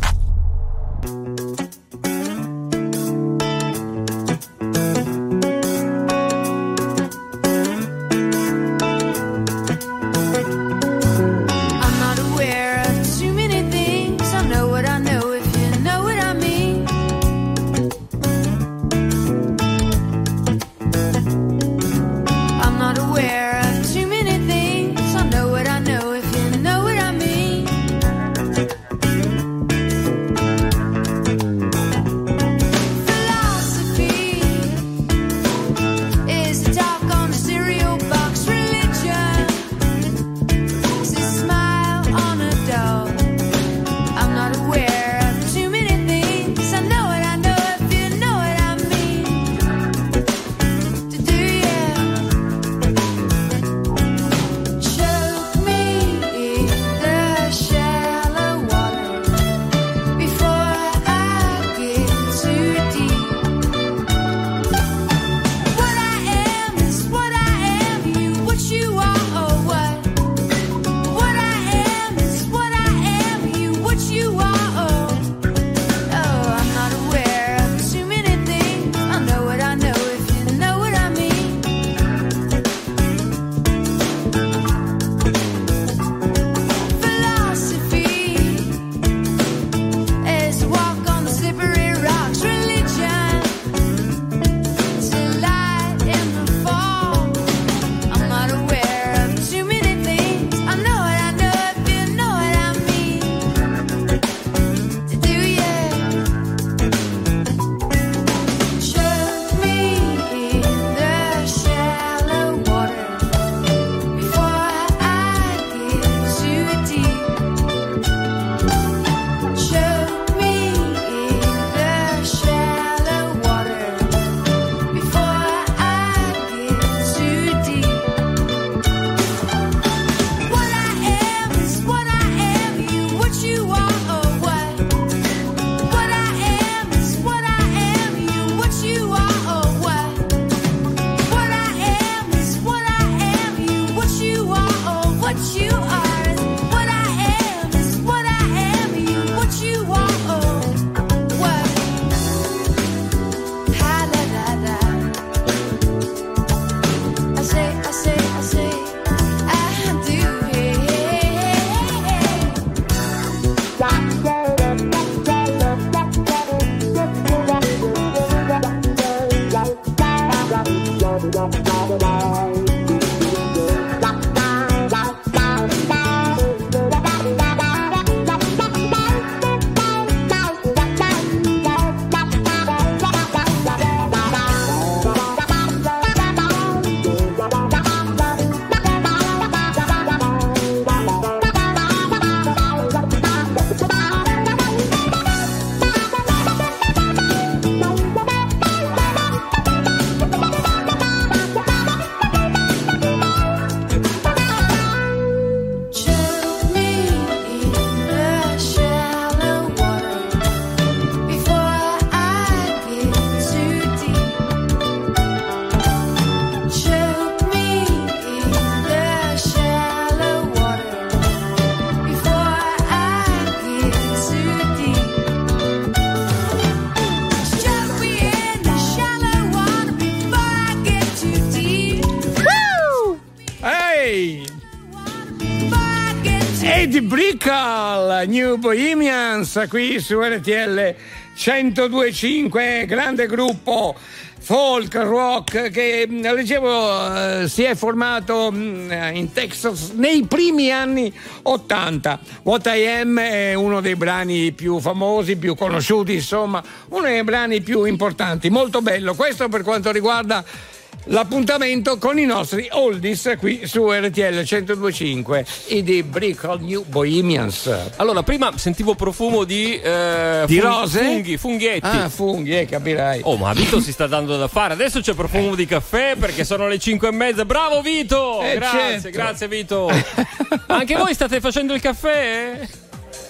Eddie Brickell, New Bohemians, qui su R T L centodue e cinque, grande gruppo folk rock che leggevo eh, si è formato mh, in Texas nei primi anni ottanta. What I Am è uno dei brani più famosi, più conosciuti, insomma uno dei brani più importanti, molto bello. Questo per quanto riguarda l'appuntamento con i nostri oldies qui su R T L centodue e cinque, i di Brickell New Bohemians. Allora, prima sentivo profumo di eh, di funghi, rose? Funghi, funghetti. Ah, funghi, eh, capirai. Oh, ma Vito si sta dando da fare. Adesso c'è profumo eh. di caffè perché sono le cinque e mezza. Bravo Vito! Eh, grazie, certo. grazie Vito. Anche voi state facendo il caffè?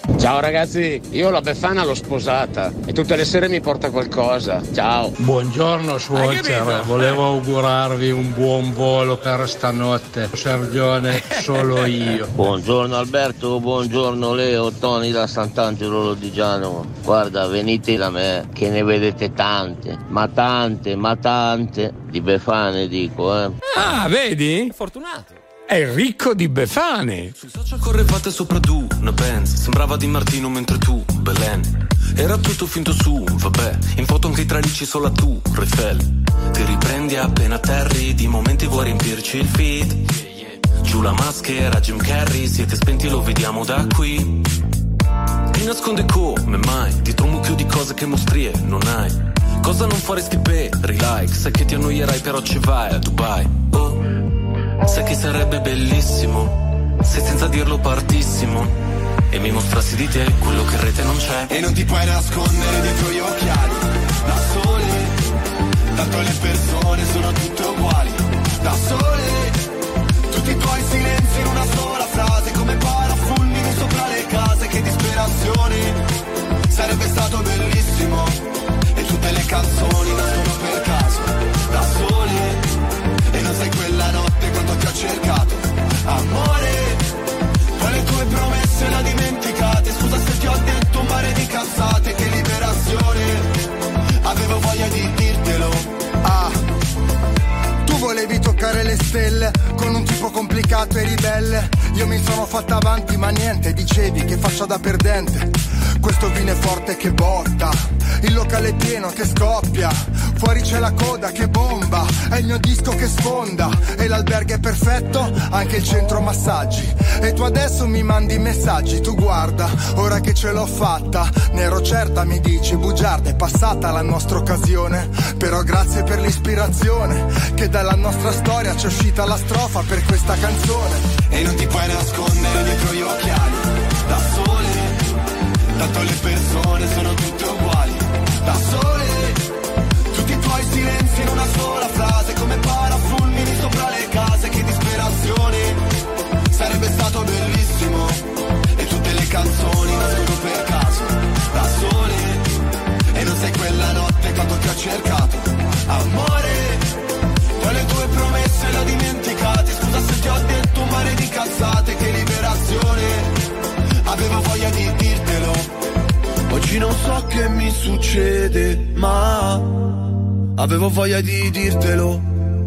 Ciao ragazzi, io la Befana l'ho sposata e tutte le sere mi porta qualcosa. Ciao. Buongiorno suocera, volevo augurarvi un buon volo per stanotte. Sergione, solo io. Buongiorno Alberto, buongiorno Leo, Tony da Sant'Angelo Lodigiano. Guarda, venite da me che ne vedete tante, ma tante, ma tante di Befane dico, eh. Ah, vedi? Fortunato. È ricco di Befane. Sui social correvate sopra tu, una Benz. Sembrava Di Martino mentre tu, Belen. Era tutto finto su, vabbè. In foto anche i tralicci solo a tu, Refel. Ti riprendi appena atterri, di momenti vuoi riempirci il feed. Giù la maschera, Jim Carrey, siete spenti, lo vediamo da qui. Ti nasconde come mai, dietro un mucchio di cose che mostrie non hai. Cosa non faresti per like? Sai che ti annoierai però ci vai a Dubai. Oh. Sai che sarebbe bellissimo se senza dirlo partissimo e mi mostrassi di te quello che in rete non c'è. E non ti puoi nascondere dietro gli occhiali da sole, tanto le persone sono tutte uguali. Da sole, tutti i tuoi silenzi in una sola frase, come parafulmini sopra le case. Che disperazione, sarebbe stato bellissimo e tutte le canzoni nascono per caso. Da sole, e non sai quella notte quando ti ho cercato, amore. Poi le tue promesse le dimenticate. Scusa se ti ho detto un mare di cazzate. Che liberazione, avevo voglia di dirtelo. Ah, tu volevi toccare le stelle con un tipo complicato e ribelle. Io mi sono fatta avanti ma niente, dicevi che faccia da perdente. Questo vino è forte che botta, il locale è pieno che scoppia, fuori c'è la coda che bomba, è il mio disco che sfonda, e l'albergo è perfetto, anche il centro massaggi. E tu adesso mi mandi messaggi, tu guarda, ora che ce l'ho fatta, ne ero certa mi dici, bugiarda, è passata la nostra occasione. Però grazie per l'ispirazione, che dalla nostra storia c'è uscita la strofa per questa canzone. E non ti puoi nascondere dietro gli occhiali, da sole, tanto le persone sono tutte uguali. Da sole, tutti i tuoi silenzi in una sola frase, come parafulmini sopra le case. Che disperazione, sarebbe stato bellissimo e tutte le canzoni nascono per caso. Da sole, e non sei quella notte quando ti ho cercato, amore. Poi le tue promesse le ho dimenticate. Scusa se ti ho detto un mare di cazzate. Che liberazione, avevo voglia di dirtelo. Oggi non so che mi succede, ma avevo voglia di dirtelo.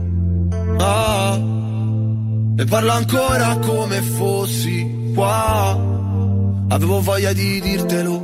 Ah, e parlo ancora come fossi qua. Avevo voglia di dirtelo.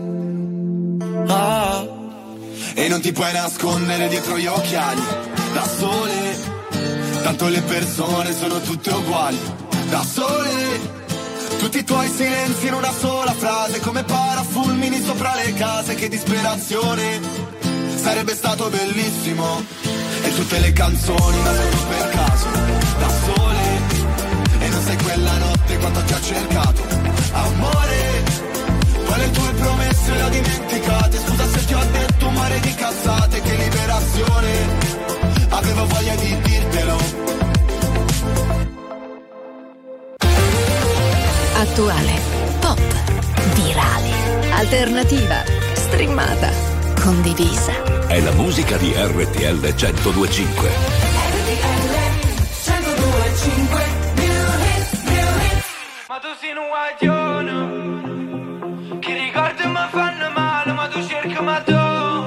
Ah, e non ti puoi nascondere dietro gli occhiali, da sole, tanto le persone sono tutte uguali. Da sole, tutti i tuoi silenzi in una sola frase, come parafulmini sopra le case. Che disperazione, sarebbe stato bellissimo e tutte le canzoni nascono per caso. Da sole, e non sei quella notte quando ti ho cercato, amore. Poi le tue promesse le ho dimenticate. Scusa se ti ho detto un mare di cazzate. Che liberazione, avevo voglia di dirtelo. Attuale, pop, virale, alternativa, streamata, condivisa. È la musica di R T L centodue e cinque. R T L centodue e cinque. Ma tu sei un guaglione, che ricordi mi fanno male, ma tu cerchi ma tu,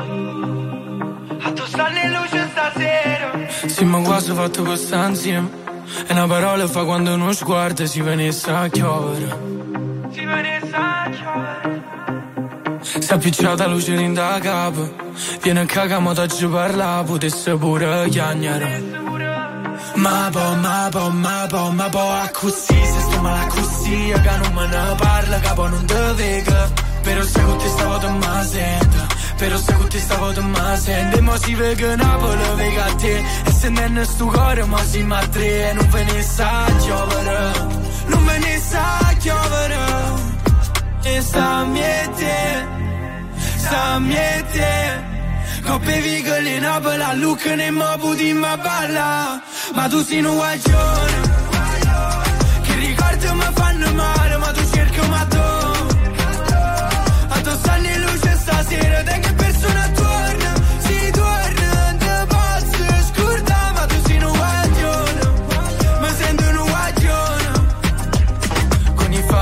a tu stanno in luce stasera. Sì, ma quasi fatto questa insieme. E una parola fa quando uno sguardo si venisse a chiovere. Si venisse a chiovere. Si è appicciata luce in da capo. Viene a cagare ma ti parla, potesse pure chiagnare. Ma po, ma po, ma po, ma po a così. Se sto male così, che non me ne parla, capo non te vega. Però se con te stavo te ma sento. Però se con te stavo te ma sento. E mo si vega Napoli, vega a te. E se non è sto cuore, ma si ma tre. E non ve ne sa chiovere. Non ve ne sa chiovere. E sta a miete. Sta a miete. Coppe vigole Napoli, a Lucca ne mo puti ma balla. Ma tu sei un guaglione, che ricordi mi fanno male, ma tu cerchi ma tu.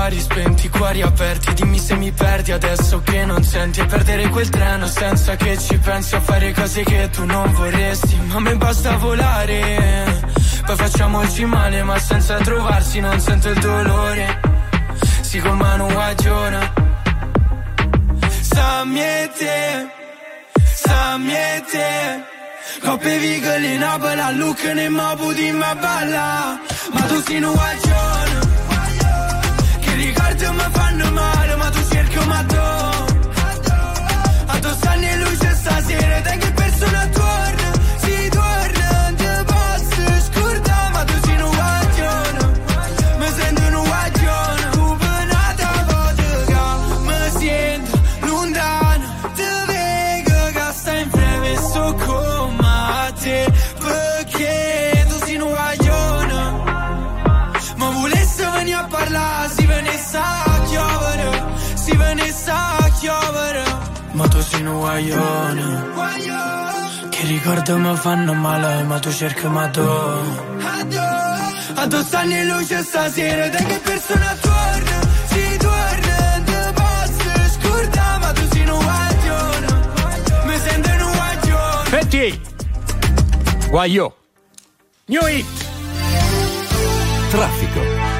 fari spenti, cuori aperti. Dimmi se mi perdi adesso che non senti. E perdere quel treno senza che ci pensi. A fare cose che tu non vorresti. Ma a me basta volare. Poi facciamoci male ma senza trovarsi. Non sento il dolore. Si con mano guagiona. Samjete, samjete. Coppe vigole in abela, look ne mabu di ma balla. Ma tu sei un guagione. Che ricordi mi fanno male, ma tu cerchi un matto. Addosso anni luce stasera, dai che persona torna. Si torna, non ti posso scordare. Ma tu sei un guagione. Mi sento un guagione. Tu penata vodka, mi sento lontano. Ti vedo che stai in freme soccorso. Perché tu sei un guaglione. Ma volesse venire a parlare, si venisse a chiovere, si venisse a chiovere. Ma tu sei un guaglione. Che ricordo mi fanno male, ma tu cerchi ma tu. Addosso anni luce stasera, dai che persona torna. Si torna, ti posso scordare. Ma tu sei un guaglione. Mi sento un guaglione. Fetti Guaglio. New Hit. Traffico.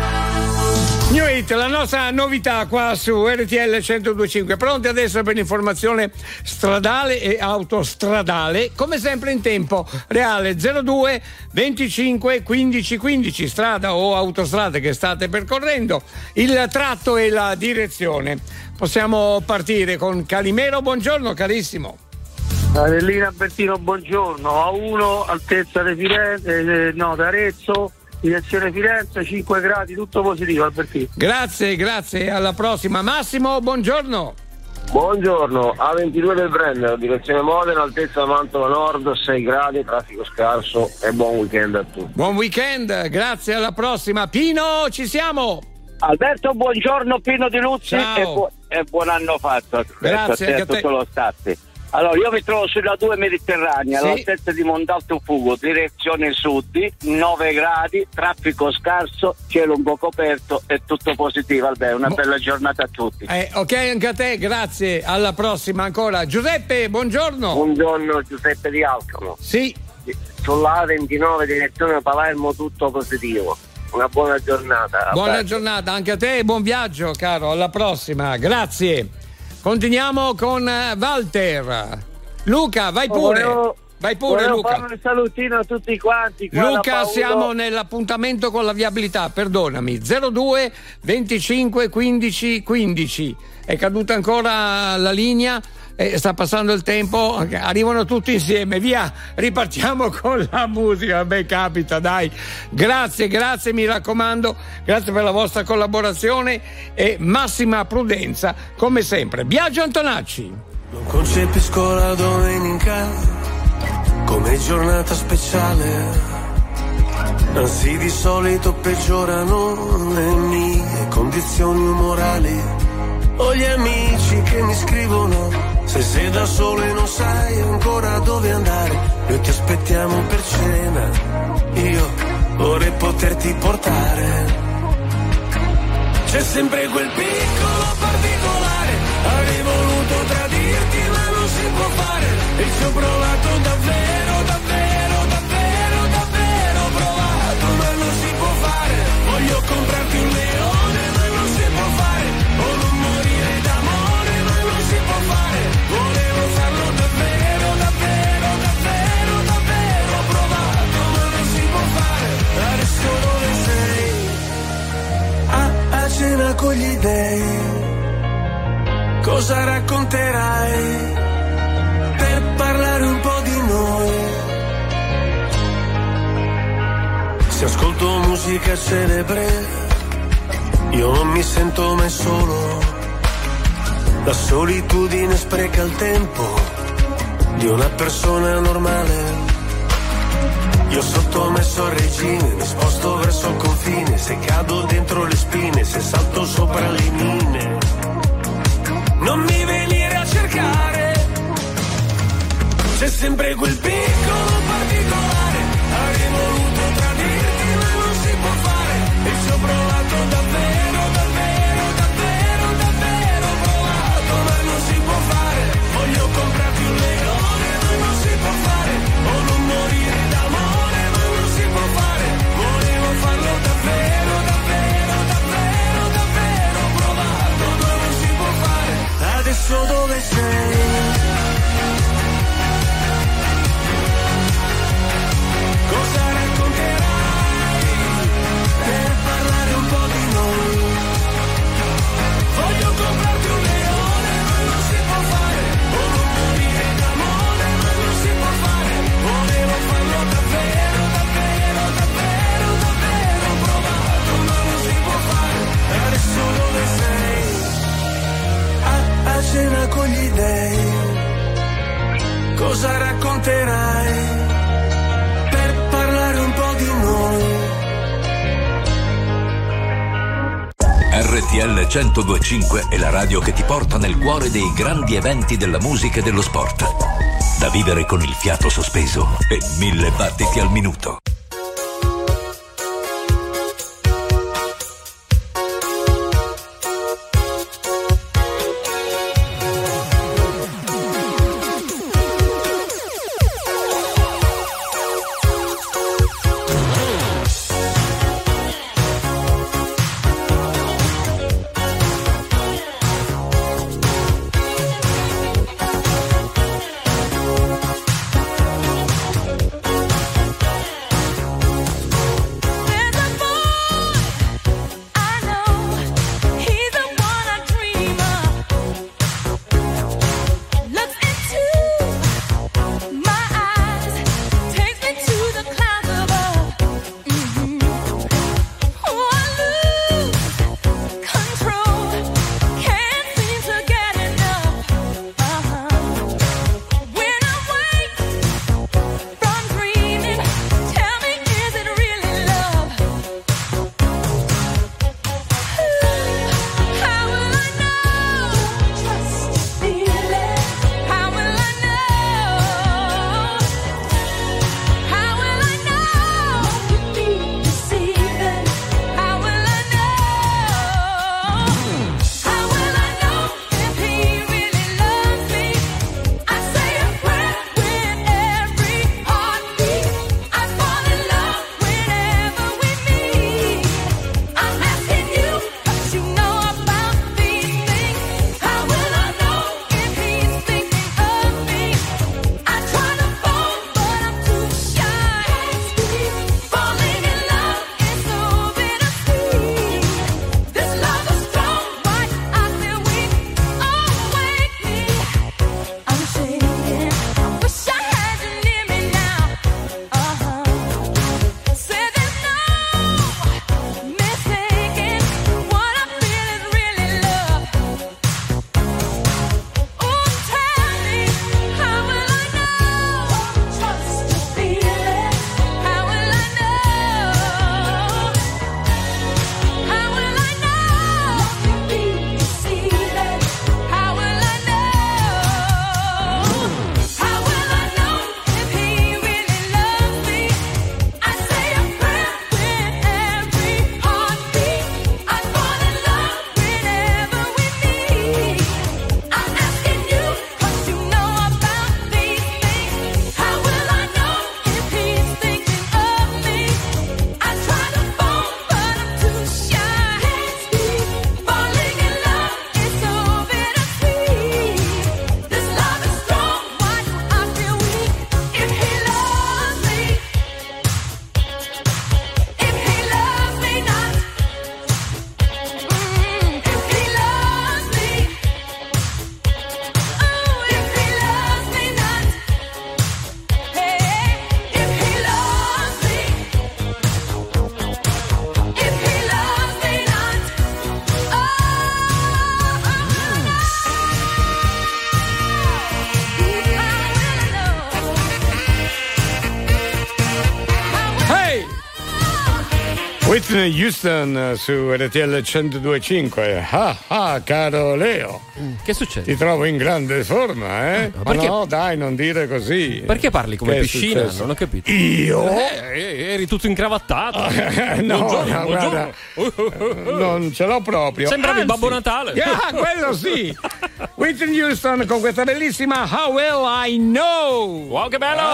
New Hit, la nostra novità qua su R T L centodue e cinque. Pronti adesso per l'informazione stradale e autostradale, come sempre in tempo reale. Zero due venticinque quindici quindici, strada o autostrada che state percorrendo, il tratto e la direzione. Possiamo partire con Calimero. Buongiorno carissimo. Adellina Bertino, buongiorno. A uno, altezza di Firenze, eh, no, d'Arezzo, direzione Firenze, cinque gradi, tutto positivo, Albertino. Grazie, grazie, alla prossima. Massimo, buongiorno. Buongiorno, A ventidue del Brennero, direzione Modena, altezza Mantova Nord, sei gradi, traffico scarso e buon weekend a tutti. Buon weekend, grazie, alla prossima. Pino, ci siamo. Alberto, buongiorno, Pino di Luzzi e, bu- e buon anno fatto. Grazie a, te, a tutto lo staff. Allora, io mi trovo sulla due Mediterranea, sì, all'altezza di Montalto Fugo, direzione sud, nove gradi, traffico scarso, cielo un po' coperto e tutto positivo. Alberto, una Bo- bella giornata a tutti. Eh, ok, anche a te, grazie. Alla prossima ancora. Giuseppe, buongiorno. Buongiorno, Giuseppe di Alcamo. Sì. Sulla A ventinove, direzione Palermo, tutto positivo. Una buona giornata. Buona Alberto. giornata anche a te e buon viaggio, caro. Alla prossima, grazie. Continuiamo con Walter. Luca, vai pure. Volevo, vai pure volevo Luca. fare un salutino a tutti quanti. Luca, siamo nell'appuntamento con la viabilità, perdonami. zero due venticinque quindici quindici. È caduta ancora la linea. Eh, sta passando il tempo, arrivano tutti insieme, via, ripartiamo con la musica. Beh, capita, dai. Grazie, grazie, mi raccomando, grazie per la vostra collaborazione e massima prudenza, come sempre. Biagio Antonacci. Non concepisco la domenica come giornata speciale, anzi di solito peggiorano le mie condizioni umorali. Ho gli amici che mi scrivono se sei da solo e non sai ancora dove andare, noi ti aspettiamo per cena, io vorrei poterti portare. C'è sempre quel piccolo particolare, avrei voluto tradirti ma non si può fare, e ci ho provato davvero, davvero, davvero, davvero provato, ma non si può fare. Voglio comprarti un leone ma non si può fare, o non morire d'amore ma non si può fare. Volevo farlo davvero, davvero, davvero, davvero provato, ma non si può fare. Adesso dove sei? A, a cena con gli dei, cosa racconterai per parlare un po' di noi? Se ascolto musica celebre, io non mi sento mai solo. La solitudine spreca il tempo di una persona normale. Io sottomesso al regime, mi sposto verso il confine, se cado dentro le spine, se salto sopra le mine. Non mi venire a cercare, c'è sempre quel piccolo particolare, avrei voluto tradirti ma non si può fare, e ci ho provato davvero, davvero, cosa racconterai per parlare un po' di noi? R T L centodue e cinque è la radio che ti porta nel cuore dei grandi eventi della musica e dello sport. Da vivere con il fiato sospeso e mille battiti al minuto. Whitney Houston su R T L centodue e cinque. Ah ah, caro Leo. Che succede? Ti trovo in grande forma, eh? Ma no, dai, non dire così. Perché parli come Che è piscina? successo? Non ho capito. Io? Eh, eri tutto incravattato. Eh, no, buongiorno, no, buongiorno. guarda, non ce l'ho proprio. Sembravi Anzi, Babbo Natale. Ah, quello sì. Whitney Houston con questa bellissima How Well I Know. Wow, che bello!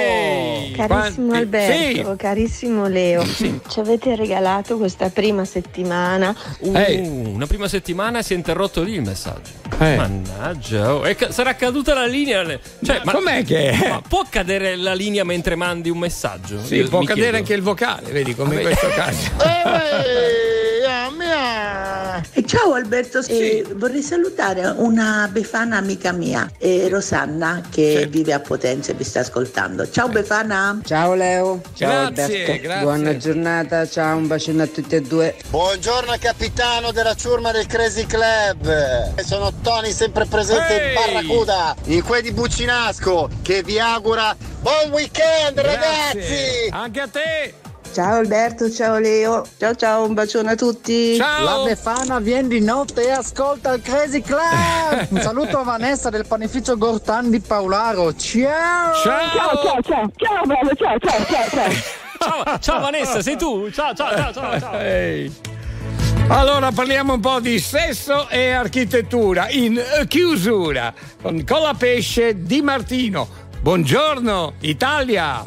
Hey. Carissimo Quanti- Alberto, Sì. carissimo Leo, ci avete regalato questa prima settimana. Uh, Una prima settimana si è interrotto lì il messaggio. Eh. Mannaggia, oh, è ca- sarà caduta la linea. Cioè, Ma com'è che è? ma può cadere la linea mentre mandi un messaggio? Sì, Io può mi cadere chiedo. anche il vocale, vedi, come in Vabbè. questo caso. E Ciao Alberto, sì. eh, vorrei salutare una Befana amica mia, eh, Rosanna, che sì. vive a Potenza e vi sta ascoltando. Ciao Befana. Ciao Leo. Ciao grazie, Alberto. Grazie. Buona giornata, ciao, un bacino a tutti e due. Buongiorno capitano della ciurma del Crazy Club. Sono Tony, sempre presente hey. in Barracuda, in quei di Buccinasco, che vi augura buon weekend. Grazie. Ragazzi. Anche a te. Ciao Alberto, ciao Leo, ciao ciao, un bacione a tutti. Ciao. La Befana viene di notte e ascolta il Crazy Club. Un saluto a Vanessa del panificio Gortan di Paolaro. Ciao. Ciao ciao ciao ciao, ciao bello, ciao ciao ciao ciao. Ciao, ciao Vanessa, sei tu? Ciao ciao ciao ciao, ciao. Hey. Allora parliamo un po' di sesso e architettura in chiusura con Colapesce Di Martino. Buongiorno Italia.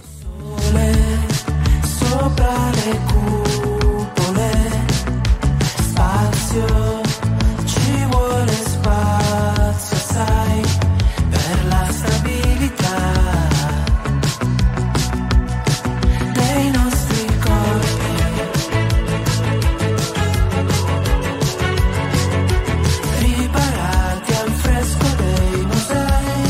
Sopra le cupole, spazio, ci vuole spazio, sai, per la stabilità dei nostri corpi. Riparati al fresco dei musei,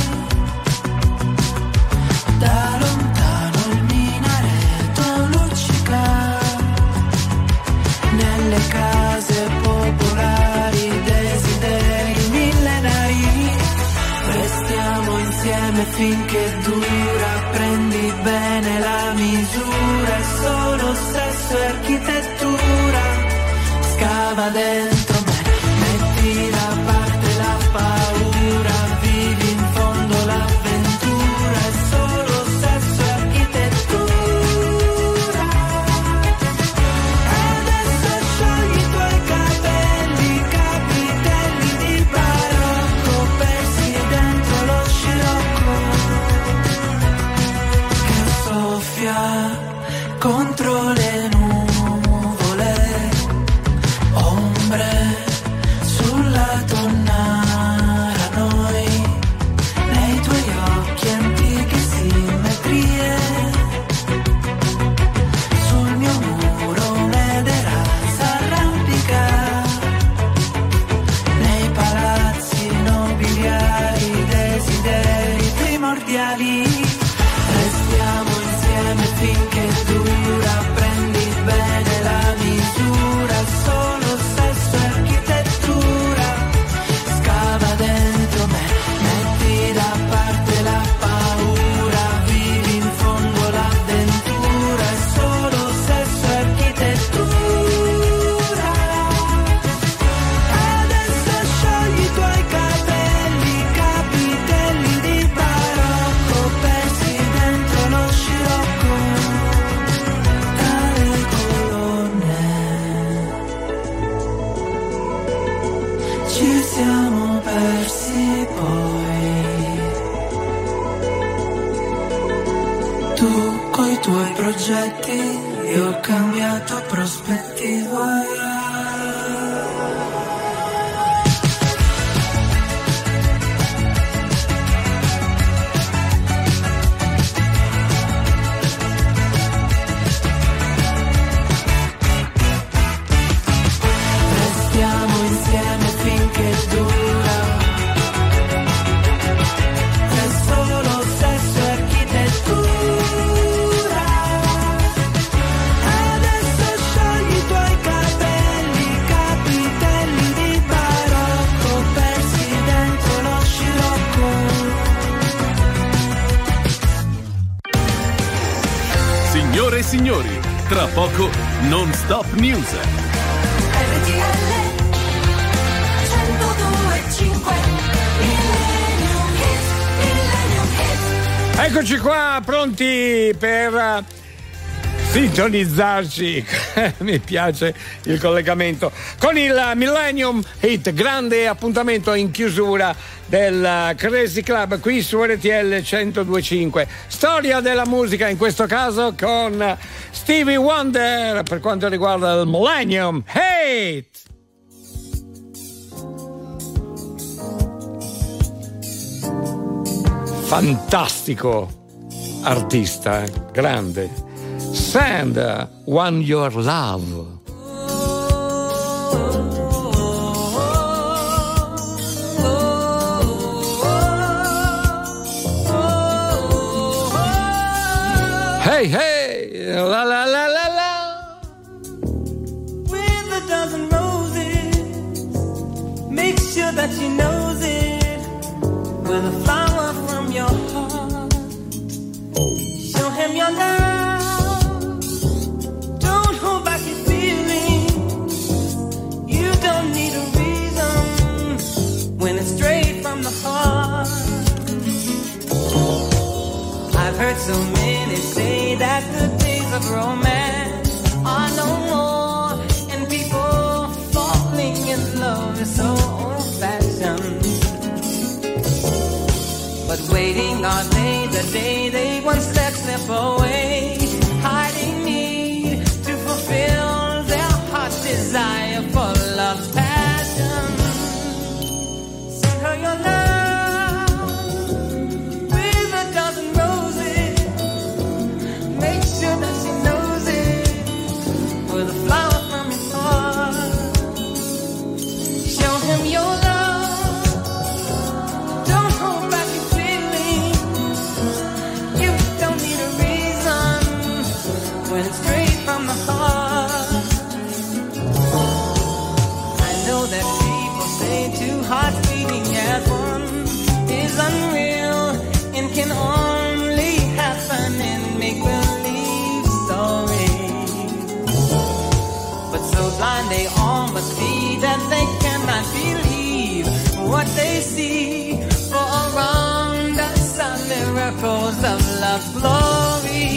da lontano il minareto luccica, nelle case popolari desideri millenari. Restiamo insieme finché dura, prendi bene la misura, è solo sesso e architettura. Scava dentro me, metti da parte la paura, vivi in fondo l'avventura, è solo sesso e architettura. Adesso sciogli i tuoi capelli, capitelli di barocco, persi dentro lo scirocco che soffia contro le nuvole, ombre sulla tonnara, noi nei tuoi occhi antiche simmetrie, sul mio muro un'edera s'arrampica, nei palazzi nobiliari desideri primordiali. Restiamo insieme finché dura, prendi bene la misura, solo sesso e architettura. Scava dentro me, metti da parte la paura, vivi in fondo l'avventura, è solo sesso e architettura. Adesso sciogli i tuoi capelli, capitelli di barocco, persi dentro lo scirocco tra le colonne. Ci siamo persi poi, tu coi tuoi progetti, io ho cambiato prospettiva. Restiamo insieme finché dura, è solo sesso e architettura. Adesso sciogli i tuoi capelli, capitelli di barocco, persi dentro lo scirocco. Signore e signori, tra poco Non Stop News. Eccoci qua, pronti per uh, sintonizzarci. Mi piace il collegamento con il Millennium Hit, grande appuntamento in chiusura del Crazy Club qui su R T L centodue e cinque. Storia della musica, in questo caso con Stevie Wonder per quanto riguarda il Millennium Hit. Fantastico artista, grande. Send One Your Love. Hey, hey, la la la la la. With a dozen roses, make sure that she knows it. With a flower from your heart, show him your love. Don't hold back your feelings. You don't need a reason when it's straight from the heart. I've heard so many say that the days of romance are no more, and people falling in love is so old-fashioned. But waiting are they the day they once let slip away, hiding need to fulfill their heart's desire for love's passion. Send her your love with a dozen roses. Make sure that she knows it with a flower from his heart. Show him your love. Don't hold back your feelings. You don't need a reason when it's straight from the heart. I know that people say two hearts beating as one is unreal and can only happen in make-believe stories. But so blind they all must be that they cannot believe what they see. For around us are miracles of love's glory.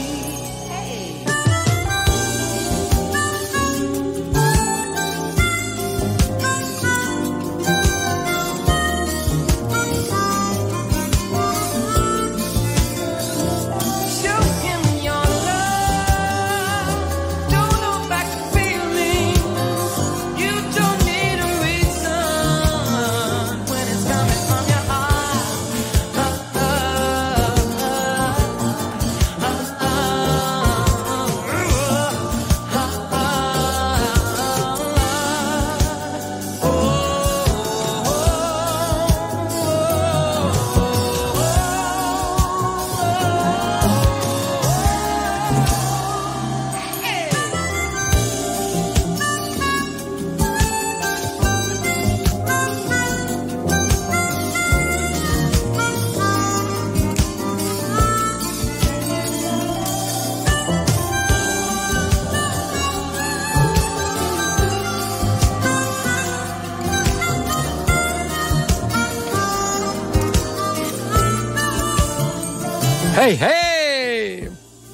Show him your love. Don't hold back the feelings. You don't need a reason when it's coming from your heart. Hey, hey!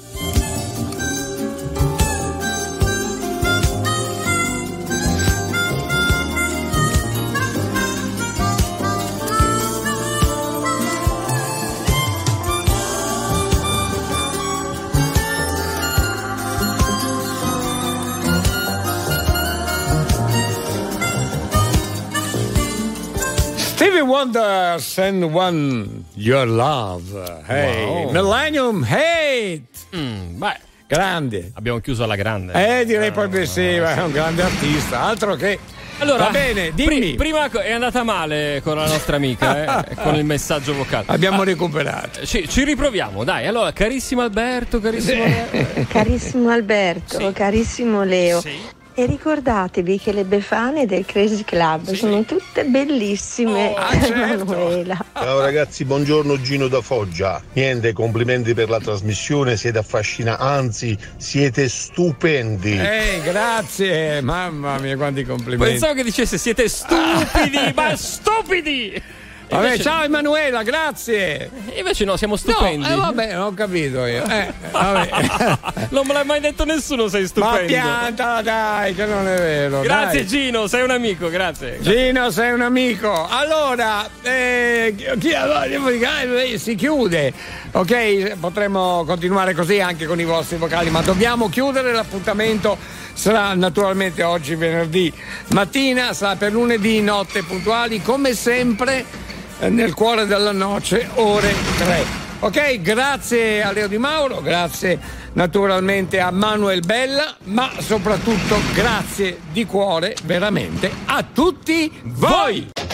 Stevie Wonder, Send One Your Love. Hey, Wow. Millennium Hate. Mm, beh, grande. Abbiamo chiuso alla grande. Eh, direi proprio sì, è un grande artista. Altro che. Allora, va bene, dimmi. pri- prima è andata male con la nostra amica, eh, con il messaggio vocale. Abbiamo recuperato. Ci, ci riproviamo, dai. Allora, carissimo Alberto, carissimo Leo. Carissimo Alberto, Sì. carissimo Leo. Sì. E ricordatevi che le Befane del Crazy Club sono tutte bellissime. Ah, certo. Emanuela. Ciao ragazzi, buongiorno, Gino da Foggia. Niente, complimenti per la trasmissione, siete affascinanti, anzi siete stupendi. Ehi, grazie, mamma mia, quanti complimenti. Pensavo che dicesse siete stupidi, ma stupidi! Vabbè, Invece- ciao Emanuela, grazie. Invece no, siamo stupendi. No, eh, vabbè, non ho capito io. Eh, vabbè. Non me l'ha mai detto nessuno, sei Ma stupendo. piantala, dai, che non è vero. Grazie dai. Gino, sei un amico, grazie. Gino, sei un amico. Allora, eh, chi, allora, eh, si chiude. Ok, potremmo continuare così anche con i vostri vocali, ma dobbiamo chiudere. L'appuntamento sarà naturalmente oggi venerdì mattina, sarà per lunedì notte puntuali, come sempre eh, nel cuore della noce, ore tre. Ok, grazie a Leo Di Mauro, grazie naturalmente a Manuel Bella, ma soprattutto grazie di cuore veramente a tutti voi.